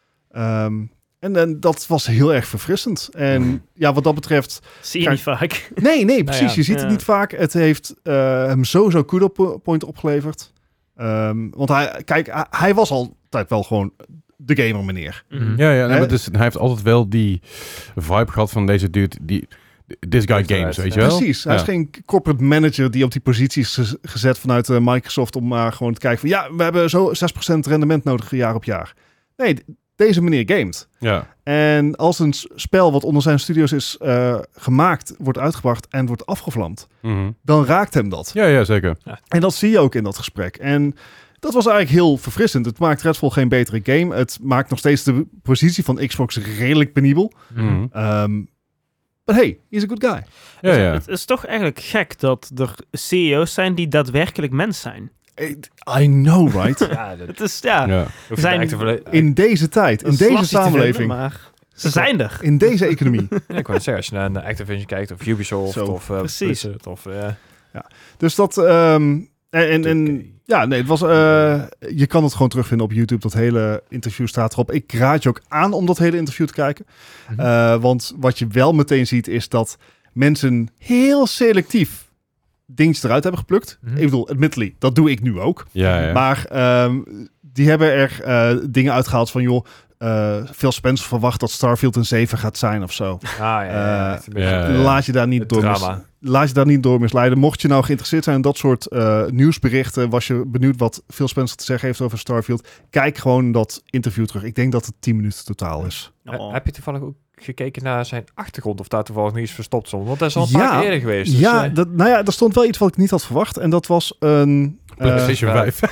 Um, En, en dat was heel erg verfrissend. En ja, wat dat betreft... Zie je Kijk, niet vaak. Nee, nee, precies. Nou ja, je ziet ja. het niet vaak. Het heeft uh, hem sowieso kudo point opgeleverd. Um, want hij, kijk, hij, hij was altijd wel gewoon de gamer meneer. Mhm. Ja, ja, nee, Hè? maar dus, hij heeft altijd wel die vibe gehad van deze dude, die, this guy Heeft games, eruit, weet ja. je wel? Precies. Hij Ja. is geen corporate manager die op die positie is gez- gezet vanuit uh, Microsoft om maar uh, gewoon te kijken van ja, we hebben zo zes procent rendement nodig jaar op jaar. Nee, d- deze meneer gamet. Ja, En als een s- spel wat onder zijn studios is uh, gemaakt, wordt uitgebracht en wordt afgevlamd, Mhm. dan raakt hem dat. ja, ja, zeker. En dat zie je ook in dat gesprek. En dat was eigenlijk heel verfrissend. Het maakt Redfall geen betere game. Het maakt nog steeds de positie van Xbox redelijk penibel. Mhm. Um, but hey, he's a good guy. Ja, ja. Het is toch eigenlijk gek dat er C E O's zijn die daadwerkelijk mens zijn. I know, right? Ja, dat Het is, ja, Ja. We zijn- In deze tijd, in dat is deze lastig te samenleving, vinden, maar ze zijn er. in deze economie. Ja, ik wou het zeggen, als je naar naar Activision kijkt, of Ubisoft, Zo, of uh, precies. Blizzard, of... Uh, Dus dat... ehm, en, en, en Oké. ja, nee, het was... eh, je kan het gewoon terugvinden op YouTube. Dat hele interview staat erop. Ik raad je ook aan om dat hele interview te kijken. Mhm. Uh, want wat je wel meteen ziet is dat mensen heel selectief dingetjes eruit hebben geplukt. Mhm. Ik bedoel, admittedly, dat doe ik nu ook. Ja, ja. Maar ehm, die hebben er uh, dingen uitgehaald van, joh, uh, Phil Spencer verwacht dat Starfield een zeven gaat zijn of zo. ah, ja, ja, Uh, echt een beetje ja, Laat je daar niet het door mis- drama. Laat je daar niet door misleiden. Mocht je nou geïnteresseerd zijn in dat soort uh, nieuwsberichten, was je benieuwd wat Phil Spencer te zeggen heeft over Starfield, kijk gewoon dat interview terug. Ik denk dat het tien minuten totaal is. He- Oh. Heb je toevallig ook gekeken naar zijn achtergrond, of daar toevallig nog iets verstopt stond? Want dat is al een Ja. paar keer eerder geweest. Dus, ja, eh, dat, nou ja, er stond wel iets wat ik niet had verwacht. En dat was een... uh, PlayStation vijf.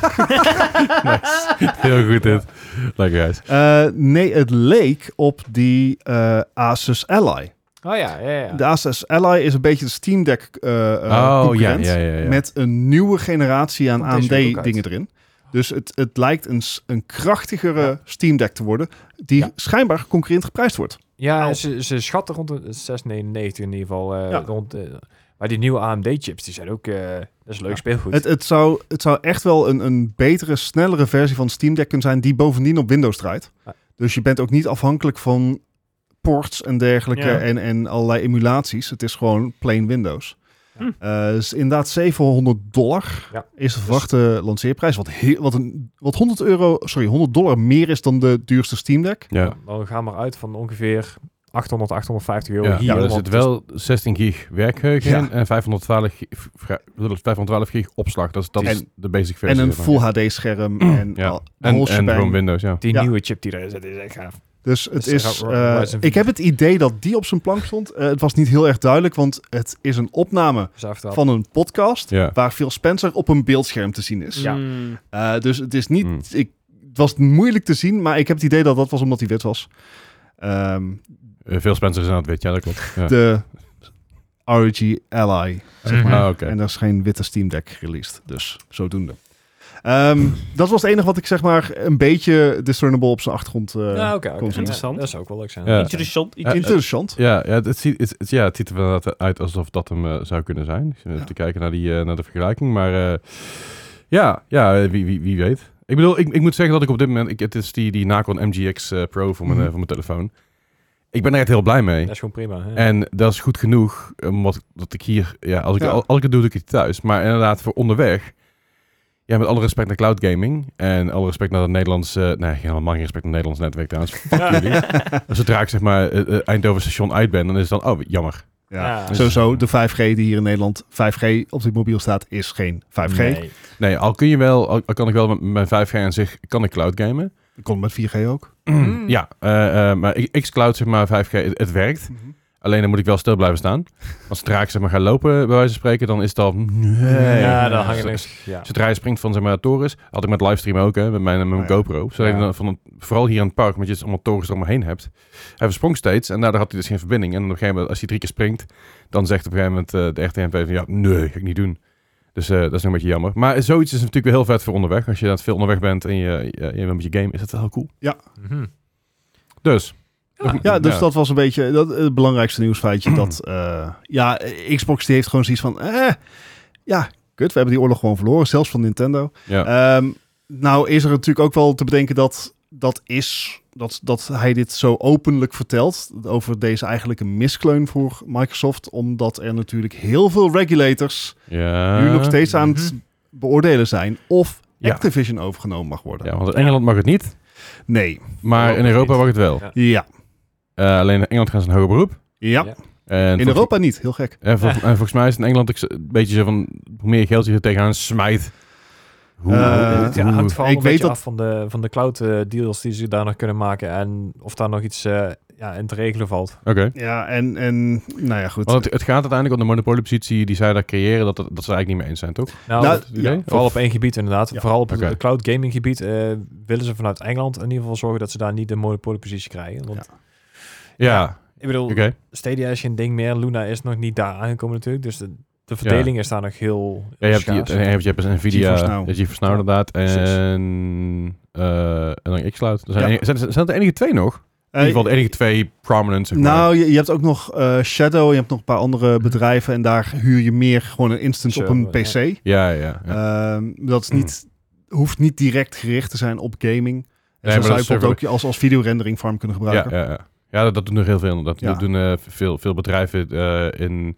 Nice. Heel goed dit. Lekker guys. uh, nee, het leek op die uh, Asus Ally. oh ja, ja, ja. De Asus Ally is een beetje de Steam Deck uh, uh, Oh, ja, concurrent. ja, ja, ja. Met een nieuwe generatie aan Komt A M deze week ook D uit. dingen erin. Dus het, het lijkt een, s- een krachtigere Ja. Steam Deck te worden. Die Ja. schijnbaar concurrent geprijsd wordt. Ja, Au. ze, ze schatten rond de zes negenennegentig in ieder geval. eh, Ja. rond, eh, maar die nieuwe A M D-chips, die zijn ook... eh, dat is leuk Ja. speelgoed. Het, het, zou, het zou echt wel een, een betere, snellere versie van Steam Deck kunnen zijn. Die bovendien op Windows draait. Ja. Dus je bent ook niet afhankelijk van ports en dergelijke. Ja. En, en allerlei emulaties. Het is gewoon plain Windows. Hm. Uh, dus inderdaad zevenhonderd dollar Ja. is de verwachte lanceerprijs. Wat, heel, wat, een, wat honderd euro, sorry, honderd dollar meer is dan de duurste Steam Deck. Ja. Dan gaan we uit van ongeveer achthonderd, achthonderdvijftig euro Ja, hier. ja, er want zit het is- wel zestien gig werkgeheugen Ja. in en vijfhonderdtwaalf, gi- vra- vijfhonderdtwaalf gig opslag. Dat is, dat is En- de basic En versie. een ervan. Full H D scherm. En, Ja. al, de En, whole en shebang. gewoon Windows, ja. Die Ja. nieuwe chip die erin zit, is echt gaaf. Dus het Dus is. Ra- eh, Ryzen ik heb het idee dat die op zijn plank stond. Eh, het was niet heel erg duidelijk, want het is een opname Dus aftrap. van een podcast. Ja. Waar Phil Spencer op een beeldscherm te zien is. Ja. Mm. Eh, dus het is niet. Hmm. Ik, het was moeilijk te zien, maar ik heb het idee dat dat was omdat hij wit was. Ehm, Uh, Phil Spencer is aan het wit, ja, dat klopt. Ja. de R O G Ally. Zeg maar. Ah, oké. En er is geen witte Steam Deck released. Dus zodoende. Ehm, dat was het enige wat ik zeg maar een beetje discernible op zijn achtergrond uh, Ja, oké. oké. kon zien. Interessant. Ja, dat zou ook wel leuk zijn. Ja. Interessant. Eh, Interessant. Ja, ja, het, ziet, het, het- ja, het ziet er wel uit alsof dat hem uh, zou kunnen zijn. Ik zit even Ja. te kijken naar, die, uh, naar de vergelijking. Maar uh, ja, ja wie, wie, wie weet. Ik bedoel, ik, ik moet zeggen dat ik op dit moment... Ik, het is die, die Nacon M G X uh, Pro voor mijn, uh, voor mijn telefoon. Ik ben er echt heel blij mee. Dat is gewoon prima. Hè? En dat is goed genoeg, omdat dat ik hier... Ja, als ik, Ja. al- als ik het doe, doe ik het thuis. Maar inderdaad, voor onderweg... Ja, met alle respect naar cloud gaming. En alle respect naar het Nederlands... Uh, nee, helemaal geen respect naar het Nederlands netwerk trouwens. Fuck jullie. Zodra ik zeg maar uh, uh, Eindhoven station uit ben, dan is het dan... Oh, jammer. Ja. Ja. Sowieso, de vijf G die hier in Nederland vijf G op dit mobiel staat, is geen vijf G. Nee. Nee, al kun je wel... Al, al kan ik wel met mijn vijf G aan zich... Kan ik cloud gamen. Dat komt met vier G ook. Mm. Ja, uh, uh, maar xCloud zeg maar vijf G, het, het werkt. Alleen dan moet ik wel stil blijven staan. Als zodra ik zeg maar ga lopen, bij wijze van spreken, dan is het al... Nee. Ja, dan hang je Z- links. Ja. Zodra je springt van zeg maar torens, had ik met livestream ook, hè, met mijn, met mijn Oh ja. GoPro. Zodat Ja. je dan van een, vooral hier in het park, met je allemaal torens er om me heen hebt. Hij versprong steeds en daardoor had hij dus geen verbinding. En op een gegeven moment, als hij drie keer springt, dan zegt op een gegeven moment uh, de R T M P van, ja, nee, ga ik niet doen. Dus uh, dat is nog een beetje jammer. Maar zoiets is natuurlijk wel heel vet voor onderweg. Als je dat veel onderweg bent en je, je, je bent met je game, is dat wel heel cool. Mhm. Dus. Ja, dus dat was een beetje dat, het belangrijkste nieuwsfeitje. dat uh, ja, Xbox die heeft gewoon zoiets van... Eh, ja, kut, we hebben die oorlog gewoon verloren. Zelfs van Nintendo. Ja. Um, nou is er natuurlijk ook wel te bedenken dat dat is... Dat, dat hij dit zo openlijk vertelt over deze eigenlijk een miskleun voor Microsoft. Omdat er natuurlijk heel veel regulators ja. nu nog steeds aan het Mhm. beoordelen zijn of Ja. Activision overgenomen mag worden. Ja, want in Engeland mag het niet, Nee. maar Europa in Europa niet. mag het wel. Ja. Ja. Uh, alleen in Engeland gaan ze een hoger beroep. Ja. Ja. En In volgens- Europa niet. Heel gek. En, vol- en volgens mij is het in Engeland ook zo- een beetje zo van, hoe meer geld je er tegenaan smijt, hoe... Uh, hoe- Het ja, hoe- hangt vooral ik een weet beetje dat- af van de, van de cloud uh, deals die ze daar nog kunnen maken. En of daar nog iets uh, ja, in te regelen valt. Oké. Ja, en, en nou ja, goed. Want het, het gaat uiteindelijk om de monopoliepositie die zij daar creëren, dat, dat, dat ze eigenlijk niet mee eens zijn, toch? Nou, Nou, Het idee? vooral Of- op één gebied inderdaad. Ja. Vooral op Oké. het cloud gaming gebied uh, willen ze vanuit Engeland in ieder geval zorgen dat ze daar niet de monopoliepositie krijgen. Want Ja, ik bedoel, oké. Stadia is geen ding meer. Luna is nog niet daar aangekomen natuurlijk. Dus de, de verdeling ja. is daar nog heel, heel ja, je, hebt die, je, hebt, je hebt Nvidia, GeForce Now, GeForce Now inderdaad, en, uh, en dan xCloud. Er zijn, ja. enige, zijn, zijn het de enige twee nog? In ieder geval de enige twee prominent, zeg maar. Nou, je, je hebt ook nog uh, Shadow, je hebt nog een paar andere bedrijven en daar huur je meer gewoon een instance sure, op een P C. Ja, ja. ja. Um, dat is niet, mm. hoeft niet direct gericht te zijn op gaming. En nee, zo zou je bijvoorbeeld ook als, als videorendering farm kunnen gebruiken. Ja, ja, ja. ja dat, dat doen er heel veel. Dat, ja. dat doen uh, veel, veel bedrijven uh, in,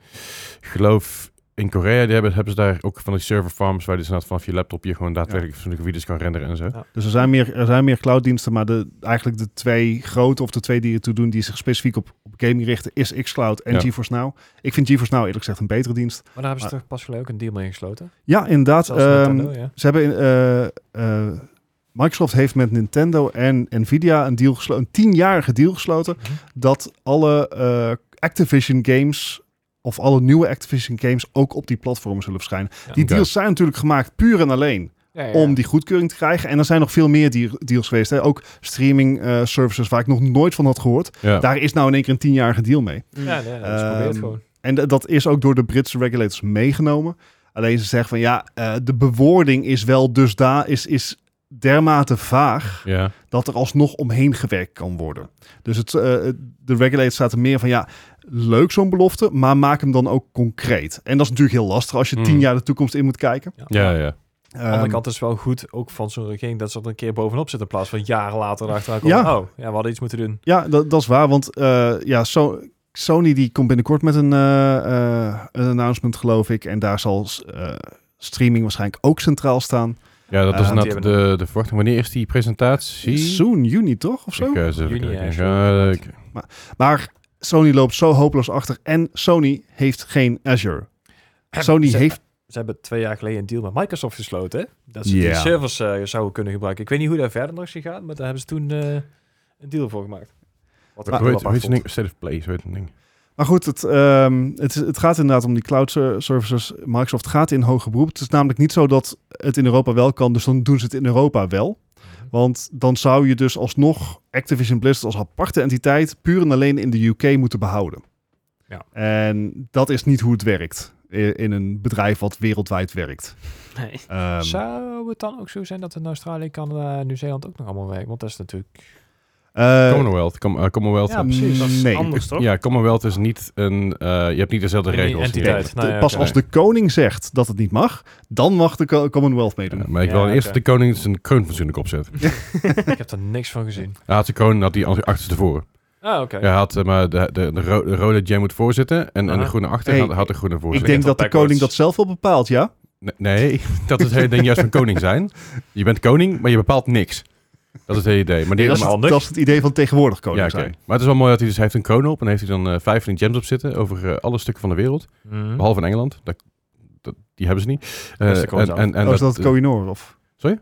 geloof in Korea, die hebben, hebben ze daar ook van die server farms waar je dus vanaf je laptop je gewoon daadwerkelijk ja. video's kan renderen en zo. Ja. Dus er zijn meer, er zijn meer clouddiensten, maar de, eigenlijk de twee grote of de twee die ertoe doen die zich specifiek op, op gaming richten, is xCloud en ja. GeForce Now. Ik vind GeForce Now eerlijk gezegd een betere dienst. Maar daar hebben ze maar, toch pas geleden ook een deal mee gesloten? Ja, inderdaad. Um, Nintendo, ja. Ze hebben uh, uh, Microsoft heeft met Nintendo en Nvidia een deal gesloten, een tienjarige deal gesloten, mm-hmm. dat alle uh, Activision games of alle nieuwe Activision games ook op die platformen zullen verschijnen. Ja, die okay. deals zijn natuurlijk gemaakt puur en alleen ja, ja. om die goedkeuring te krijgen. En er zijn nog veel meer deals geweest. Hè? Ook streaming uh, services waar ik nog nooit van had gehoord. Ja. Daar is nou in één keer een tienjarige deal mee. Ja, nee, dat is um, probeert gewoon. En d- dat is ook door de Britse regulators meegenomen. Alleen ze zeggen van ja, uh, de bewoording is wel dus daar is, is dermate vaag ja. dat er alsnog omheen gewerkt kan worden. Dus het, uh, de regulator staat er meer van ja, leuk zo'n belofte, maar maak hem dan ook concreet. En dat is natuurlijk heel lastig als je mm. tien jaar de toekomst in moet kijken. Ja, ja. ja. Aan de andere kant is het wel goed, ook van zo'n regering, dat ze er een keer bovenop zitten in plaats van jaren later erachteraan komen. Ja. Oh, ja, we hadden iets moeten doen. Ja, dat, dat is waar, want uh, ja, so, Sony die komt binnenkort met een, uh, uh, een announcement, geloof ik. En daar zal uh, streaming waarschijnlijk ook centraal staan. Ja, dat is uh, net de, de verwachting. Wanneer is die presentatie? Soon, juni toch? Of zo? Ik, uh, juni, ja. ja ik... maar, maar Sony loopt zo hopeloos achter. En Sony heeft geen Azure. Sony ze, heeft... Ze hebben twee jaar geleden een deal met Microsoft gesloten. Hè? Dat ze yeah. die servers uh, zouden kunnen gebruiken. Ik weet niet hoe daar verder nog is gegaan, maar daar hebben ze toen uh, een deal voor gemaakt. Wat ik weet, weet je, State of Play, zo heet het ding. Maar goed, het, um, het, het gaat inderdaad om die cloud services. Microsoft gaat in hoger beroep. Het is namelijk niet zo dat het in Europa wel kan, dus dan doen ze het in Europa wel. Want dan zou je dus alsnog Activision Blizzard als aparte entiteit puur en alleen in de U K moeten behouden. Ja. En dat is niet hoe het werkt in een bedrijf wat wereldwijd werkt. Nee. Um, zou het dan ook zo zijn dat in Australië, Canada en Nieuw-Zeeland ook nog allemaal werkt? Want dat is natuurlijk... Uh, Commonwealth. Com- uh, Commonwealth. Ja, precies. Dat is nee. anders, toch? Ja, Commonwealth is niet een... Uh, je hebt niet dezelfde regels. Entiteit. Nee, nee, pas okay. als de koning zegt dat het niet mag, dan mag de co- Commonwealth meedoen. Ja, maar ik ja, wil okay. eerst de koning zijn kroonfatsoenlijk opzetten. Ik heb er niks van gezien. Hij had zijn koning had die achterstevoren. Ah, oké. Okay. Ja, hij had uh, maar de, de, de, ro- de rode jam moet voorzitten en, en de groene achter hey, had, had de groene voorzitten. Ik denk dat de koning dat zelf wel bepaalt, ja? Nee, nee dat is het hele ding juist van koning zijn. Je bent koning, maar je bepaalt niks. Dat is het hele idee. Maar die nee, dat, is het, dat is het idee van tegenwoordig koning ja, okay. zijn. Maar het is wel mooi dat hij dus hij heeft een kroon op en heeft hij dan uh, vijf van die gems op zitten over uh, alle stukken van de wereld. Mm. Behalve in Engeland. Dat, dat, die hebben ze niet. Uh, dat en, en, en oh, is dat het Koh-i-Noor? Of? Sorry?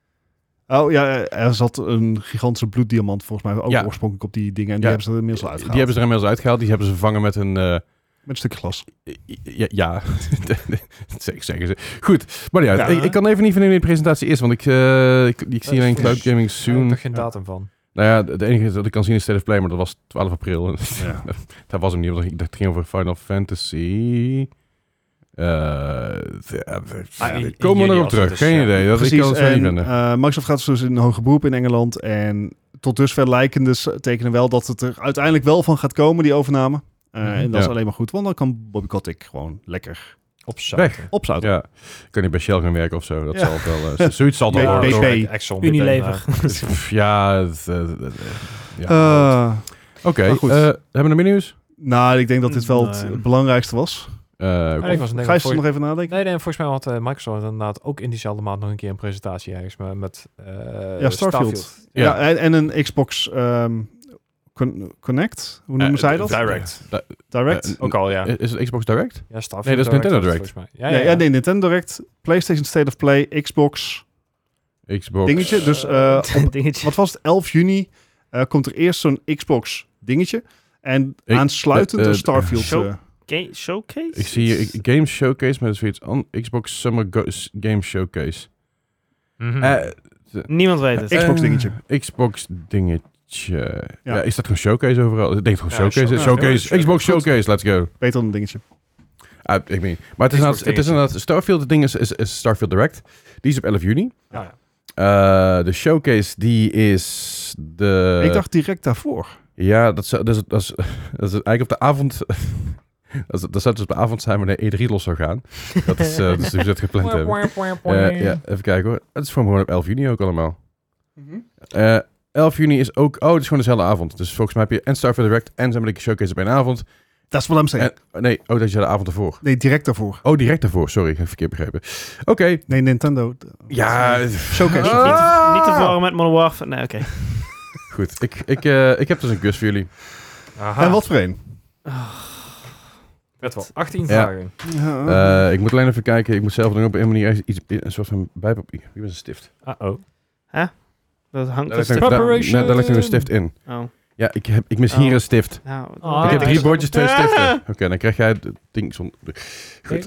Oh ja, er zat een gigantische bloeddiamant volgens mij ook ja. oorspronkelijk op die dingen. En die ja. hebben ze er inmiddels uitgehaald. Die hebben ze er inmiddels uitgehaald. Die hebben ze vervangen met een... Uh, met een stukje glas. Ja, ja. dat zeggen ze. Goed, maar ja, ja. Ik, ik kan even niet vinden wie de presentatie is, want ik, uh, ik, ik zie alleen Cloud Gaming Soon. Ik heb er geen datum van. Nou ja, het enige dat ik kan zien is State of Play, maar dat was twaalf april. Ja. dat was hem niet, want het ging over Final Fantasy... Uh, ah, komen we nog op terug, dus, geen ja. idee. Dat Precies, ik kan het en, niet vinden. Uh, Microsoft gaat dus in hoger beroep in Engeland en tot dusver lijken dus tekenen wel dat het er uiteindelijk wel van gaat komen, die overname. Uh, mm-hmm. En dat ja. is alleen maar goed, want dan kan Bobby Kotick gewoon lekker opzouten. opzouten. Ja, kan hij bij Shell gaan werken of zo. Dat ja. zal het wel. Uh, zoiets zal het wel worden. Exxon, Unilever. ja. Het, uh, uh, ja uh, Oké, okay, uh, hebben we nog meer nieuws? Nou, ik denk dat dit wel het nee. belangrijkste was. Uh, nee, was Ga je voor... nog even nadenken? Nee, nee, volgens mij had uh, Microsoft inderdaad ook in diezelfde maand nog een keer een presentatie ergens met, met uh, ja, Starfield. Starfield. Ja, ja en, en een Xbox um, con- Connect. Hoe noemen uh, zij dat? Direct. Uh, direct? Uh, ook al, ja. Is het Xbox Direct? Ja, Starfield. Nee, dat is Direct, Nintendo Direct. Volgens mij. Ja, ja, ja. ja, nee, Nintendo Direct, PlayStation State of Play, Xbox. Xbox. Dingetje. Dus uh, op, dingetje. Wat was het? elf juni uh, komt er eerst zo'n Xbox dingetje. En Ik, aansluitend uh, uh, een Starfield... Show, uh, Ga- showcase? Ik zie hier Games Showcase, maar dat is weer iets aan Xbox Summer Go- Games Showcase. Mm-hmm. Uh, t- Niemand weet het. Uh, Xbox dingetje. Xbox dingetje. Ja. ja, is dat gewoon Showcase overal? Ik denk gewoon ja, Showcase. Show- showcase. Ja, showcase. Xbox Showcase, let's go. Beter dan een dingetje. Uh, ik meen, maar het is, inderdaad, het is inderdaad... Starfield, het ding is, is, is Starfield Direct. Die is op elf juni. Ja, ja. Uh, de showcase, die is de... Ik dacht direct daarvoor. Ja, dat is, dat is, dat is, dat is eigenlijk op de avond... dat, is, dat zou dus op de avond zijn wanneer E drie los zou gaan. Dat is, uh, dat is hoe ze het gepland hebben. Uh, ja, even kijken hoor. Het is gewoon op elf juni ook allemaal. Mm-hmm. Uh, elf juni is ook... Oh, het is gewoon dezelfde avond. Dus volgens mij heb je en Starfield Direct en zeg maar de showcase op één avond. Dat is wat I'm saying. En, nee, oh, dat is de avond ervoor. Nee, direct daarvoor. Oh, direct daarvoor. Sorry, ik heb het verkeerd begrepen. Oké. Okay. Nee, Nintendo. Ja. Showcase. Ah! Niet, niet te verwarren met Modern Warfare. Nee, oké. Okay. Goed. Ik, ik, uh, ik heb dus een quiz voor jullie. Aha. En wat voor een? Oh. Vet wel. achttien ja. vragen. Ja. Uh, ik moet alleen even kijken. Ik moet zelf dan op een manier iets, een soort van bijpapier. Wie was een stift? Uh-oh. Hè? Dat hangt daar, ligt daar, daar, daar ligt nog een stift in. Oh. Ja, ik, heb, ik mis oh. hier een stift. Nou, oh, ik heb drie bordjes, twee stiften. Oké, okay, dan krijg jij het ding zonder... Goed.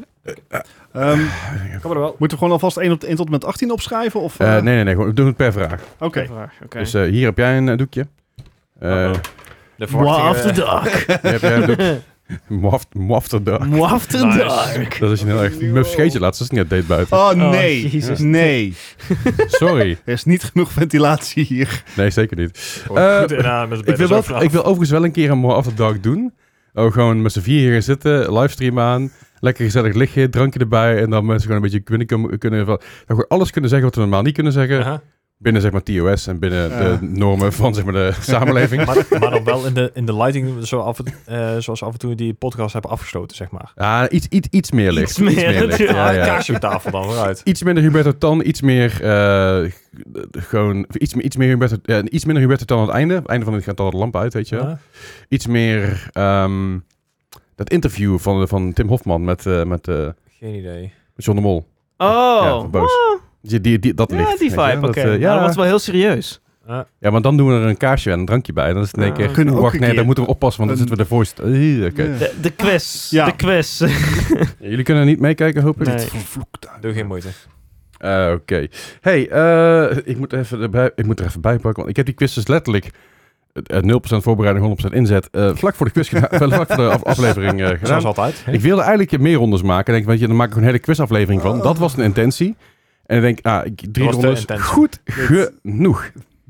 Um, Kom er wel. Moeten we gewoon alvast één tot en met achttien opschrijven? Of, uh... Uh, nee, nee, nee. Gewoon, we doen het per vraag. Oké. Okay. Okay. Dus uh, hier heb jij een uh, doekje. Uh, Moi after dark. Heb jij een doekje? Moi after dark. Moi after dark. Dat is een heel erg muf scheetje laatst. Dat is niet date buiten. Oh nee. Oh, nee. Sorry. Er is niet genoeg ventilatie hier. Nee, zeker niet. Oh, uh, goed inademen, ik, wil wel, ik wil overigens wel een keer een Moi after dark doen. Oh, gewoon met z'n vier hier gaan zitten. Livestream aan. Lekker gezellig liggen. Drankje erbij. En dan mensen gewoon een beetje kunnen... kunnen, kunnen dan gewoon alles kunnen zeggen wat we normaal niet kunnen zeggen. Uh-huh. Binnen zeg maar T O S en binnen ja. de normen van zeg maar de samenleving. maar, maar dan wel in de, in de lighting zo af, uh, zoals af en toe die podcast hebben afgesloten, zeg maar. Ja, iets, iets, iets meer licht. Iets meer, iets meer licht. Ja, ja. Kaarsje op tafel dan, vooruit. Iets minder Humberto Tan, iets meer uh, gewoon, iets, iets meer Humberto, ja, iets minder Humberto Tan aan het einde. Op het einde van het gaat al de lamp uit, weet je wel. Ja. Iets meer um, dat interview van, van Tim Hofman met, uh, met, uh, geen idee. Met John de Mol. Oh, ja, van Boos. Oh. Die, die, die, dat ja, licht. die vibe, oké. Okay. Uh, ja, ja. dat was wel heel serieus. Uh. Ja, maar dan doen we er een kaarsje en een drankje bij. En dan is het in één keer... Kunnen wacht, nee, keer. daar moeten we oppassen, want dan zitten we de voice... Uh, okay. de, de quiz. Ja. De quiz. Ja, jullie kunnen niet meekijken, hoop ik? Nee. Doe geen moeite. Uh, Oké. Okay. Hey, uh, ik, moet even erbij, ik moet er even bij pakken, want ik heb die quiz dus letterlijk... Uh, nul procent voorbereiding, honderd procent inzet. Uh, vlak voor de quiz gedaan, vlak voor de af- aflevering uh, gedaan. Zoals altijd. He? Ik wilde eigenlijk meer rondes maken. Ik denk, weet je, dan maak ik een hele quizaflevering van. Oh. Dat was een intentie. En ik denk, ah, drie rondes, goed genoeg.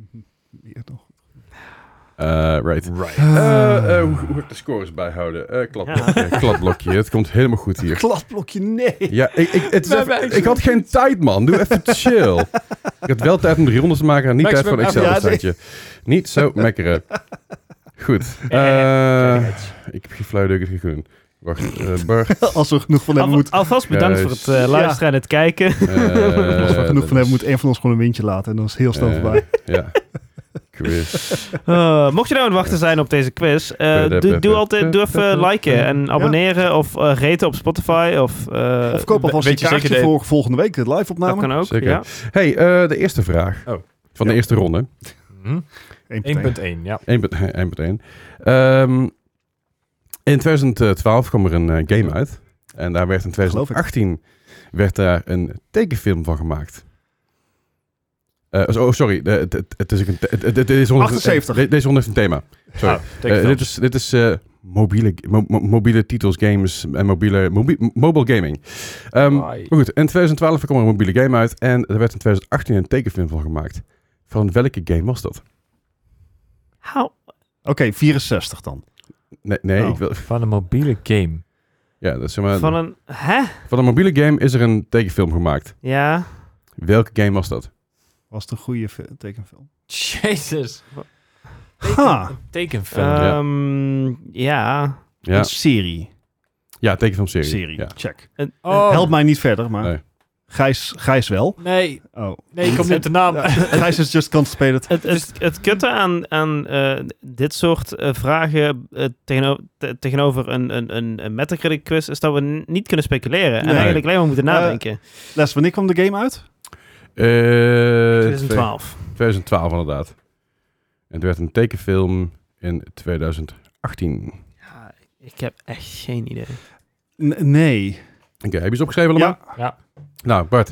Uh, right. right. Uh, uh, hoe, hoe ik de scores bijhouden? Uh, kladblokje, ja. kladblokje. Het komt helemaal goed hier. Kladblokje, nee. Ja, ik, ik, het is even, ik had geen tijd, man. Doe even chill. Ik had wel tijd om drie rondes te maken en niet Maximum tijd voor een Excel-bestandje. Ja, nee. Niet zo mekkeren. Goed. Uh, ik heb geen flauw idee wat ik Wacht, uh, Bart. Als we genoeg van hebben Al, moet... Alvast bedankt Juist. voor het uh, luisteren ja. en het kijken. Uh, Als we genoeg van hebben, moet een van ons gewoon een windje laten. En dan is het heel snel uh, voorbij. Ja. Quiz. Uh, mocht je nou aan het wachten zijn op deze quiz, uh, doe, doe altijd doe even liken en abonneren ja. of uh, raten op Spotify. Of, uh, of koop alvast een kaartje de... voor volgende week, de live-opname. Dat kan ook, zeker. Ja. Hey, uh, de eerste vraag oh. van ja. de eerste ronde. Mm-hmm. één punt één, ja. één punt één. Um, in twintig twaalf kwam er een uh, game uit. En daar werd in twintig achttien werd daar een tekenfilm van gemaakt. Uh, oh, sorry. Het, het, het is een, het, het, het is achtenzeventig. Deze ronde heeft een thema. Sorry. Oh, uh, dit is, dit is uh, mobiele, mo, mo, mobiele titels, games en mobiele, mobi, mobile gaming. Um, maar goed, in twintig twaalf kwam er een mobiele game uit. En er werd in twintig achttien een tekenfilm van gemaakt. Van welke game was dat? Oké, okay, vierenzestig dan. Nee, nee oh, ik wil... Van een mobiele game. Ja, dat is zeg maar... Van een... Hè? Van een mobiele game is er een tekenfilm gemaakt. Ja. Welke game was dat? Was het een goede tekenfilm? Jezus. Teken, huh. Tekenfilm. Um, ja. ja. ja. Een serie. Ja, tekenfilmserie. Serie, ja. check. Een, oh. Help mij niet verder, maar... Nee. Gijs, Gijs wel. Nee. Oh. Nee, ik kom niet de naam. Ja, Gijs is just constipated. Het, het, het kutte aan, aan uh, dit soort uh, vragen uh, tegenover, te, tegenover een, een, een, een Metacritic quiz is dat we n- niet kunnen speculeren. Nee. En eigenlijk alleen maar moeten nadenken. Uh, Les, wanneer kwam de game uit? Uh, twintig twaalf. twintig twaalf inderdaad. En het werd een tekenfilm in twintig achttien. Ja, ik heb echt geen idee. N- nee. Oké, okay, heb je ze opgeschreven allemaal? Ja. ja. Nou, Bart.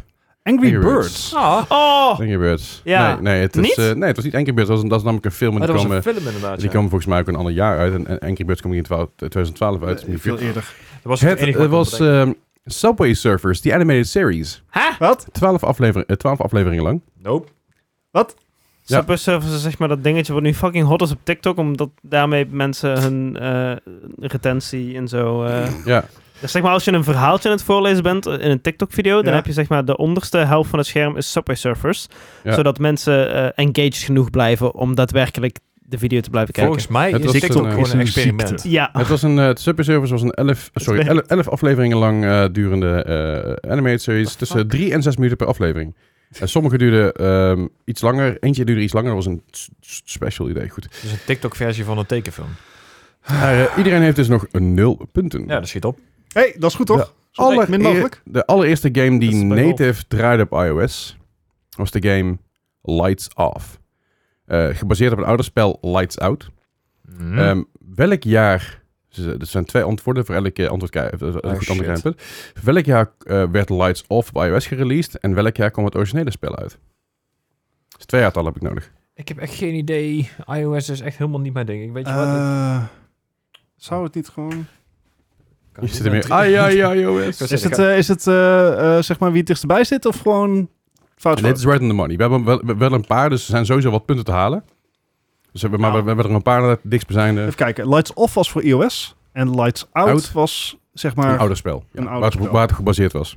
Angry, Angry Birds. Birds. Ah, Oh! Angry Birds. Ja. Nee, nee, het is, Niet? uh, nee, het was niet Angry Birds. Dat was, dat is namelijk een film. En dat die was kwam, een uh, film inderdaad. die ja. kwam volgens mij ook een ander jaar uit. En, en Angry Birds kwam in twintig twaalf uit. Uh, veel eerder. Dat was Het, het enige het wat ik was kon bedenken. um, Subway Surfers, die animated series. Huh? Wat? Twaalf, aflever uh, twaalf afleveringen lang. Nope. Wat? Ja. Subway Surfers is zeg maar dat dingetje wat nu fucking hot is op TikTok, omdat daarmee mensen hun uh, retentie en zo... Uh, Ja. dus zeg maar, als je een verhaaltje aan het voorlezen bent in een TikTok-video, dan Ja. heb je zeg maar de onderste helft van het scherm is Subway Surfers, Ja. zodat mensen uh, engaged genoeg blijven om daadwerkelijk de video te blijven kijken. Volgens mij Het is was TikTok een, uh, gewoon is een een experiment. ziekte. Ja. Het was een uh, Subway Surfers was een elf, sorry, werkt. elf, elf afleveringen lang uh, durende uh, animated series. Tussen drie en zes minuten per aflevering. En sommige duurden um, iets langer. Eentje duurde iets langer. Dat was een s- s- special idee. Goed. Dus een TikTok-versie van een tekenfilm. Uh, iedereen heeft dus nog een nul punten. Ja, dat schiet op. hey, dat is goed toch? Ja. Zo Allereer- min mogelijk. De allereerste game die Dat is bij native draaide op iOS was de game Lights Off. Uh, gebaseerd op een ouder spel Lights Out. Mhm. Um, welk jaar... Dus, er zijn twee antwoorden voor elke antwoord krijgen. Een Oh, goed antwoord shit. krijgen punt. Welk jaar uh, werd Lights Off op iOS gereleased en welk jaar kwam het originele spel uit? Dus twee jaartallen heb ik nodig. Ik heb echt geen idee. iOS is echt helemaal niet mijn ding. Ik weet je wat? Uh, zou het niet gewoon... Je zit er meer... Ai, ai, ai, iOS. Ik Is het, uh, is het uh, uh, zeg maar wie het dichtstbij zit of gewoon fout? Dit is right on the money. We hebben wel, wel een paar, dus er zijn sowieso wat punten te halen. Dus we, maar Nou. we, we hebben er een paar dat het dichtstbijzijnde. Even kijken. Lights Off was voor iOS en Lights Out, Out. was zeg maar... Een ouder spel. Ja, Een ouder waar, het, spel. waar het op gebaseerd was.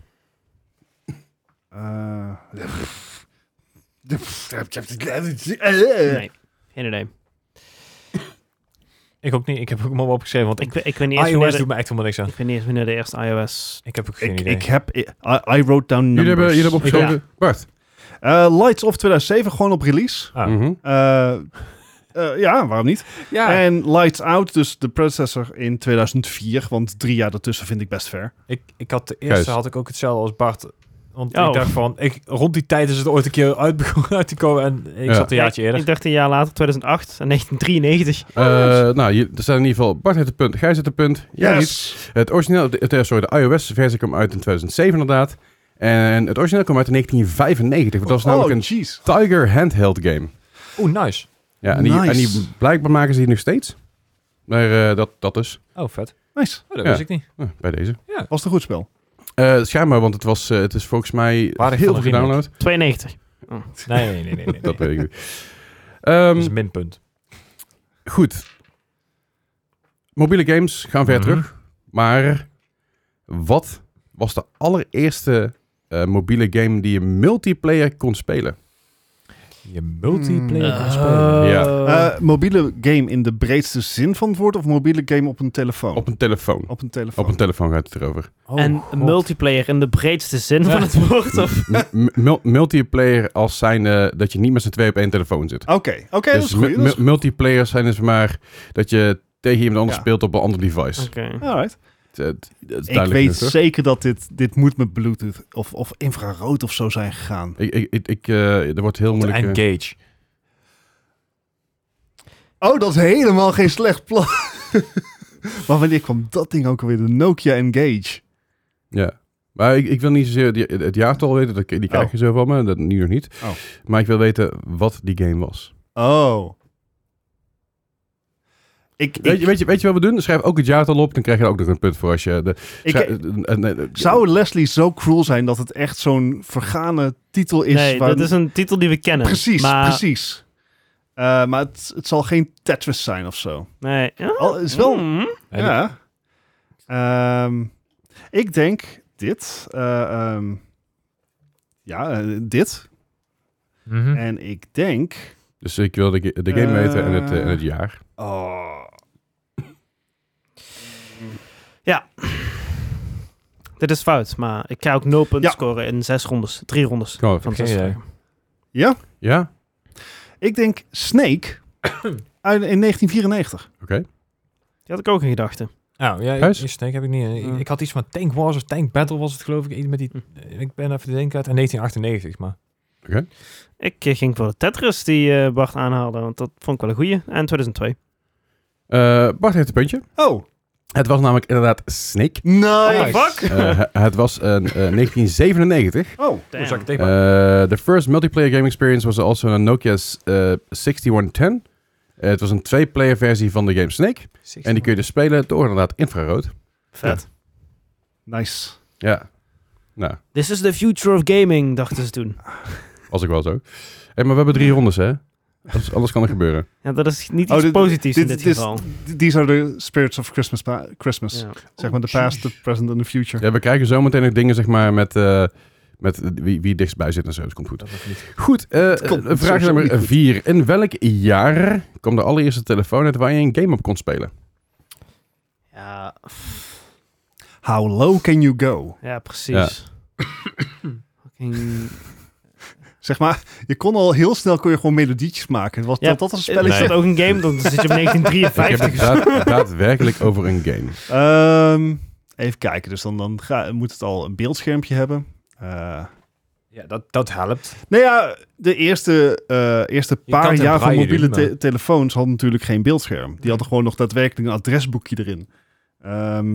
Uh, Nee, geen idee. Ik ook niet. Ik heb ook maar opgeschreven, want Ik, weet- ik weet niet eens iOS wanneer doet de, me echt helemaal niks aan. ik weet niet eens wanneer de eerste iOS... Ik heb ook geen ik, idee. ik heb... I, I wrote down numbers. Jullie hebben, jullie hebben opgeschreven. Ja. Bart. Uh, Lights Off tweeduizend zeven, gewoon op release. Ah. Mhm. Uh, uh, ja, waarom niet? Ja, En Lights Out, dus de predecessor in tweeduizend vier, want drie jaar daartussen vind ik best fair. ik, ik had de eerste Gijs. had ik ook hetzelfde als Bart. Want Oh. ik dacht van, ik, rond die tijd is het ooit een keer uit, begonnen uit te komen en ik Ja. zat een jaartje Ik eerder. dacht een jaar later, tweeduizend acht en negentien drieënnegentig. Uh, nou, je, er zijn in ieder geval... Bart heeft een punt. Gijs heeft een punt. Ja, niet. Het origineel... De, de- sorry, de iOS-versie kwam uit in tweeduizend zeven inderdaad. En het origineel kwam uit in negentien vijfennegentig. Dat was namelijk oh, een jeez. Tiger handheld game. Oeh, nice. Ja, en die, Nice. en die blijkbaar maken ze die nog steeds. Maar uh, dat, dat dus. Oh, vet. Nice. Oh, dat Ja. wist ik niet. Uh, bij deze. Was het een goed spel? Uh, schijnbaar, want het, was, uh, het is volgens mij Waardig heel van veel een remake. gedownload. tweeënnegentig. Nee, nee, nee, nee. nee. Dat weet ik niet. Dat Um, is een minpunt. goed. Mobiele games gaan ver Mhm. terug. Maar wat was de allereerste uh, mobiele game die je multiplayer kon spelen? Je multiplayer Hmm. kan spelen. Ja. Uh, mobiele game in de breedste zin van het woord of mobiele game op een telefoon? Op een telefoon. Op een telefoon. Op een telefoon gaat het erover. Oh, en God. multiplayer in de breedste zin van het woord? Of? M- m- mul- multiplayer als zijnde dat je niet met z'n twee op één telefoon zit. Oké, oké, dat dus is goed. mu- dat is mu- multiplayer zijn dus maar dat je tegen iemand anders Ja. speelt op een ander device. Oké. goed. Alright. Het, het- het is Ik duidelijk weet genoeg, toch? zeker dat dit, dit moet met Bluetooth of, of infrarood of zo zijn gegaan. Ik, ik, ik, ik, uh, er wordt heel De moeilijk... uh, Engage. Oh, dat is helemaal geen slecht plan. Maar wanneer kwam dat ding ook alweer? De Nokia Engage. Ja. Maar ik, ik wil niet zozeer die, het jaartal weten, dat, die krijg Oh. je zo van me, dat nu nog niet. Oh. Maar ik wil weten wat die game was. Oh. Ik, Weet ik, je, weet, je, weet je wat we doen? Schrijf ook het jaartal op, dan krijg je er ook nog een punt voor als je... De, ik, schrijf- eh, eh, eh, zou Leslie zo cruel zijn dat het echt zo'n vergane titel is? Nee, waar- dat is een titel die we kennen. Precies, maar, precies. Uh, maar het, het zal geen Tetris zijn of zo. Nee. Ja? Al, het is wel... Mm. En Ja. Ehm, ik denk dit. Uh, ehm, ja, uh, dit. Mhm. En ik denk... dus ik wil de, ga- de game Eh. weten en het, eh, en het jaar. Oh. Dit is fout, maar ik ga ook nul punten Ja. scoren in zes rondes. Drie rondes. Kom op. Van Geen zes idee. vragen. Ja? Ja? Ik denk Snake uit, in negentien vierennegentig. Oké. Die had ik ook in gedachten. Nou, ja, Huis? ik, Snake heb ik niet. Ik, Ja. ik had iets van Tank Wars of Tank Battle was het geloof ik. Iets met die, ik ben even te denken uit negentien achtennegentig, maar... Ik eh, ging voor de Tetris die eh, Bart aanhaalde, want dat vond ik wel een goeie. En tweeduizend twee. Uh, Bart heeft een puntje. Oh. Het was namelijk inderdaad Snake. Nice. What the fuck? Uh, het was uh, uh, negentien zevenennegentig. Oh, Hoe Damn. zou ik het Uh, even? the first multiplayer game experience was also a Nokia's uh, zestig honderdtien. Uh, het was een twee-player versie van de game Snake. En die kun je dus spelen door inderdaad infrarood. Vet. nice. Ja. Nou, This is the future of gaming, dachten ze toen. als ik wel zo. Hey, maar we hebben drie rondes, hè? Alles, alles kan er gebeuren. Ja, dat is niet Oh, iets dit- positiefs in dit- dit dit- geval. These are the spirits of Christmas. pa- Christmas. Ja. Zeg maar de past, the present and the future. Ja, we krijgen zometeen nog dingen, zeg maar, met, uh, met wie, wie dichtstbij zit en zo. Dat komt goed. Dat is niet. Goed, uh, komt uh, vraag sowieso niet nummer goed. vier. In welk jaar kwam de allereerste telefoon uit waar je een game op kon spelen? Ja, How low can you go? ja, precies. Fucking... Zeg maar, je kon al heel snel kon je gewoon melodietjes maken. Was Ja, dat, dat was een Is spelletje? dat ook een game? Dan zit je op negentien Ik heb drieënvijftig. het daad- daadwerkelijk over een game. Ehm, even kijken. Dus dan, dan ga, moet het al een beeldschermpje hebben. Uh, Ja, dat, dat helpt. nou ja, de eerste, eh, eerste Je kan paar het in jaar van braille mobiele doen, maar- te- telefoons hadden natuurlijk geen beeldscherm. Die hadden gewoon nog daadwerkelijk een adresboekje erin. Ehm,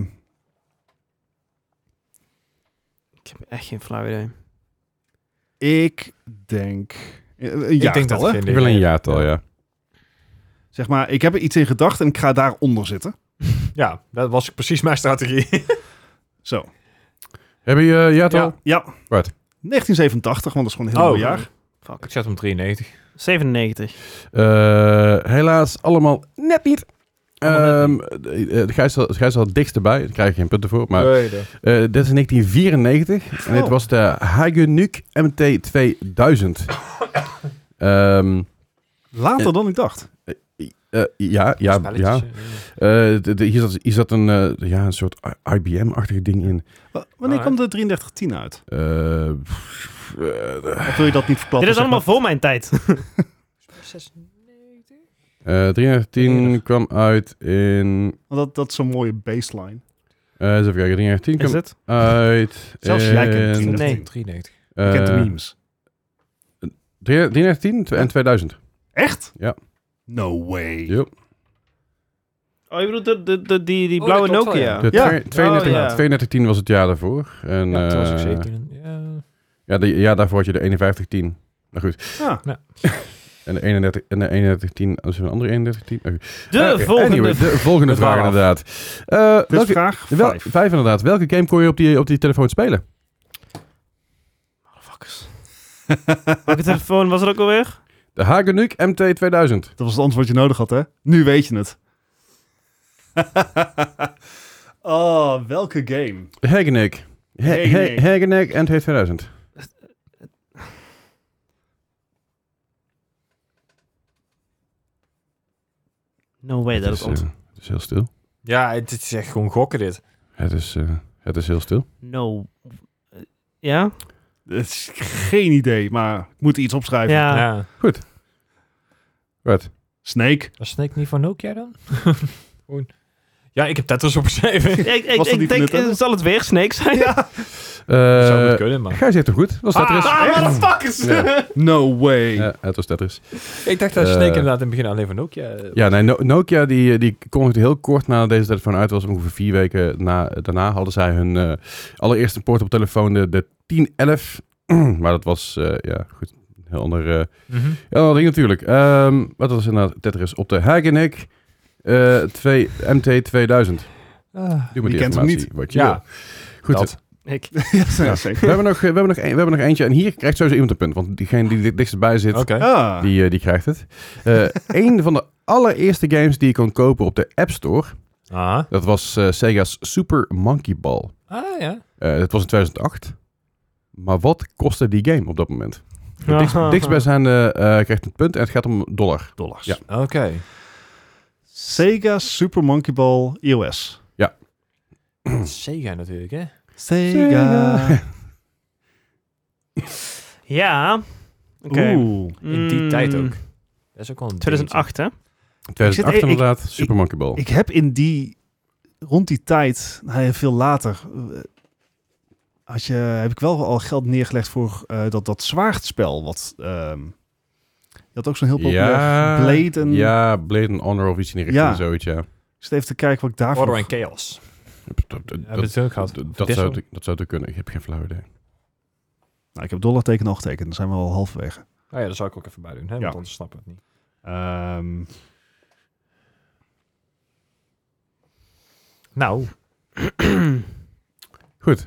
Ik heb echt geen flauw idee. ik denk... Een Ik denk jaartal, dat hè? geen Ik wil een jaartal, ja. Zeg maar, ik heb er iets in gedacht en ik ga daaronder zitten. Ja, dat was precies mijn strategie. Zo. Hebben je uh, jaartal? Ja. ja. Wat? negentien zevenentachtig, want dat is gewoon een heel Oh. mooi jaar. Fuck. Ik zet hem drieënnegentig. zevenennegentig. Uh, helaas allemaal net niet. Allemaal Um, uh, Gijs al- Gijs al het dichtst erbij. Daar krijg je geen punten voor. Maar Nee, de- uh, dit is negentien vierennegentig. En dit Oh. was de Hagenuk M T tweeduizend. um, Later Ja. dan ik dacht. uh, ja, ja, spelletjes, ja. eh, Uh, de, de, hier, zat, hier zat een, uh, ja, een soort I B M-achtige ding in. Wa- Wanneer Ah, kwam de drieëndertig tien uit? Uh, pff, uh, Of wil je dat niet verklappen? Dit is zeg allemaal maar? voor mijn tijd. zesennegentig? uh, drieëndertig kwam uit in... Want dat, dat is zo'n mooie baseline. Uh, eens even kijken. drieëndertig Is kwam het? uit Zelfs jij kent in... het. Nee. drieënnegentig. Je kent de uh, memes. drieëndertig en tweeduizend. Echt? Ja. No way. Yep. Oh, je bedoelt de, de, de, die, die Oh, blauwe dat klopt wel, Nokia? De Ja. twee- tweeëndertig, Oh, ja. tweeëndertig tien was het jaar daarvoor. En, Ja, toen was ik eh, zeventien. Ja. ja, de, ja, daarvoor had je de eenenvijftig tien. Nou goed. Ah, En de eenendertig, en de eenendertig tien, dat is een andere eenendertig tien. Okay. De Eh, oké, volgende. anyway, de volgende Het vraag waren af. inderdaad. Uh, dit is welke, vraag wel, vijf. vijf inderdaad. Welke game kon je op die, op die telefoon spelen? Motherfuckers. Welke telefoon was het ook alweer? De Hagenuk M T tweeduizend. Dat was het antwoord wat je nodig had, hè? Nu weet je het. Oh, welke game? Hagenuk. Ha- Hagenuk. Ha- Hagenuk M T tweeduizend. No way dat het, het is, ont... eh, het is heel stil. ja, het, het is echt gewoon gokken dit. Het is, uh, het is heel stil. No. Uh, ja? Het is geen idee, maar ik moet iets opschrijven. Ja. Ja. Wat? Snake. Was Snake niet van Nokia dan? Gewoon. Ja, ik heb Tetris opgeschreven. Ja, ik ik, Was dat ik niet denk, Nintendo? eh, zal het weer Snake zijn? Ja. Uh, Zou het kunnen, maar... Gijs heeft het goed. Was Tetris. Ah, motherfuckers! Ja. No way. Ja, het was Tetris. Ik dacht dat Eh, Snake inderdaad in het begin alleen van Nokia... eh, Ja, nee, No- Nokia die, die kondigde heel kort nadat deze telefoon uit was, ongeveer vier weken na, daarna hadden zij hun uh, allereerste portable telefoon, de, de tien elf. Maar dat was, uh, ja, goed, een heel ander, uh, mhm. heel ander ding natuurlijk. Um, wat was inderdaad Tetris op de Hagenuk uh, twee, M T tweeduizend. Ah, Doe maar Wie die kent hem informatie, wat je ja, wil. Goed, dat. Ik. ja, ja. zeker. we, hebben nog, we, hebben nog een, we hebben nog eentje en hier krijgt sowieso iemand een punt, want diegene die het dichtst bij zit, Oké. Ah. die, uh, die krijgt het. Uh, een van de allereerste games die je kon kopen op de App Store, Ah. dat was uh, Sega's Super Monkey Ball. Ah, ja. Uh, dat was in tweeduizend acht. Maar wat kostte die game op dat moment? De dichtst, dichtstbijzijnde uh, krijgt een punt en het gaat om dollar. Dollars. Ja. Oké. Sega Super Monkey Ball I O S. Sega natuurlijk, hè? Sega. Ja. Oké. Oeh. In die Mm, tijd ook. Dat is ook wel een tweeduizend acht, hè? tweeduizend acht Ik zit- ik- inderdaad, Super Monkey Ball. Ik heb in die... Rond die tijd, nou ja, veel later... eh, Had je, heb ik wel al geld neergelegd voor uh, dat, dat zwaardspel. Wat, ehm, je had ook zo'n heel populair ja, Blade en... Ja, Blade and Honor of iets in die richting, Ja. zoiets, ja. zit even te kijken wat ik daarvoor... Order and Chaos. Dat, dat, Hebben dat, we het ook gehad? dat, dat, Dit zou zo? te, dat zou te kunnen. Ik heb geen flauw idee. Nou, ik heb dollarteken al getekend. Dan zijn we al halverwege. Oh ja, dat zou ik ook even bij doen. Hè? Ja. Want anders snappen we het niet. Ehm, Nou, Goed.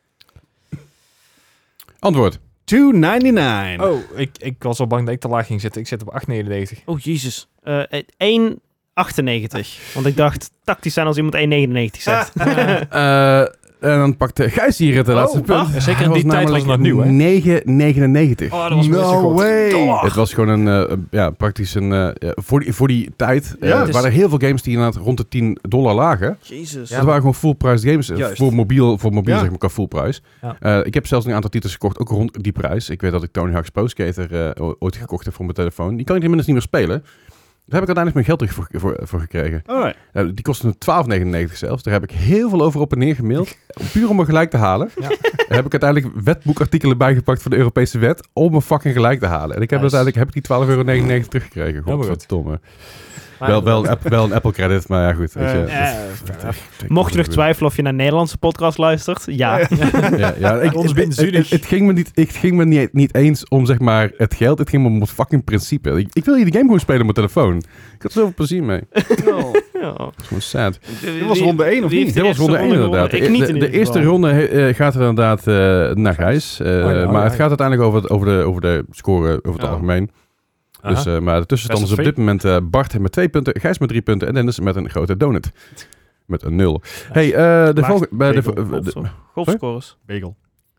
Antwoord. twee negenennegentig. oh, ik, ik was al bang dat ik te laag ging zitten. Ik zit op acht negenennegentig. Oh, jezus. Uh, één achtennegentig. Want ik dacht, tactisch zijn als iemand één negenennegentig zegt. Uh, en dan pakte Gijs hier het laatste Oh, punt. ah, Ja, zeker Hij in die was tijd was het nog namelijk nieuw, hè? negen negenennegentig. Oh, dat was No best goed. way. Oh. Het was gewoon een, uh, ja, praktisch een, uh, ja, voor, die, voor die tijd, uh, Ja, het is- waren er heel veel games die inderdaad rond de tien dollar lagen. Jezus. Ja, dat waren gewoon full price games. uh, Juist. Voor mobiel, voor mobiel Ja. zeg maar qua full price. Ja. Uh, ik heb zelfs een aantal titels gekocht, ook rond die prijs. Ik weet dat ik Tony Hawk's Pro Skater uh, o- ooit gekocht heb voor mijn telefoon. Die kan ik inmiddels niet meer spelen. Daar heb ik uiteindelijk mijn geld terug voor, voor, voor gekregen. Alright. Uh, die kostte twaalf negenennegentig zelfs. Daar heb ik heel veel over op en neer gemaild. Puur om me gelijk te halen. Ja. Daar heb ik uiteindelijk wetboekartikelen bijgepakt van de Europese wet. Om me fucking gelijk te halen. En ik heb Nice. uiteindelijk heb ik die twaalf euro negenennegentig teruggekregen. Helemaal goed. Godverdomme. Maar- Wel, wel, een app, wel een Apple credit, maar ja goed. Weet je, Eh, dat- Eh, Mocht je nog twijfelen of je naar Nederlandse podcast luistert, ja. Ja, ja, ik, Ons het, binnen het, het, het ging me, niet, het ging me niet, niet eens om zeg maar het geld. Het ging me om het fucking principe. Ik, ik wil hier de game gewoon spelen op mijn telefoon. Ik had zoveel plezier mee. Ja. Dat is gewoon sad. Dit was ronde één, of Wie niet? heeft de Dit was eerste ronde één gewonnen? inderdaad. Ik niet de in de ieder eerste geval. ronde eh, gaat er inderdaad eh, naar Gijs. Eh, Oh ja, oh maar ja, het ja. gaat uiteindelijk over, het, over, de, over de score over het Ja. algemeen. Aha. Dus, eh, maar de tussenstand is Best op of dit moment eh, Bart met twee punten, Gijs met drie punten en Dennis met een grote donut. Met een nul. Hey, eh, de volgende... bij de, Bagel. de- de- Golfscores. Bagel.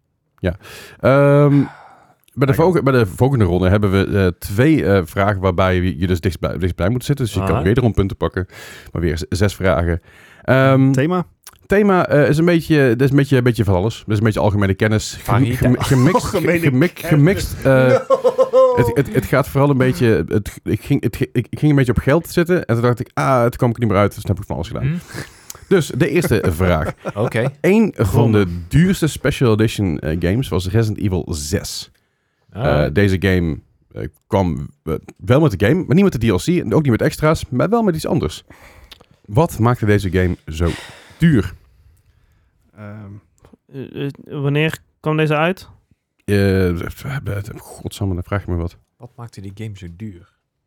Ehm, bij, de volgende, bij de volgende ronde hebben we eh, twee eh, vragen waarbij je, je dus dichtbij, dichtbij moet zitten. Dus je Ah. kan wederom punten pakken. Maar weer z- zes vragen. Ehm, Thema? thema eh, is een beetje, dat is een beetje, een beetje van alles. Dat is een beetje algemene kennis. Gem- Variëteit. gem- Gemixt. Algemene gemixt, gemixt eh, het, het, het gaat vooral een beetje... Het, ik, ging, het, ik, ik ging een beetje op geld zitten. En toen dacht ik, ah, toen kwam ik er niet meer uit. Dus toen heb ik van alles gedaan. Hm? Dus de eerste vraag. Oké. Eén van de duurste special edition eh, games was Resident Evil zes. Ah. Eh, deze game eh, kwam eh, wel met de game, maar niet met de D L C. En ook niet met extra's, maar wel met iets anders. Wat maakte deze game zo duur? Ehm, Eh, eh, wanneer kwam deze uit? Uh, Godsamme, dan vraag je me wat. Wat maakte die game zo duur?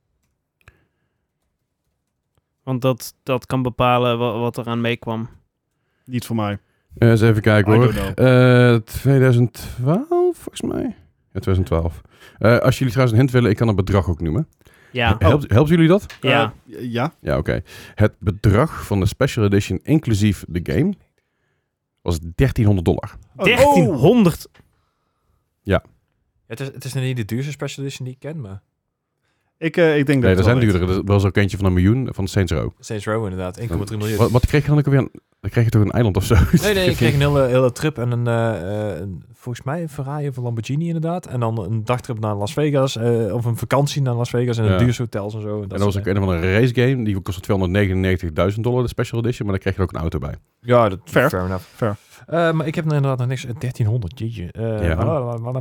Want dat, dat kan bepalen wat, wat er aan meekwam. niet voor mij. Uh, eens even kijken I hoor. don't Uh, twintig twaalf, volgens mij. Ja, twintig twaalf. Uh, als jullie trouwens een hint willen, ik kan een bedrag ook noemen. Ja. Helpt, helpt jullie dat? Ja. Eh, ja. Ja, oké. Het bedrag van de special edition, inclusief de game, was dertienhonderd dollar. Oh. dertienhonderd. Ja, het, is, het is niet de duurste special edition die ik ken, maar... Ik, uh, ik denk dat Nee, ik er het zijn wel weet. duurdere. Er was ook eentje van een miljoen van Saints Row. Saints Row inderdaad, één komma drie miljoen. Wat, wat kreeg je dan ook weer? Dan kreeg je toch een eiland of zo? Nee, nee, ik kreeg een hele, hele trip en een, uh, uh, een, volgens mij een Ferrari of een Lamborghini inderdaad. En dan een dagtrip naar Las Vegas, uh, of een vakantie naar Las Vegas en Ja. een duurste hotels en zo. En dat, En dat was ook een of andere race game. Die kostte tweehonderdnegenennegentigduizend dollar, de special edition. Maar dan kreeg je ook een auto bij. Ja, dat Fair. fair enough. Fair. Uh, maar ik heb inderdaad nog niks. dertienhonderd, jeetje. Uh, Ja. wat- wat- wat-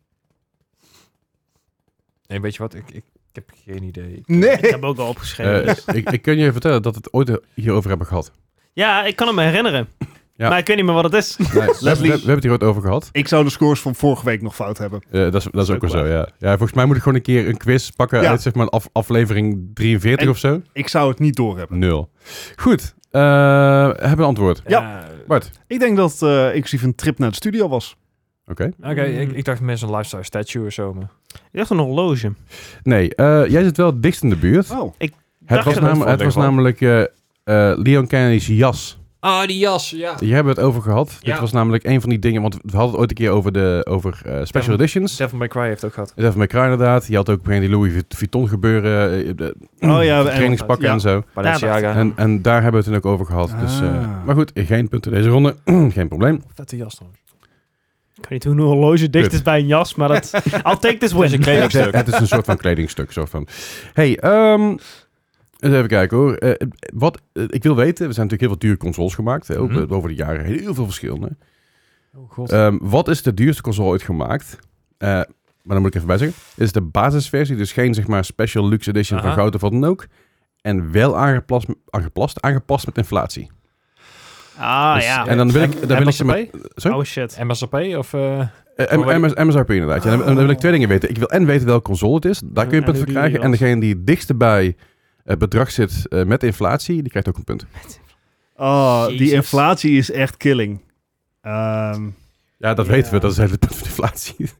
Nee, weet je wat? Ik, ik, ik heb geen idee. Ik, Nee. Ik heb ook al opgeschreven. Uh, dus. ik, ik kan je vertellen dat we het ooit hierover hebben gehad. Ja, ik kan het me herinneren. Ja. Maar ik weet niet meer wat het is. Nee, we, hebben- we, Leslie. we hebben het hier ooit over gehad. Ik zou de scores van vorige week nog fout hebben. Uh, dat is, dat is ook wel Ook zo, waar. ja. Ja, volgens mij moet ik gewoon een keer een quiz pakken Ja. uit zeg maar af, aflevering drieënveertig En- of zo. Ik zou het niet doorhebben. Nul. Goed. Uh, hebben we een antwoord? Ja. Uh, Bart. Ik denk dat het uh, inclusief een trip naar de studio was. Oké. Oké, ik, ik dacht mensen een lifestyle statue of zo. Maar... Ik dacht een horloge. Nee, uh, jij zit wel het dichtst in de buurt. Oh. Het dacht was, dat nam- het het was namelijk uh, uh, Leon Kennedy's jas. Ah, die jas, ja. Hier hebben we het over gehad. Ja. Dit was namelijk een van die dingen, want we hadden het ooit een keer over, de, over uh, special Devil- editions. Devil May Cry heeft ook gehad. Devil May Cry inderdaad. Je had ook op een gegeven moment die Louis Vuitton gebeuren. uh, de, Oh ja, de en- trainingspakken ja. en zo. Balenciaga. En, en daar hebben we het toen ook over gehad. Dus, uh, Ah. maar goed, geen punten deze ronde. Geen probleem. Vette jas trouwens. Ik weet niet hoe een horloge dicht Kut. is bij een jas, maar dat... I'll take this Het is win. een kledingstuk. Het is een soort van kledingstuk. Soort van. Hey, um, eens even kijken hoor. Uh, wat uh, ik wil weten, er zijn natuurlijk heel veel dure consoles gemaakt. Hè, ook, Mhm. uh, over de jaren heel veel verschillende. Oh god. Um, wat is de duurste console ooit gemaakt? Uh, maar dan moet ik even bij zeggen. Dit is de basisversie, dus geen zeg maar special luxe edition Aha. van goud of wat dan ook. en wel aangepast, aangepast, aangepast met inflatie. Ah, Dus- ja. En dan wil ik, dan wil ik ze M S met... R P? Sorry? Oh, shit. M S R P of... Uh, Uh, M- M- M S R P inderdaad. Ja. En dan, dan wil ik twee dingen weten. Ik wil en weten welke console het is. Daar kun je een punt voor En krijgen. die En degene die het dichtst bij het bedrag zit uh, met inflatie, die krijgt ook een punt. Oh, die Jezus. inflatie is echt killing. Ehm, Ja, dat Ja. weten we. Dat is het hele punt van inflatie.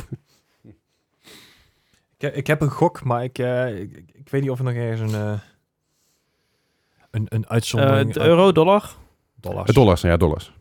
ik, ik heb een gok, maar ik, uh, ik, ik weet niet of er nog ergens een, uh, een, een Uh, uitzondering... de euro, dollar? Dollars. Uh, dollars, ja, dollars.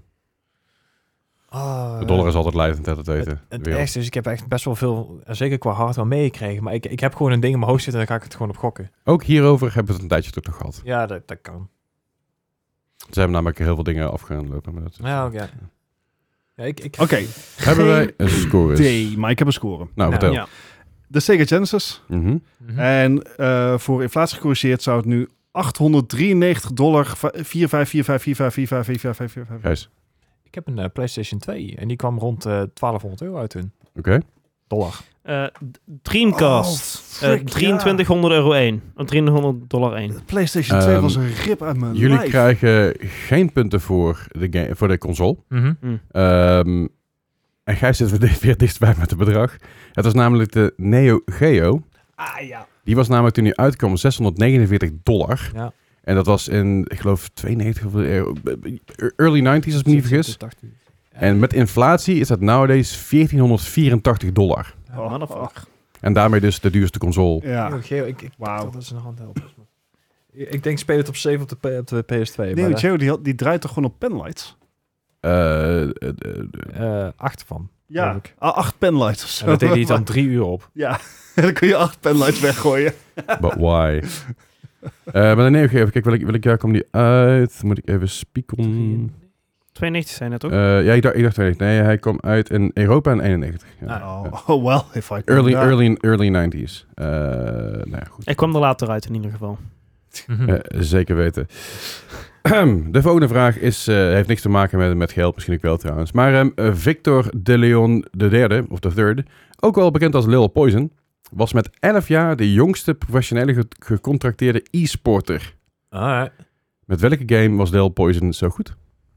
Ah, De dollar is altijd leidend, hè, dat weten. Het, het Wereld. ergste is, ik heb echt best wel veel, en zeker qua hardware meegekregen, maar ik, ik heb gewoon een ding in mijn hoofd zitten en dan ga ik het gewoon op gokken. Ook hierover hebben we het een tijdje terug nog gehad. Ja, dat, dat kan. Ze hebben namelijk heel veel dingen af gaan lopen. Maar dat is- Ja, ook, ja. Ja, ik, ik, Oké, Hebben wij een score? D, maar ik heb een score. Nou, Ja. vertel. Ja. De Sega Genesis. Mhm. Mhm. En uh, voor inflatie gecorrigeerd zou het nu achthonderddrieënnegentig dollar, vier vijf vier vijf vier vijf vier vijf vier vijf vier vijf vijf. Gijs. Ik heb een uh, PlayStation twee en die kwam rond uh, twaalfhonderd euro uit hun. Oké. Dollar. Uh, Dreamcast. Oh, frick, uh, drieëntwintighonderd euro één. Of driehonderd dollar één. De PlayStation twee Um, was een rip uit mijn Jullie lijf. krijgen geen punten voor de, game, voor de console. Mhm. Um, en Gijs zit weer weer dichtbij met het bedrag. Het was namelijk de Neo Geo. Ah, ja. Die was namelijk toen die uitkwam zeshonderdnegenenveertig dollar. Ja. En dat was in, ik geloof, tweeënnegentig of eh, early nineties, als ik me niet vergis. En met inflatie is dat nowadays veertienhonderdvierentachtig dollar. Oh, motherfucker. En daarmee dus de duurste console. Ja. Neo Geo, ik, ik Wauw. dat is een handheld. Ik ik denk speel het op zeven op de, P- op de P S twee. Neo maar, Geo, die, had- die draait toch gewoon op penlights? Eh, eh, eh, eh, uh, acht van. Ja, geloof ik. ah, acht penlights of zo. En dat deed hij dan drie uur op. Ja, dan kun je acht penlights weggooien. But why? uh, maar de Neo Geo, kijk, welk, welk jaar kwam die uit? Moet ik even spieken? tweeënnegentig zijn het ook. Uh, ja, ik dacht, ik dacht tweeënnegentig. Nee, hij kwam uit in Europa in eenennegentig. Ja. Ah, Oh, oh well, if I Early, ja. early, early nineties. Uh, nou ja, goed. Ik kwam er later uit in ieder geval. Mhm. Uh, zeker weten. De volgende vraag is, uh, heeft niks te maken met, met geld, misschien ook wel trouwens. Maar um, uh, Victor de Leon de derde, of de third, ook wel bekend als Lil Poison, was met elf jaar de jongste professionele ge- gecontracteerde e-sporter. Alright. Met welke game was Lil Poison zo goed?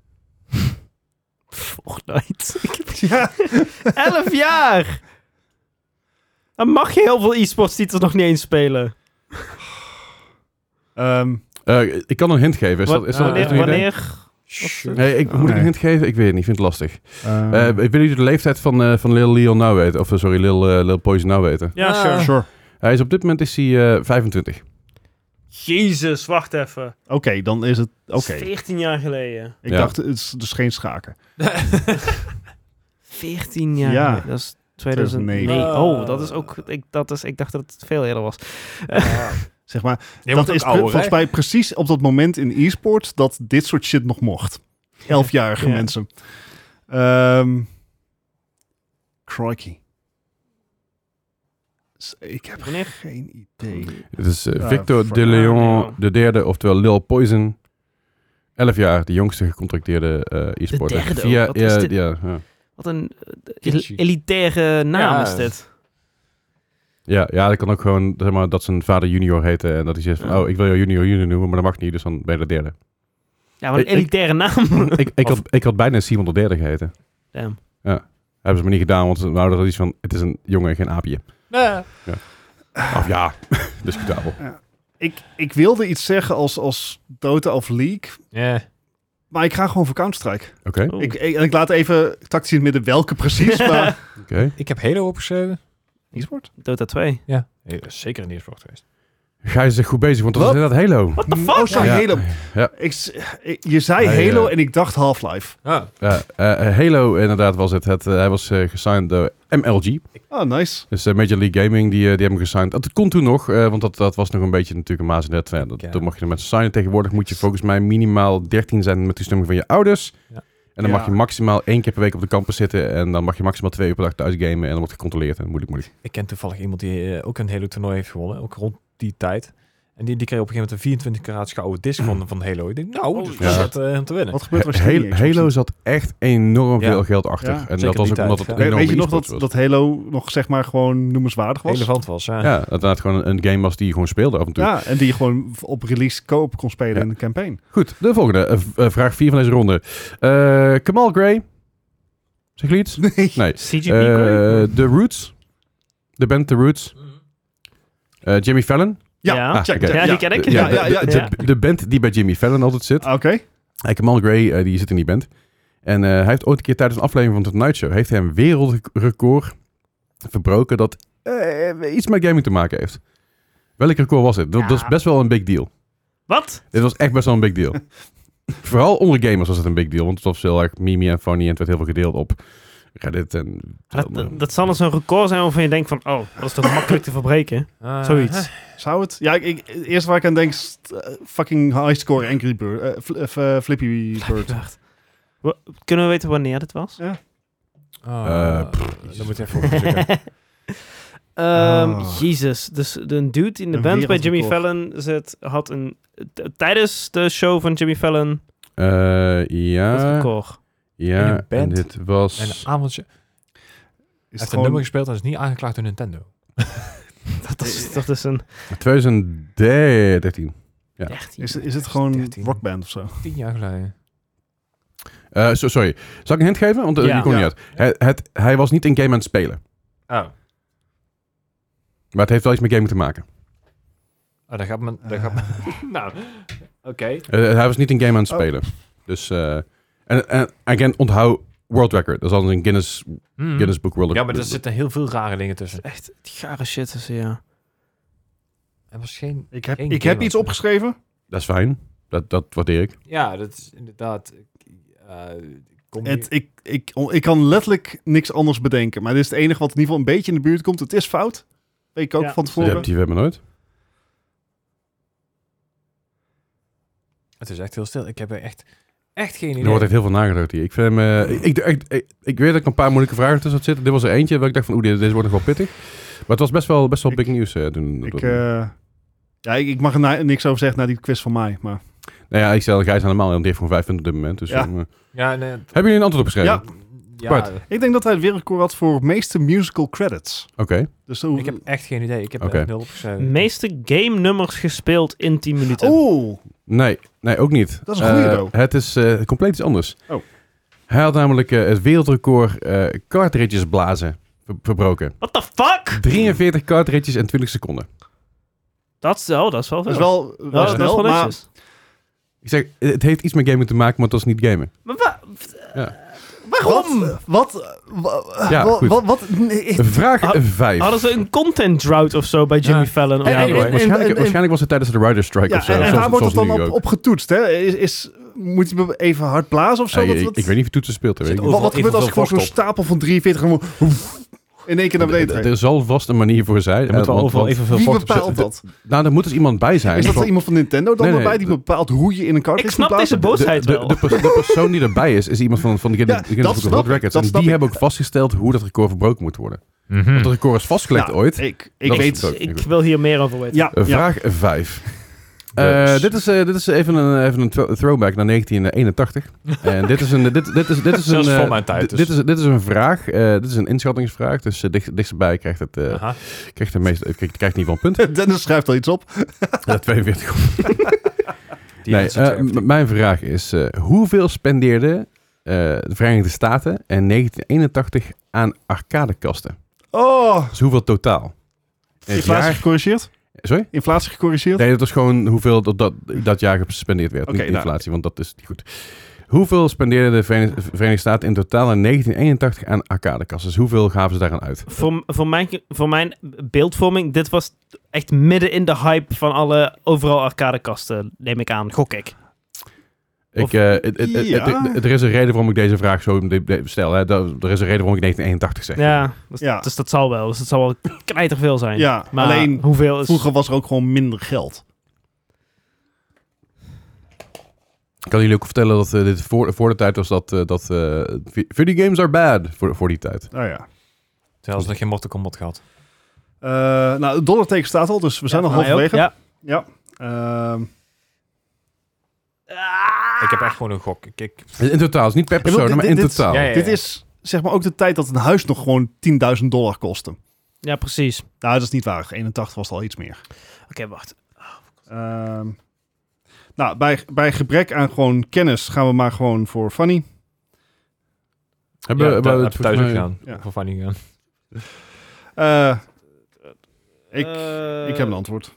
Fortnite. Ja. elf jaar! Dan mag je heel veel e-sports titels nog niet eens spelen. Ehm, Uh, ik kan een hint geven. Is dat, is dat, Ah, is dat Wanneer? een idee? wanneer Sure. Nee, ik, moet ik Nee. een hint geven? Ik weet het niet. Ik vind het lastig. ehm, Uh, ik wil jullie de leeftijd van, uh, van Lil Leon nou weten. Of uh, sorry, Lil, uh, Lil Poison nou weten. Ja, Ah. sure. sure. Hij is op dit moment is hij uh, vijfentwintig. Jezus, wacht even. Oké, dan is het... Dat is Oké, veertien jaar geleden. ik Ja. dacht, het is dus geen schaken. veertien jaar Ja. geleden. Dat is tweeduizend negen. tweeduizend negen. Oh, dat is ook... Ik, dat is, ik dacht dat het veel eerder was. Zeg maar, Je dat wordt ook is pre- ouder, volgens hè? mij precies op dat moment in e-sport dat dit soort shit nog mocht. Elfjarige Ja. mensen. Ehm crikey. S- Ik heb Wanneer? geen idee. Het is uh, Ah, Victor fuck. de Leon Ah, de derde, oftewel Lil Poison. elf jaar, de jongste gecontracteerde uh, e-sporter. derde Via, ook, wat is ja, dit? ja, ja. Wat een uh, Kitschy. elitaire naam Ja. is dit. Ja, ja, dat kan ook gewoon zeg maar, dat zijn vader junior heette en dat hij zegt van, Ja. oh, ik wil jou junior junior noemen, maar dat mag niet, dus dan ben je de derde. Ja, wat een Ik- ik- elitaire naam. ik, ik, Of- had, ik had bijna Simon de derde geheten. Damn. Hebben ze me niet gedaan, want we hadden iets van, het is een jongen en geen aapje. Nee. Of ja, discutabel. Ik, ik wilde iets zeggen als, als Dota of League, Ja. maar ik ga gewoon voor Counter-Strike. Oké, Oh. Ik, ik, en ik laat even tactisch in het midden welke precies, maar... oké. Ik heb Halo opgeschreven. E-sport? Dota twee. Ja. Hey, zeker een e-sport geweest. Ga je zich goed bezig, want dat Wat? is inderdaad Halo. What the fuck? Oh, sorry, Ja. Halo. Ja. Ik, s- ik- je zei Hij, Halo eh, en ik dacht Half-Life. Ah. Ja, eh, Halo inderdaad was het. het eh, hij was eh, gesigned door M L G. Oh, nice. Dus eh, Major League Gaming, die, eh, die hebben hem gesigned. Dat kon toen nog, eh, want dat, dat was nog een beetje natuurlijk een maas in het. Ja, dat, Ja. Toen mocht je er met ze signen. Tegenwoordig moet je volgens mij minimaal dertien zijn met toestemming van je ouders. Ja. En dan Ja. mag je maximaal één keer per week op de campus zitten. En dan mag je maximaal twee uur per dag thuis gamen. En dan wordt gecontroleerd. En moeilijk, moeilijk. Ik ken toevallig iemand die eh, ook een Halo toernooi heeft gewonnen. Ook rond die tijd. En die, die kreeg op een gegeven moment een vierentwintig karaats gouden disc van, van Halo. Ik denk, nou, dus Ja. ja. dat uh, om te winnen. Wat gebeurt er als je Halo, niet eens Halo opziet? zat echt enorm Ja. veel geld achter. Ja, en zeker dat was die ook omdat tijd, het ja. enorm Weet je nog e-sports dat, was. dat Halo nog zeg maar gewoon noemenswaardig was? Relevant was, ja. Ja, dat inderdaad gewoon een game was die je gewoon speelde af en toe. Ja, en die je gewoon op release co-op kon spelen Ja. in de campaign. Goed, de volgende. Uh, v- uh, vraag vier van deze ronde. Uh, Kamal Gray. Zeg je iets? Nee. Nee. C G P? Uh, The Roots. De band The Roots. Uh, Jimmy Fallon. Ja, Ja. Ah, check. oké. Ja, die ken ik. Ja, Ja, ja, de, ja, de, de, de band die bij Jimmy Fallon altijd zit. Oké. Okay. Uh, Kamal Gray, uh, die zit in die band. En uh, hij heeft ooit een keer tijdens een aflevering van The Tonight Show... heeft hij een wereldrecord verbroken... dat uh, iets met gaming te maken heeft. Welk record was het? Dat, Ja. dat is best wel een big deal. Wat? Dit was echt best wel een big deal. Vooral onder gamers was het een big deal. Want het was heel erg meme en funny... en het werd heel veel gedeeld op Reddit en... Dat, dat, dat zal dus een record zijn waarvan je denkt van... Oh, dat is toch makkelijk te verbreken? Uh, Zoiets. Zou het? Ja, ik, ik, het eerste waar ik aan denk is uh, fucking high score Angry Bird. Uh, fl- f- uh, Flippy Bird. Wa- Kunnen we weten wanneer dit was? Ja. Uh, Uh, dan moet je even opzoeken. Ehm Oh. Jezus. Dus de dude in de Een band bij Jimmy wereldrecord. Fallon zit, had een... t- Tijdens de show van Jimmy Fallon... Uh, Dat ja, record. In ja, een en band. dit was... En een avondje. Hij Is heeft het een gewoon... nummer gespeeld en is niet aangeklaagd door Nintendo. Dat is, dat is een... twintig dertien. Ja. dertien. Is, is het gewoon dertien. rockband of zo? Tien jaar geleden. Uh, so, sorry, zal ik een hint geven? Want uh, Ja. die komt Ja. niet uit. Het, het, hij was niet in game aan het spelen. Oh. Maar het heeft wel iets met gaming te maken. Oh, daar gaat men... Daar gaat men nou, oké. Uh, hij was niet in game aan het Oh. spelen. Dus, uh, en, en again, onthoud World Record. Dat is altijd een Guinness, Hmm. Guinness Book World Ja, Record. maar er zitten heel veel rare dingen tussen. Echt die gare shit tussen, ja. Er was geen... Ik heb, Geen ik game heb iets of- opgeschreven. Dat is fijn. Dat, dat waardeer ik. Ja, dat is inderdaad... Uh, kom Het, ik, ik, on- ik kan letterlijk niks anders bedenken. Maar dit is het enige wat in ieder geval een beetje in de buurt komt. Het is fout. Weet ik ook Ja. van Die, tevoren. die hebben we nooit. Het is echt heel stil. Ik heb er echt, echt geen Er idee. wordt echt heel veel nagedacht hier. Ik, vind hem, uh, ik, ik, ik, ik, ik weet dat ik een paar moeilijke vragen tussen had zitten. Dit was er eentje waar ik dacht van, oeh, deze, deze wordt nog wel pittig. Maar het was best wel, best wel Ik- big nieuws. Uh, toen, Ik, toen- uh, ja, ik, ik mag er na- niks over zeggen na die quiz van mij. Maar nou ja, ik stel Gijs aan de maal en die heeft gewoon vijf punten op dit moment. Dus, Ja. uh, Ja, nee, hebben jullie een antwoord opgeschreven? Ja. ja, Bart. ik denk dat hij het wereldrecord had voor meeste musical credits. Oké. Dus hoe... ik heb echt geen idee. Ik heb Oké. er nul opgeschreven. Meeste game nummers gespeeld in tien minuten. Oeh, Nee, nee, ook niet. Dat is een goeie, Eh, though. Het is uh, compleet iets anders. Oh. Hij had namelijk uh, het wereldrecord uh, cartridges blazen ver- verbroken. What the fuck? drieënveertig cartridges in twintig seconden. Dat is, oh, dat is wel veel. dat is wel, wel Ja, dat is snel, wel maar netjes. Ik zeg, het heeft iets met gaming te maken, maar dat is niet gamen. Maar wa- Ja. waarom? Wat? Wat? wa- Ja, wa- goed. wat, wat, nee, ik- Vraag Ha- vijf. Hadden ze een content drought of zo bij Jimmy Ja. Fallon? Of En- Ja, en- anyway. en- waarschijnlijk, en- waarschijnlijk was het tijdens de Rider Strike ja, of zo. en, en zoals- waar wordt het zoals dan nu op, ook. op getoetst? Hè? Is, is, moet je even hard blazen of zo? Ja, Wat- ik, wat- ik weet niet of je toetsen speelt. Dat weet ik Zit niet. wat, wat gebeurt als ik evenveel gewoon zo'n vast op. stapel van drieënveertig gewoon in één keer naar beneden Er trek? zal vast een manier voor zijn. Er moet Eh, wel want- overal want- evenveel Wie vocht op bepaalt zitten. dat? Nou, er moet dus iemand bij zijn. Is dat Van- er iemand van Nintendo dan Nee, nee, erbij die de- bepaalt hoe je in een cartridge Ik snap moet deze blazen? boosheid de, de, wel. de, pers- de persoon die erbij is, is iemand van, van de Ja, Guinness dat Guinness Book of snap World ik, Records. dat En snap die ik. hebben ook vastgesteld hoe dat record verbroken moet worden. Mhm. Want het record is vastgelegd Ja, ooit. Ik, ik Dat is weet... het ook. Ik wil hier meer over weten. Ja, Uh, ja. vraag vijf. Dus. dit, is, uh, dit is even een, even een thro- throwback naar negentien eenentachtig. En dit is een... Dit, dit is, dit is Zelfs een, voor uh, mijn tijd, dit- dus. dit, is, dit is een vraag. Uh, dit is een inschattingsvraag. Dus uh, dicht, dichtstbij krijgt het... Uh, Aha. krijgt de meeste, krijgt, krijgt in ieder geval een punt. Dennis schrijft al iets op. Uh, tweeënveertig. Die Nee, answert uh, heeft hij. m- mijn vraag is... Uh, hoeveel spendeerde uh, de Verenigde Staten in negentien eenentachtig aan arcadekasten? Oh, Dus hoeveel totaal? In het inflatie jaar- gecorrigeerd? Sorry? Inflatie gecorrigeerd? Nee, dat was gewoon hoeveel dat, dat, dat jaar gespendeerd werd. Oké, niet nou. inflatie, want dat is niet goed. Hoeveel spendeerde de Verenigde, Verenigde Staten in totaal in negentien eenentachtig aan arcadekasten? Dus hoeveel gaven ze daaraan uit? Voor, voor, mijn, voor mijn beeldvorming, dit was echt midden in de hype van alle overal arcadekasten, neem ik aan. Gok ik. Ik, Of- uh, het- het- het- Ja. het- het- er is een reden waarom ik deze vraag zo de- de- stel. Hè. Dat- Er is een reden waarom ik negentien eenentachtig zeg. Ja, dus, Ja. dus dat zal wel. Dus het zal wel knijterveel zijn. Ja, Maar alleen hoeveel is... vroeger was er ook gewoon minder geld. Ik kan jullie ook vertellen dat uh, dit voor, voor de tijd was dat, uh, dat uh, vi- video games are bad voor, voor die tijd. Nou ja. Terwijl ze nog geen Mortal Kombat gehad. Uh, nou, het dollarteken staat al, dus we zijn Ja, al voor mij ook. halverwege. Ja. Ja. Ehm, Ik heb echt gewoon een gok. Ik, ik, In totaal, dus niet per Ja, want persoon, dit- maar in dit- totaal. Ja, ja. Dit is zeg maar ook de tijd dat een huis nog gewoon tienduizend dollar kostte. Ja, precies. Nou, dat is niet waar. eenentachtig was het al iets meer. Oké, wacht. Ehm, nou, bij, bij gebrek aan gewoon kennis gaan we maar gewoon voor funny. Hebben ja, we thu- hebben we heb het thuis ook volgens mij- gedaan. Ja. Voor Fanny gegaan. Eh, ik, Eh, ik heb een antwoord.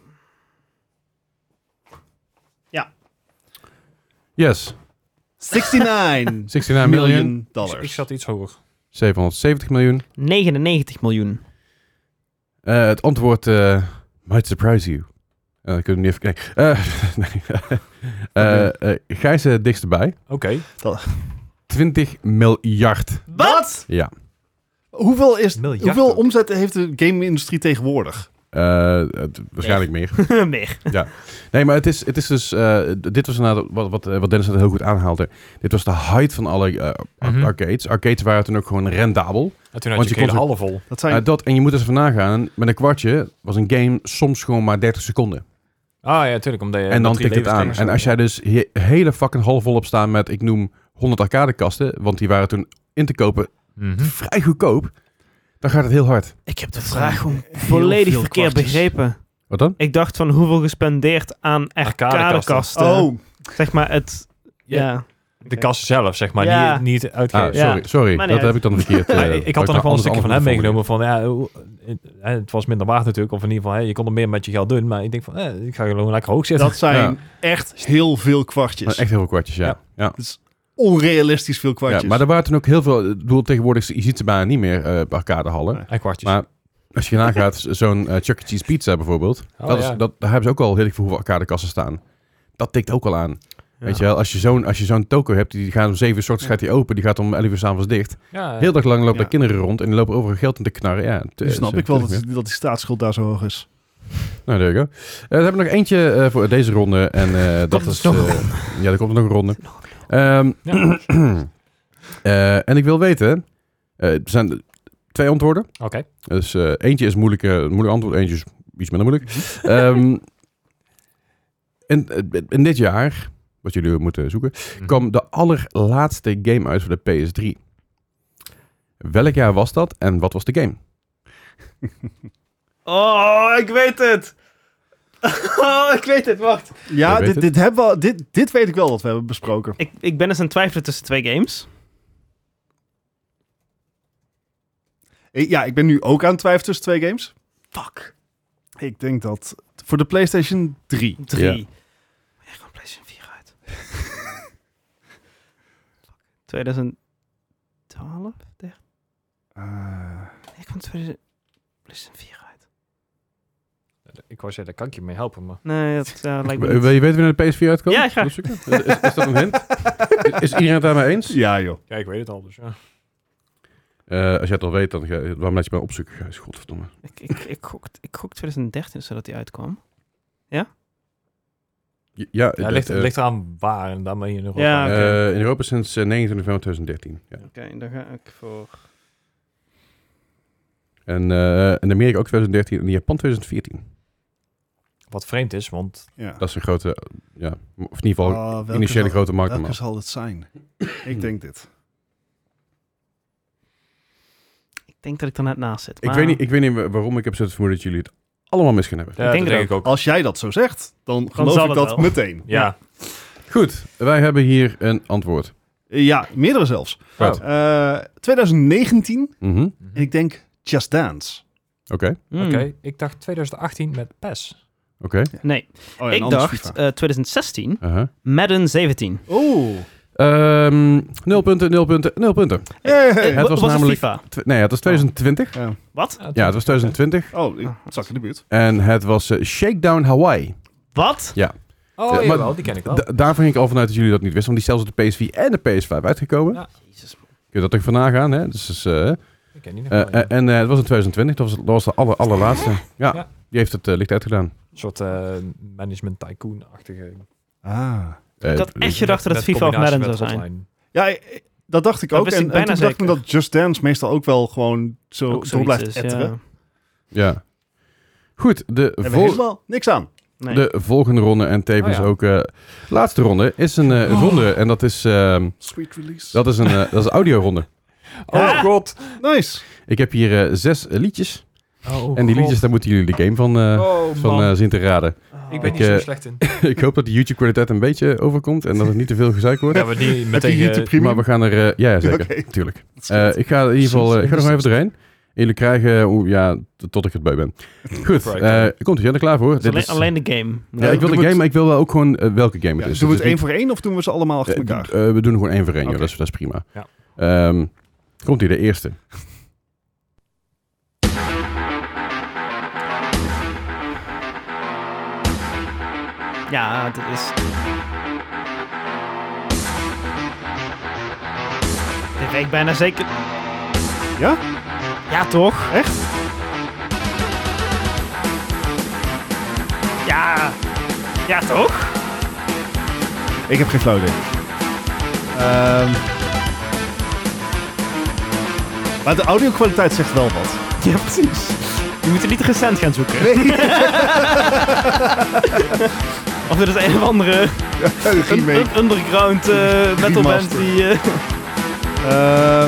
Yes, negenenzestig zestignegen miljoen, miljoen Ik, dollars. ik zat iets hoger. zevenhonderdzeventig miljoen. negenennegentig miljoen. Uh, het antwoord uh, might surprise you. Uh, ik kan het niet even kijken. Uh, nee. uh, uh, Gijs uh, dichtst erbij. Oké. twintig miljard. Wat? Ja. Hoeveel, is, Miljard hoeveel ook. omzet heeft de game-industrie tegenwoordig? Uh, het, waarschijnlijk meer. Meer. Nee, maar het is, het is dus... Uh, dit was inderdaad wat, wat, wat Dennis net heel goed aanhaalde. Dit was de height van alle uh, Mhm. arcades. Arcades waren toen ook gewoon rendabel. En toen had Want je je hele kon hallen vol. Dat zijn... Uh, dat, en je moet eens even nagaan. Met een kwartje was een game soms gewoon maar dertig seconden. Ah ja, natuurlijk. Omdat je En dan drie tikt het aan. levens En als jij dus he- hele fucking hal vol op staan met, ik noem, honderd arcadekasten, want die waren toen in te kopen Mhm. vrij goedkoop, dan gaat het heel hard. Ik heb de Dat vraag zijn gewoon heel volledig veel verkeerd kwartjes. begrepen. Wat dan? Ik dacht van hoeveel gespendeerd aan Arcadekasten. arcadekasten. Oh, Zeg maar het... Ja. Ja. De kast zelf, zeg maar. Ja. Niet, niet Ah, uitgeven. Ja. sorry, sorry. Maar niet dat uit. heb ik dan verkeerd. Ja, eh, ik, ik had had er nog wel een stukje van hem anders meegenomen. Van, ja, hoe- eh, het was minder waard natuurlijk. Of in ieder geval, hè, je kon er meer met je geld doen. Maar ik denk van, eh, ik ga gewoon lekker hoog zitten. dat zijn Ja. echt heel veel Maar kwartjes. echt heel veel kwartjes, ja. Ja. ja. Onrealistisch veel kwartjes. Ja, maar er waren toen ook heel veel... Ik bedoel, tegenwoordig, je ziet ze bijna niet meer uh, arcadehallen. Nee. En kwartjes. Maar als je nagaat, zo'n uh, Chuck E. Cheese pizza bijvoorbeeld, Oh, dat ja. is, dat, daar hebben ze ook al heel veel arcadekassen staan. Dat tikt ook al aan. Ja. Weet je wel, als je zo'n, als je zo'n toko hebt, die gaat om zeven uur 's ochtends gaat die open, die gaat om elf uur 's avonds dicht. ja, Heel dag lang lopen Ja. daar kinderen rond en die lopen overal geld in te knarren. Ja, het, Nu eh, snap is, ik wel eh, dat, dat die staatsschuld daar zo hoog is. Nou, there you go. Uh, we hebben nog eentje uh, voor deze ronde. En uh, dat er is... nog een Uh, ja, er komt er nog een ronde. Um, Ja. uh, en ik wil weten... Uh, er zijn twee antwoorden. Oké. Dus uh, eentje is moeilijk, uh, een moeilijk antwoord. Eentje is iets minder moeilijk. um, in, in dit jaar, wat jullie moeten zoeken... Mhm. kwam de allerlaatste game uit voor de P S drie. Welk jaar was dat en wat was de game? Oh, ik weet het! Oh, ik weet het, wacht. Ja, Jij weet dit, het. dit, hebben we, dit, dit weet ik wel dat we hebben besproken. Ik, ik ben eens aan het twijfelen tussen twee games. Ik- Ja, ik ben nu ook aan het twijfelen tussen twee games. Fuck. Ik denk dat voor de PlayStation drie. Drie. Ja. Wanneer kwam PlayStation vier uit? twintig twaalf? dertien? Uh, Nee, kwam twintig PlayStation vier uit. Ik wou zeggen, daar kan ik je mee helpen, maar... Nee, dat uh, lijkt me Wil niet. je weten wanneer de P S vier uitkomt? Ja, graag. Is, is, is dat een hint? Is, is iedereen het daarmee eens? ja, joh. Ja, ik weet het al, dus ja. Uh, als jij het al weet, dan ga, waarom laat je mij opzoeken? Gijs? Godverdomme. Ik, ik, ik, gok, ik gok twintig dertien zodat die uitkwam. Ja, Ja, ja, het dat, ligt, uh, het ligt eraan waar en daarmee in Europa. Ja, oké. uh, in Europa sinds uh, negenentwintig november twintig dertien. Ja. Oké, okay, dan ga ik voor... En uh, in Amerika ook twintig dertien en in Japan twintig veertien. Wat vreemd is, want... Ja. Dat is een grote, ja, of in ieder geval Ah, welke initiële zal- grote markt. Welke maar. zal het zijn? Ik denk dit. Ik denk dat ik er net naast zit. Ik, maar- weet niet, ik weet niet wa- waarom, ik heb zo het vermoeden dat jullie het allemaal mis gaan hebben. Ja, denk dat het denk ik ook. Als jij dat zo zegt, dan geloof zal ik het dat wel. meteen. Ja. Goed, wij hebben hier een antwoord. Ja, meerdere zelfs. Goed. Uh, twintig negentien, Mhm. en ik denk Just Dance. Oké, Hmm. Oké, ik dacht twintig achttien met P E S. oké. Nee, Oh, ja, en ik anders dacht FIFA. uh, twintig zestien, Uh-huh. Madden zeventien. Oeh. Ehm, nul punten, nul punten, nul punten. Hey, hey. Eh, het wa- was het namelijk- FIFA. Tw- nee, het was twintig twintig. Ja. Wat? Ja, het was twintig twintig. Oh, ik zag in de buurt. En het was uh, Shakedown Hawaii. Wat? Ja. Oh, Ja, ja, maar jawel, die ken ik wel. Da- daar ging ik al vanuit dat jullie dat niet wisten. Want die is zelfs op de P S vier en de P S vijf uitgekomen. Ja. Jezus. Kun je dat toch van nagaan, hè? Dus, is, uh, Ik ken die nog uh, wel, ja. uh, en uh, het was in twintig twintig. Dat was, dat was de aller, allerlaatste. Ja, Ja. die heeft het uh, licht uitgedaan. Een soort uh, management tycoon-achtige... Ah. Uh, Ik had echt gedacht dat het met FIFA of combinatie Madden zou met zijn. hotline. Ja, ik- dat dacht ik Dat ook. wist En, ik en bijna toen dacht ik zeker. dat Just Dance meestal ook wel gewoon zo Ook door zoiets blijft is, etteren. ja. Ja. Goed, de Hebben we vol- helemaal niks aan. Nee. De volgende ronde en tevens Oh ja. ook uh, laatste ronde is een uh, Oh. ronde. En dat is, uh, Sweet release. dat is een, uh, dat is een audioronde. Oh Ah. god. Nice. Ik heb hier uh, zes uh, liedjes. Oh, en die god. liedjes, daar moeten jullie de game van, uh, Oh, van man. uh, zien te raden. Ik ben Ik, niet zo eh, slecht in. Ik hoop dat de YouTube-kwaliteit een beetje overkomt en dat het niet te veel gezeik wordt. Ja, maar die Heb je meteen... YouTube eh, Premium? Maar we gaan er... Uh, ja, ja, zeker. Oké. Tuurlijk. Dat scheelt. Uh, ik ga in ieder geval... Uh, ik ga er nog even Zes. doorheen. Jullie krijgen... Uh, ja, t- tot ik het beu ben. Goed. Uh, komt u er klaar voor? Dus Dit alleen, is- alleen de game. Ja, ik wil de Doen we game, het- maar ik wil wel ook gewoon uh, welke game het Ja, is. doen we Het het is één voor één of doen we ze allemaal achter niet- elkaar? Uh, uh, we doen er gewoon één voor één, joh. Oké. Dat, is, dat is prima. Ja. Um, komt hier de eerste. Ja, dit is... Dit weet ik bijna zeker... Ja? Ja, toch? Echt? Ja. Ja, toch? Ik heb geen flauw idee. Ehm maar de audio-kwaliteit zegt wel wat. Ja, precies. Je moet er niet recent gaan zoeken. Nee. Of dit is een of andere un- Remake. un- underground eh metalband Remaster. die... eh, Ehm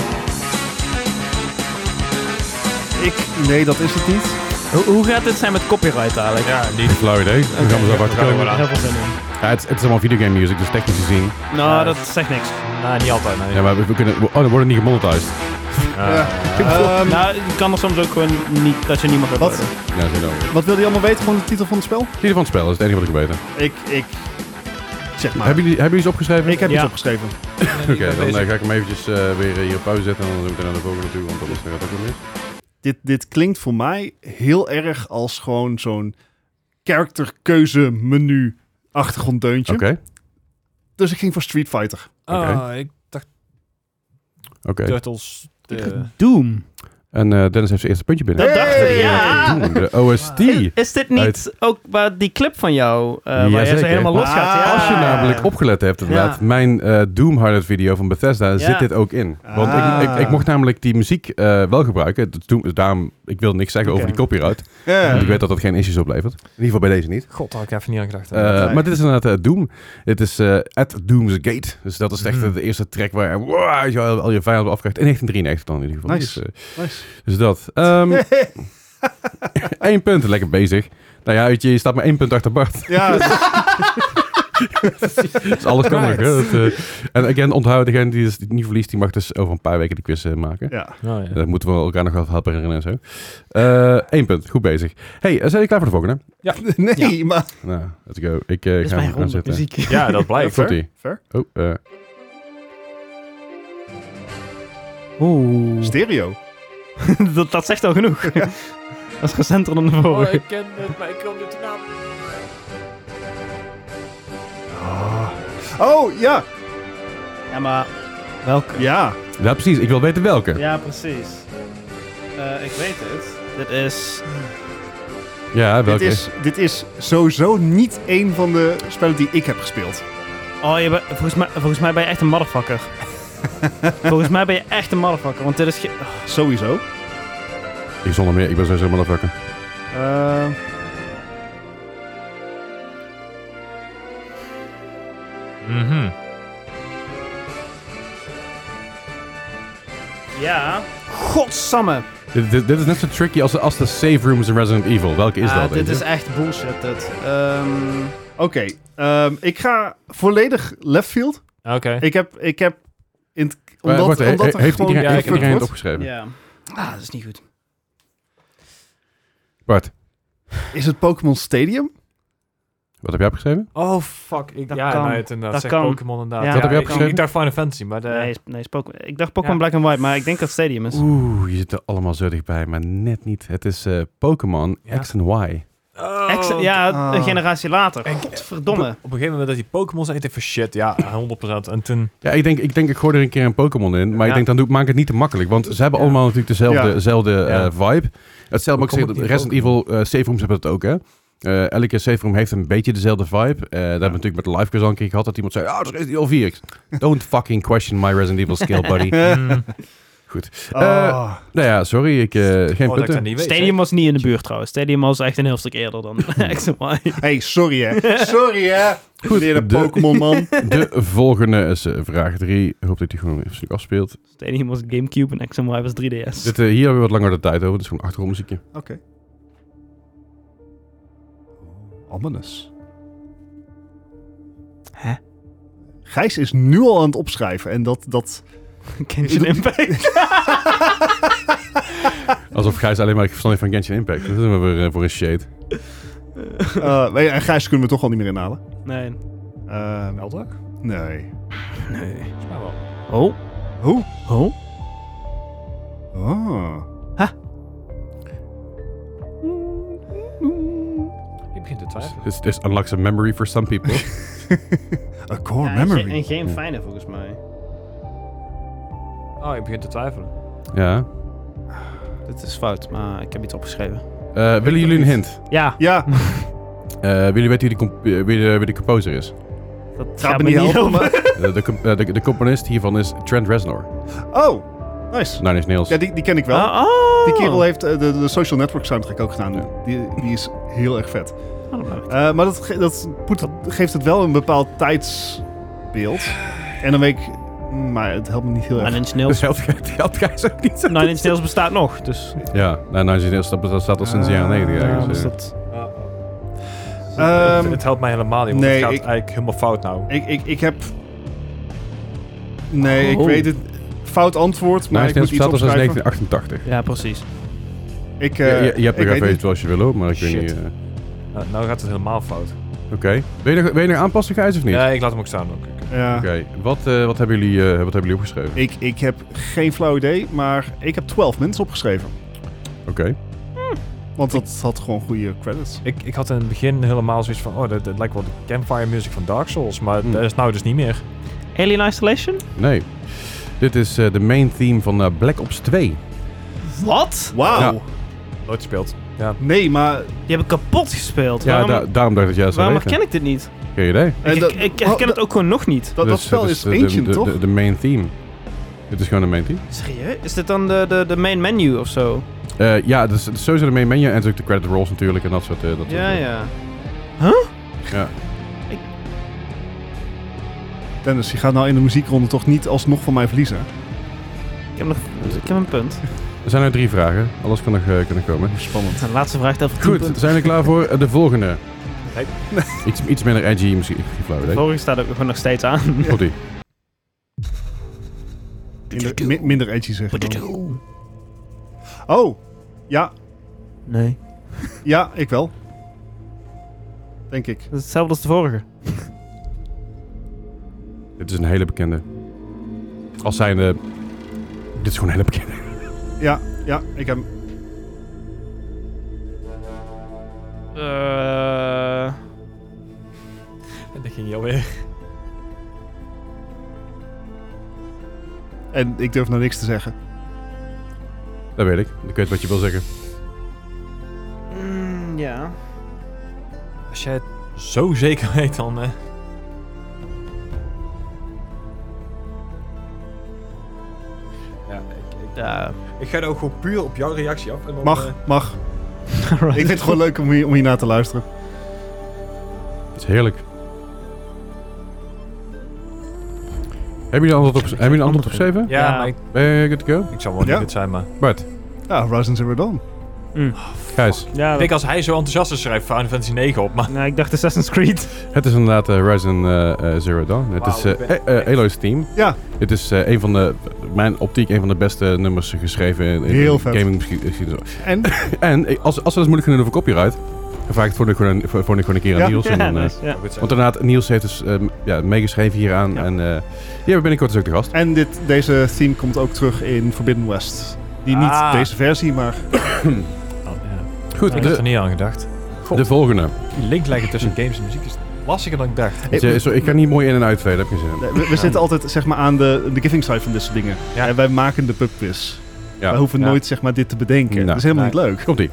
ik... Nee, dat is het niet. hoe, hoe gaat dit zijn met copyright eigenlijk? Ja, Niet niet. een flauw idee. Dan gaan we zo ja, hard we gaan er komen. wel aan. Heel veel zin in. Ja, het, het is allemaal videogame music, dus technisch gezien. Nou, Ja. dat zegt niks. Nou, niet altijd. Nee. Ja, maar we, we kunnen... Oh, dan worden niet gemonetized. Ja. Ehm, Nou, je kan er soms ook gewoon niet, dat je niet mag Wat? uploaden. Ja, dat is heel erg. wat wil je allemaal weten? Gewoon de titel van het spel? Titel van het spel, dat is het enige wat ik weet. Ik... ik zeg maar. Hebben jullie, hebben jullie iets opgeschreven? Ik heb Ja. iets opgeschreven. Oké, dan uh, ga ik hem eventjes uh, weer uh, hier op pauze zetten en dan doen we naar de volgende toe, want anders gaat het ook nog mis. Dit, dit klinkt voor mij heel erg als gewoon zo'n characterkeuze menu achtergronddeuntje. Oké, okay. Dus ik ging voor Street Fighter. Ah, ik dacht oké. Okay. Turtles. De... Doom. En uh, Dennis heeft zijn eerste puntje binnen. Dat dacht ik, Hey! ja. Doom, de O S T. Is, is dit niet Uit- ook waar die clip van jou, uh, waar je Jazeker. zo helemaal los gaat? Ah. Ja. Als je namelijk opgelet hebt, inderdaad, Ja. mijn uh, Doom highlight video van Bethesda Ja. zit dit ook in. Want Ah. ik, ik, ik mocht namelijk die muziek uh, wel gebruiken. Dus toen, daarom, ik wil niks zeggen Oké. over die copyright. Ja. Want ik weet dat dat geen issues oplevert. In ieder geval bij deze niet. God, daar had ik even niet aan gedacht. Uh, Nee. Maar dit is inderdaad uh, Doom. Het is uh, at Doom's Gate. Dus dat is echt Mhm. uh, de eerste track waar wow, je al, al je vijanden afkrijgt. In negentien drieënennegentig dan in ieder geval. Nice. Dus, uh, Nice. dus dat. Um, Eén punt, lekker bezig. Nou ja, weet je, je staat maar één punt achter Bart. Ja, Dus alles kan nog. Hè? Dat, uh, en again, onthoud, degene die, dus, die niet verliest, die mag dus over een paar weken de quiz uh, maken. ja. Oh, ja. Dat moeten we elkaar nog wel helpen herinneren en zo. Eén uh, punt, goed bezig. Hey, uh, zijn jullie klaar voor de volgende? Nee, maar... Nou, let's go. Ik uh, Dit is ga mijn hem gaan ronde zetten. muziek. Ja, dat blijkt. Komt hoor. ie. Fair. Oh, uh, Oeh. Stereo. dat, dat zegt al genoeg. Dat is recenter dan de Oh, vorige. ik ken het, maar ik kan niet de naam. Oh, ja. Ja, maar welke? Ja. ja, precies. Ik wil weten welke. Ja, precies. Uh, ik weet het. Dit is... Ja, welke? Dit is, dit is sowieso niet één van de spellen die ik heb gespeeld. Oh, je bent- volgens, mij, volgens mij ben je echt een motherfucker. Volgens mij ben je echt een motherfucker, want dit is... Ge- oh, Sowieso. Ik zonder meer, ik ben sowieso motherfucker. Uh, Mhm. ja. Godsamme. Dit, dit, dit is net zo tricky als, als de save rooms in Resident Evil. Welke is Ah, dat? dit weet is je? echt bullshit, dit. Ehm, Oké. Um, ik ga volledig left field. Oké. Ik heb... Ik heb in het, Maar omdat, wacht, he- omdat he- er heeft gewoon iedereen, ja, heeft ik heb iedereen het wordt, opgeschreven? ja. Ah, dat is niet goed. Bart, is het Pokémon Stadium? wat heb jij opgeschreven? Oh, fuck. Ik, Dat ja, kan. nou, het inderdaad. Dat Zegt kan. Pokémon inderdaad. Ja, Wat heb jij ik- opgeschreven? Ik dacht Final Fantasy, maar de... Nee, is- nee is Pokémon. Ik dacht Pokémon Ja. Black and White, maar ik denk dat het Stadium is. Oeh, je zit er allemaal zo dichtbij, maar net niet. Het is uh, Pokémon Ja. X en Y. Oh, Ex- ja, Ah. een generatie later. En- Godverdomme. Op, op een gegeven moment dat die Pokémon zijn, ik dacht van shit, ja, honderd procent. En toen... Ja, ik denk, ik denk, ik gooi er een keer een Pokémon in. Maar Ja. ik denk, dan doe, maak het niet te makkelijk. Want ze hebben Ja. allemaal natuurlijk dezelfde, Ja. dezelfde Ja. uh, vibe. Hetzelfde, Hoe maar ik kom zeg, ik Resident niet Evil uh, save rooms hebben het ook, hè. Uh, elke save room heeft een beetje dezelfde vibe. Uh, dat hebben we natuurlijk met de live quiz al een keer gehad. Dat iemand zei, ah, oh, dat is Resident Evil vier. Don't fucking question my Resident Evil skill, buddy. Mm. Goed. Ah. Uh, nou ja, sorry. Ik, uh, geen Oh, dat ik punten. dat niet weet, Stadium hè? was niet in de buurt trouwens. Stadium was echt een heel stuk eerder dan X en Y. Hey, sorry hè. Sorry hè. Goed, Meneer de de- Pokémon man. De volgende is uh, vraag drie. Ik hoop dat die gewoon even stuk afspeelt. Stadium was Gamecube en X en Y was drie D S. Dit, uh, hier hebben we wat langer de tijd over. Het is gewoon achtergrondmuziekje. Oké. Okay. Ominous. Hè? Gijs is nu al aan het opschrijven en dat... dat... Genshin Impact. Alsof Gijs alleen maar verstand heeft van Genshin Impact. Dat doen we weer uh, voor een shade. Uh, weet je, en Gijs kunnen we toch al niet meer inhalen. Nee. Uh, Meldak? nee. Nee. Volgens mij wel. Oh. Hoe? Oh. Oh. Ik begin te twijfelen. This, this unlocks a memory for some people. A core Ja, memory. En geen, en geen fijne volgens mij. Oh, ik begin te twijfelen. ja. Dit is fout, maar ik heb iets opgeschreven. Uh, willen jullie een hint? Ja. Ja. Uh, willen jullie weten wie de, comp- uh, wie, de, wie de composer is? Dat Gaat me niet helpen, maar... Uh, de, comp- uh, de, de componist hiervan is Trent Reznor. Oh, nice. Nine Inch Nails. Ja, die, die ken ik wel. Ah, oh. Die kerel heeft uh, de, de Social Network soundtrack ook gedaan. Die, die is heel erg vet. Oh, dat blijft. Uh, maar dat, ge- dat poet, geeft het wel een bepaald tijdsbeeld. En dan weet ik... Maar het helpt me niet heel Nine erg. Inch Dus Nails. helpt Gijs- helpt Gijs ook niet zo. Nine Inch Nails bestaat nog, dus... Ja, nou, Nine Inch Nails dat, dat staat al sinds de jaren negentig Ja, eigenlijk. dus dus, uh, dat... Ehm, het, het helpt mij helemaal niet, want nee, het gaat ik- eigenlijk helemaal fout nou. Ik, ik, ik heb... Nee, ik Oh. weet het. Fout antwoord, maar Nine Inch ik moet Nails iets bestaat al sinds opschrijven. negentien achtentachtig. Ja, precies. Ik, Je, uh, je, je hebt ik nog weet even niet. zoals je wil, hoor, maar ik weet Shit. niet... uh, Nou, nou gaat het helemaal fout. Oké. Wil je nog- wil je nog aanpassen, Gijs, of niet? Ja, ik laat hem ook staan. Ook. Ja. Oké. Wat, uh, wat, hebben jullie, uh, wat hebben jullie opgeschreven? Ik, ik heb geen flauw idee, maar ik heb twaalf minutes opgeschreven. Oké. Want dat had gewoon goede credits. Ik, ik had in het begin helemaal zoiets van, oh, dat, dat lijkt wel de campfire music van Dark Souls, maar Hmm. dat is nou dus niet meer. Alien Isolation? Nee. Dit is uh, de main theme van uh, Black Ops twee. Wat? Wauw. Ja. Nooit gespeeld. Ja. Nee, maar... Die heb ik kapot gespeeld. Ja, waarom da- daarom dacht ik dat jij dat zou waarom weten. herken ik dit niet? Geen idee. En ik, dat- ik, ik herken oh, het ook gewoon nog niet. Dat, dat Dus spel het is de- ancient, de, toch? De, de main theme. Dit is gewoon de main theme. Serieus? Is dit dan de, de, de main menu of zo? Uh, ja, dus, dus sowieso de main menu en natuurlijk de credit rolls natuurlijk en dat soort... Uh, dat Ja, soort, uh, ja. ja. Dennis, je gaat nou in de muziekronde toch niet alsnog van mij verliezen? Ik heb nog ik heb een punt. Er zijn er drie vragen. Alles kan nog, uh, kan nog komen. Spannend. De laatste vraag telt voor tien Goed, punten. zijn we klaar voor uh, de volgende? Nee. Iets, iets minder edgy, misschien. Geen flauw De idee. vorige staat ook gewoon nog steeds aan. Komt-ie. Minder, mi- minder edgy zeggen dan. Oh, ja. Nee. Ja, ik wel. Denk ik. Dat is hetzelfde als de vorige. Dit is een hele bekende. Als zijnde... Dit is gewoon een hele bekende. Ja, ja, ik heb... Eh... En dat ging je alweer. En ik durf nou niks te zeggen. Dat weet ik. Ik weet wat je wil zeggen. mm, ja. Als jij het zo zeker weet, dan... Uh... Ja, ik, ik, Ja. ik ga er ook gewoon puur op jouw reactie af. En dan, Mag, eh, mag. Alright. Ik vind het gewoon leuk om hier, om hier naar te luisteren. Het is heerlijk. Hebben jullie een antwoord op, hebben jullie een antwoord opgeschreven? ja, Ja. maar ik, Ben je good to go? ik zal wel niet Ja. dit zijn, maar... Bart, Ja, Horizon Zero Dawn. Mm. Gijs. Ja, Ik denk als hij zo enthousiast is, schrijft Final Fantasy negen op, maar... nou, ik dacht Assassin's Creed. Het is inderdaad uh, Horizon uh, uh, Zero Dawn. Het Wauw, is uh, ik ben- uh, uh, Aloy's team. Ja, Dit is uh, een van de, mijn optiek, een van de beste nummers geschreven in, in Heel de vet. gaming geschiedenis. en En eh, als, als we dat moeilijk gaan doen over copyright, dan vraag ik het voor de gewoon, voor, voor de gewoon een keer aan Ja. Niels. En Ja, dan, uh, nice, ja. Goed zo. want inderdaad, Niels heeft dus uh, ja, meegeschreven hieraan. Ja. En uh, die hebben we binnenkort dus ook de gast. En dit, deze theme komt ook terug in Forbidden West. Die niet Ah. deze versie, maar... Oh, ja. Goed, Ik heb er de, niet aan gedacht. de volgende. Die link leggen tussen games en muziek is lastiger dan ik dacht. Weet je, zo, ik ga niet mooi in en uitveden, heb ik geen zin in. We, we zitten altijd zeg maar, aan de, de giving side van dit soort dingen. Ja. En wij maken de pubquiz. Ja. Wij hoeven Ja. nooit zeg maar, dit te bedenken. Nou, dat is helemaal nee. niet leuk. Komt-ie.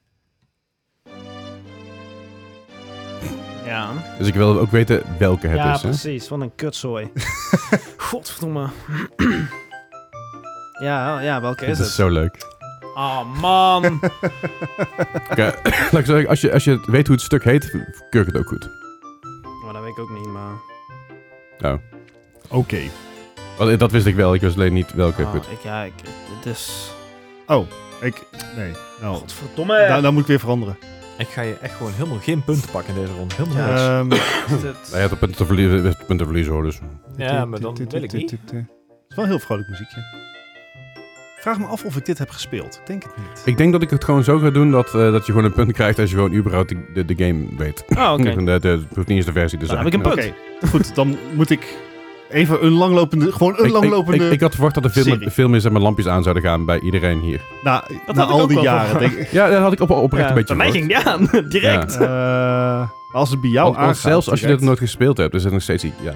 Ja. Dus ik wil ook weten welke het ja, is. Hè? precies. Wat een kutzooi. Godverdomme. Ja, ja, welke Het is is het? zo leuk. Oh, man. Oké, laat ik zeggen, als je, als je weet hoe het stuk heet, keur ik het ook goed. Maar dat weet ik ook niet, maar... Nou, Oké. Okay. want dat wist ik wel. Ik wist alleen niet welke Oh, goed. ik, ja, ik... Het is... Oh, ik... Nee. Nou, Godverdomme. daar, daar moet ik weer veranderen. Ik ga je echt gewoon helemaal geen punten pakken in deze ronde. Helemaal niks. Ehm Dit- Hij had op punten te verliezen, punten te verliezen hoor, dus. Ja, maar dan wil ik niet. Het is wel een heel vrolijk muziekje. Vraag me af of ik dit heb gespeeld. Ik denk het niet. Ik denk dat ik het gewoon zo ga doen dat, uh, dat je gewoon een punt krijgt als je gewoon überhaupt de, de, de game weet. Oh, oké. Okay. de, de, het hoeft niet eens de versie te Dan zijn. heb ik een Oké, punt. goed. Dan moet ik even een langlopende... Gewoon een Ik, ik, langlopende... ik, ik had verwacht dat er veel, serie. meer- veel meer zeg maar, lampjes aan zouden gaan bij iedereen hier. na Dat na had ik al ook die wel jaren. verwacht. Denk ik. Ja, dat had ik op, oprecht Ja, een beetje bij mij ging verwacht. die aan. Direct. Eh, als het bij jou Want- want aangaat... zelfs als je dit direct. nooit gespeeld hebt, is het nog steeds iets. Ja.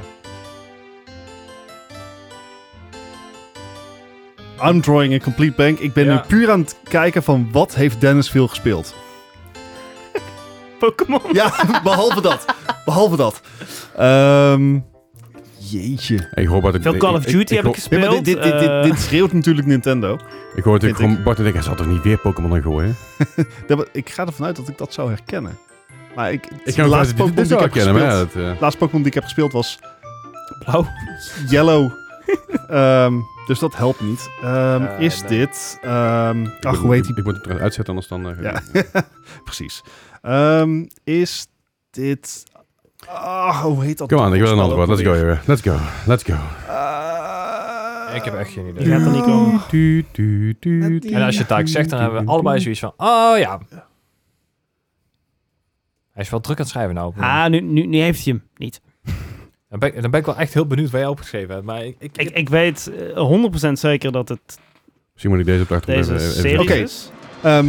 I'm drawing a complete blank. Ik ben Ja. nu puur aan het kijken van wat heeft Dennis veel gespeeld. Pokémon. Ja, behalve dat. Behalve dat. Ehm, jeetje. Ik hoor Bart, ik, Veel Call of ik- Duty ik, heb ik ik, Nee, gespeeld. maar dit, dit, dit, dit, eh, dit schreeuwt natuurlijk Nintendo. ik hoor natuurlijk Vind gewoon Bart en ik, hij zal toch niet weer Pokémon aan gooien? Ja, maar ik ga ervan uit dat ik dat zou herkennen. Maar ik, Ik de ga laatste dit, Pokémon dit die ik zou heb kennen, maar ja, gespeeld... dat, uh, De laatste Pokémon die ik heb gespeeld was Blauw. Yellow. Ehm, dus dat helpt niet. Ehm, Eh, is nee. dit... ehm, ik ach, moet- hoe heet ik, die? ik moet het eruit uitzetten, anders dan... Uh, Ja, precies. Ehm, is dit... Ah, hoe heet dat? Kom aan, ik wil een spel antwoord. ook Let's go, alweer? jongen. Let's go. Let's go. Eh, Ik heb echt geen idee. Die gaat er niet komen. Du, du, du, du, En als je het eigenlijk zegt, dan hebben we allebei zoiets van... Oh ja. Hij is wel druk aan het schrijven nou. Ah, nu, nu, nu heeft hij hem niet. Dan ben, ik, dan ben ik wel echt heel benieuwd waar jij opgeschreven hebt. Maar ik, ik, Ik, ik weet eh, honderd procent zeker dat het Misschien moet ik deze op de achtergrond deze even... even serie Oké. is. Ehm,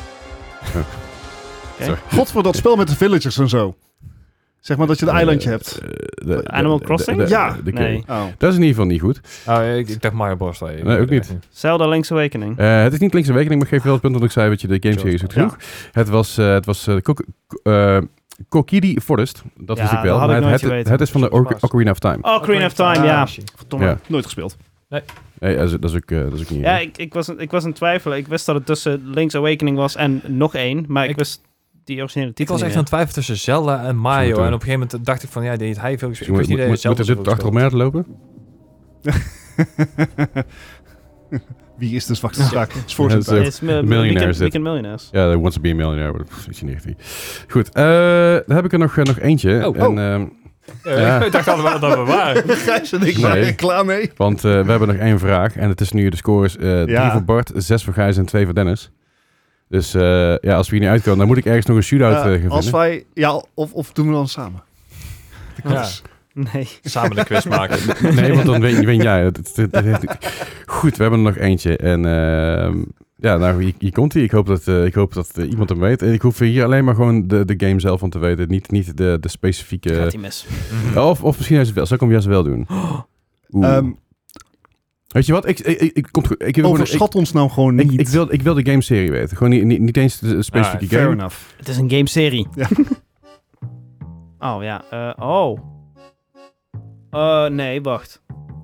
Oké. God voor dat spel met de villagers en zo. Zeg maar dat je een Eh, eilandje hebt. eh, de- de- Animal de- Crossing? de- de- Ja. de- Nee. Oh. Dat is in ieder geval niet goed. Oh, ik, ik dacht Mario Bros. Nee, ook niet. Zelda Link's Awakening. Uh, het is niet Linkse Awakening, maar ik geef wel het punt dat ik zei, weet je, de game series goed Ja. genoeg. Het was, uh, het was uh, Kok- uh, Kokiri Forest, dat Ja, wist ik dat wel. had Maar ik het, nooit het, geweten. het is van de Oc- Ocarina of Time. Oh, Ocarina of Time, ja. Verdomme, Ja. nooit gespeeld. Nee, dat is, dat is ook, uh, dat is ook niet... Ja, ik, ik, was, ik was in twijfel. Ik wist dat het tussen Link's Awakening was en nog één. Maar ik, Ik- wist die originele Ik titel was echt niet aan het twijfelen tussen Zelda en Mario. Moeten- En op een gegeven moment dacht ik van, ja, die heeft hij veel gespeeld. Ik Moet, wist niet moet, dat hij moet, moet Zelda er dit zoveel achter gespeeld. elkaar lopen? Wie is de zwakste zaak? Het is voor Ja, zijn dat tijd. is is. Is uh, Millionaires Weekend, dit. Weekend Millionaires. Ja, yeah, Wants to be a Millionaire. maar dat is niet echt. Goed, uh, dan heb ik er nog, uh, nog eentje. Oh, en, oh. ehm, Ja, Ja. Ik dacht allemaal dat we waren. Gijs en ik Nee. waren er klaar mee. want uh, we hebben nog één vraag. En het is nu de scores uh, drie Ja. voor Bart, zes voor Gijs en twee voor Dennis. Dus uh, ja, als we hier niet uitkomen, dan moet ik ergens nog een shootout uh, Eh, gaan als vinden. wij... Ja, of, of doen we dan samen? De Ja. quiz. Nee. Samen de quiz maken. Nee, want dan win, win jij. Het- het- het- het- Goed, we hebben er nog eentje. En uh, ja, nou, hier, hier komt hij. Ik hoop dat, uh, ik hoop dat uh, iemand hem weet. En ik hoef hier alleen maar gewoon de, de game zelf van te weten. Niet, niet de, de specifieke... Gaat hij mis. Of, of misschien juist wel. Zal ik hem juist wel doen? Oeh. Ehm, Weet je wat? Ik, ik, ik, ik, komt goed. Ik, wil gewoon- overschat ons nou gewoon ik, niet. ik, ik, wil, ik wil de game-serie weten. Gewoon niet, niet, niet eens de specifieke Ah, Fair game. enough. Het is een game-serie. Ja. Oh, ja. eh, oh. Eh, nee, wacht.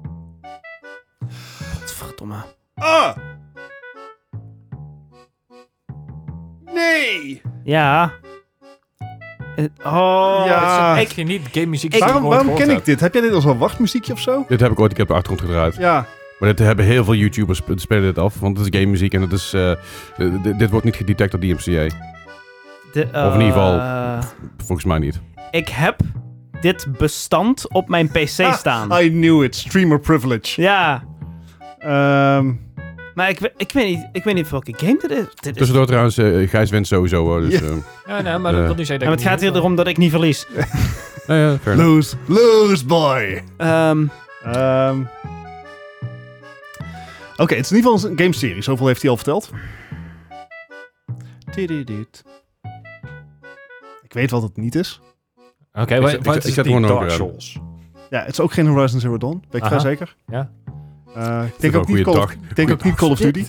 Godverdomme. Ah! Nee! Ja. Eh, oh. Ja. Ik, Ik je niet game muziek. Ik- Waarom, waarom ken ik dit? Heb jij dit als wel wachtmuziekje of zo? Dit heb ik ooit een keer op de achtergrond gedraaid. Ja. Maar dit hebben heel veel YouTubers sp- spelen dit af. Want het is game muziek en het is, uh, d- d- dit wordt niet gedetect door D M C A. de, Of in ieder geval- eh, Volgens mij niet. ik heb dit bestand op mijn P C Ah, staan. I knew it. Streamer privilege. Ja. Ehm Maar ik, we- ik, weet niet, ik weet niet welke game dit is. Dit is Tussendoor trouwens, uh, Gijs wint sowieso hoor. Dus, Ja. uh, Ja, nee, maar Eh. dat wil niet zeggen Ja, dat maar het gaat hier erom dat ik niet verlies. ja, ja, fair enough. lose. Lose, boy. Ehm, Ehm Oké, het is in ieder geval een game-serie. Zoveel heeft hij al verteld. Tididid. Ik weet wat het niet is. Oké, Ik wat zet- ik wat zet- is ik zet het gewoon niet? ook Dark aan. Souls. Ja, het is ook geen Horizon Zero Dawn. Ben ik Aha. vrij zeker. Ja. Uh, ik is denk wel ook een niet goede Call of, dag. ik denk ook niet Call of Duty.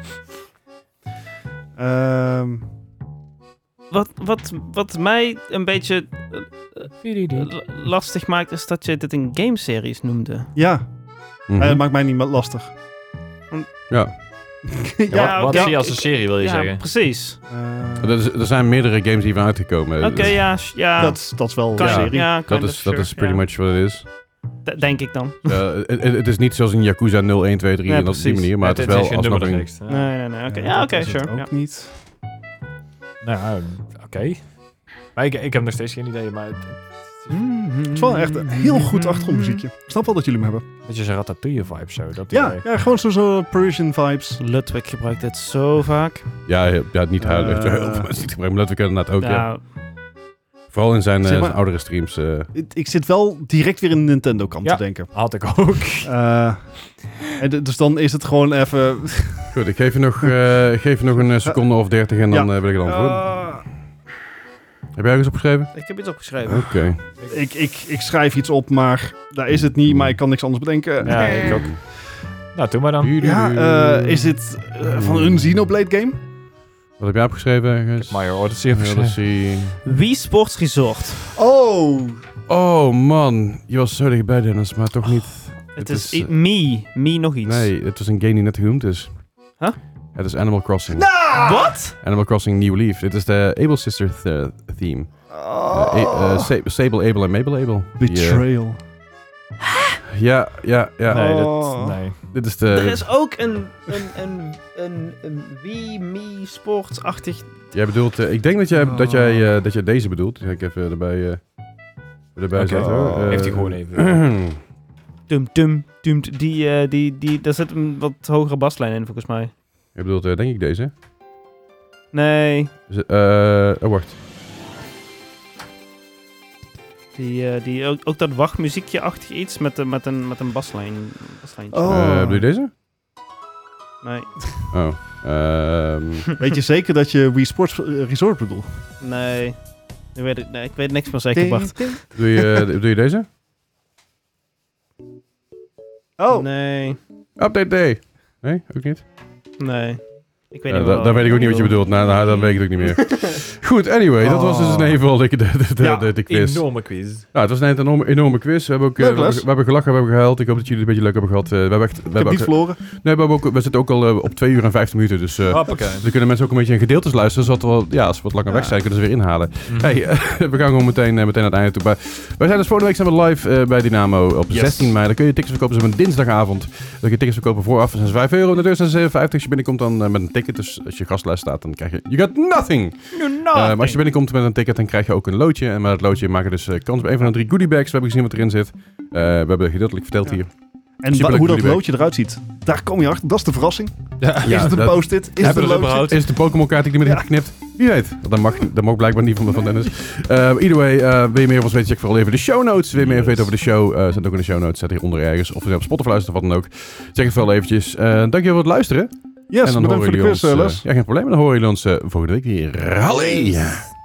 Ehm wat, wat, wat mij een beetje eh, eh, l- lastig maakt, is dat je dit een game-series noemde. ja, Mhm. eh, dat maakt mij niet meer lastig. Ja. Ja, ja, wat wat ja, zie je als een ik- serie, wil je ja, zeggen? precies. eh, Er, is- er zijn meerdere games die van uitgekomen. Oké, ja, sh- ja. dat, is- dat is wel kan, een ja. serie. ja, Dat kind is, of, dat sure, is pretty ja. much wat het is. D- denk ik dan. Uh, het, het is niet zoals een Yakuza nul, één, twee, drie Ja, en dat op die precies. manier, maar Ja, het is wel geen alsnog nummer een... tekst, ja. Nee, nee, nee. Oké, Eh, ja, dat oké, is het sure. ook Ja. niet. Nou ja, oké. Maar ik, ik heb nog steeds geen idee, maar het, Het is wel echt een heel goed achtergrondmuziekje. Ik snap wel dat jullie hem hebben. een beetje zo'n Ratatouille-vibe zo. Dat Ja, idee. ja gewoon zo'n zo Parisian vibes. Ludwig gebruikt dit zo vaak. Ja, ja, ja, niet huilen. Eh. Uh, heel veel mensen die het gebruiken, maar dat we inderdaad ook, ja. Ja, Vooral in zijn, eh, Zeg maar- zijn oudere streams. eh. Ik, ik zit wel direct weer in de Nintendo-kant Ja. te denken. Had ik ook. Eh, en d- dus dan is het gewoon even... Goed, ik geef je nog, eh, ik geef je nog een eh, seconde of dertig en dan Ja. eh, wil ik het antwoord. Eh, Heb jij ergens opgeschreven? ik heb iets opgeschreven. Oké. ik, ik, ik schrijf iets op, maar daar is het niet. Maar ik kan niks anders bedenken. Ja, ik ook. Nou, doe maar dan. Ja, eh, is dit eh, van een Xenoblade game? Wat heb jij opgeschreven ergens? Mario Odyssey of zo. Odyssey. Wii Sports Resort. Oh! Oh man, je was zo dichtbij Dennis, maar toch niet. Het Het is, is, i- eh, Me. Me nog iets. Nee, het was een game die net genoemd is. Huh? Het is Animal Crossing. Wat? Animal Crossing New Leaf. Dit is de Able Sister th- theme. Oh. Eh, A- eh, Sa- Sable, Able en Mabel Able. Die, eh, Betrayal. ja, ja, ja. Nee, Oh. dat, nee. Dit is de... Er is ook een, een, een, een, een Wii Me Sports-achtig... Jij bedoelt... eh, ik denk dat jij, dat, jij, eh, dat jij deze bedoelt. Ga ik even erbij, eh erbij Oké. zetten. hoor. Oh. Eh, Heeft hij gewoon even. Tum, tum, tum, die, eh, die, die, daar zit een wat hogere baslijn in, volgens mij. Je bedoelt eh, denk ik deze. Nee, Is het, eh, oh, wacht. die, eh, die, ook, ook dat wachtmuziekje-achtig iets met, de, met, een, met een baslijn. baslijntje. Oh. Eh, bedoel je deze? Nee, Oh. Ehm Weet je zeker dat je Wii Sports eh, Resort bedoelt? nee. Ik weet, het- nee, ik weet niks meer zeker, Bart. bedoel, je, eh, bedoel je deze? Oh, Nee, Update Day. Nee, ook niet? nee. Ik weet Ja, niet da- wel- dan weet ik ook niet wat je bedoelt. Nou, nou, dan weet ik het ook niet meer. Goed, anyway, dat was dus in ieder geval de, de, de, de, Ja, de, de quiz. Enorme quiz. Nou, het was een enorme, enorme quiz. We hebben ook eh, Leuk, we, hebben, Les. we hebben gelachen, we hebben gehuild. Ik hoop dat jullie het een beetje leuk hebben gehad. Eh, we hebben echt, we ik heb hebben niet ook, verloren. nee, we, hebben ook, we zitten ook al eh, op twee uur en vijftien minuten. Dus eh Hoppakee. dan kunnen mensen ook een beetje in gedeeltes luisteren. Zodat we, wel- ja, als we wat langer Ja. weg zijn, kunnen ze weer inhalen. Mhm. Hey, eh, we gaan gewoon meteen, eh, meteen aan het einde toe. Maar wij zijn dus volgende week zijn we live eh, bij Dynamo op Yes. zestien mei. Dan kun je tickets verkopen dus op een dinsdagavond. Dan kun je tickets verkopen vooraf. Dat zijn vijf euro. Natuurlijk zijn ze zeven vijftig. Als je binnenkomt dan eh, met een ticket. Dus als je gastlijst staat, dan krijg je... You got nothing! Eh, maar als je binnenkomt met een ticket, dan krijg je ook een loodje. En met het loodje maak je dus eh, kans op een van de drie goodie bags. We hebben gezien wat erin zit. Eh, we hebben gedeeltelijk verteld Ja. hier. En Superleuk wa- hoe dat goodiebag. loodje eruit ziet, daar kom je achter. Dat is de verrassing. Ja. Is het een dat- post-it? Is het Hebben een we er loodje? überhaupt? Is het de Pokémon kaart die ik ermee heb geknipt? Wie weet. Dat mag, dat mag blijkbaar niet van, van Dennis. Uh, either way, uh, wil je meer van ons weten, check vooral even de show notes. Wil je meer Yes. weten over de show, uh, staat ook in de show notes. Staat hieronder ergens. Of op Spotify luisteren of wat dan ook. Check het vooral eventjes. Uh, dankjewel voor het luisteren. Yes, en dan bedankt horen voor de jullie quiz, ons, uh, uh, Les. ja, geen probleem. Dan horen jullie ons uh, volgende week weer. Hallo!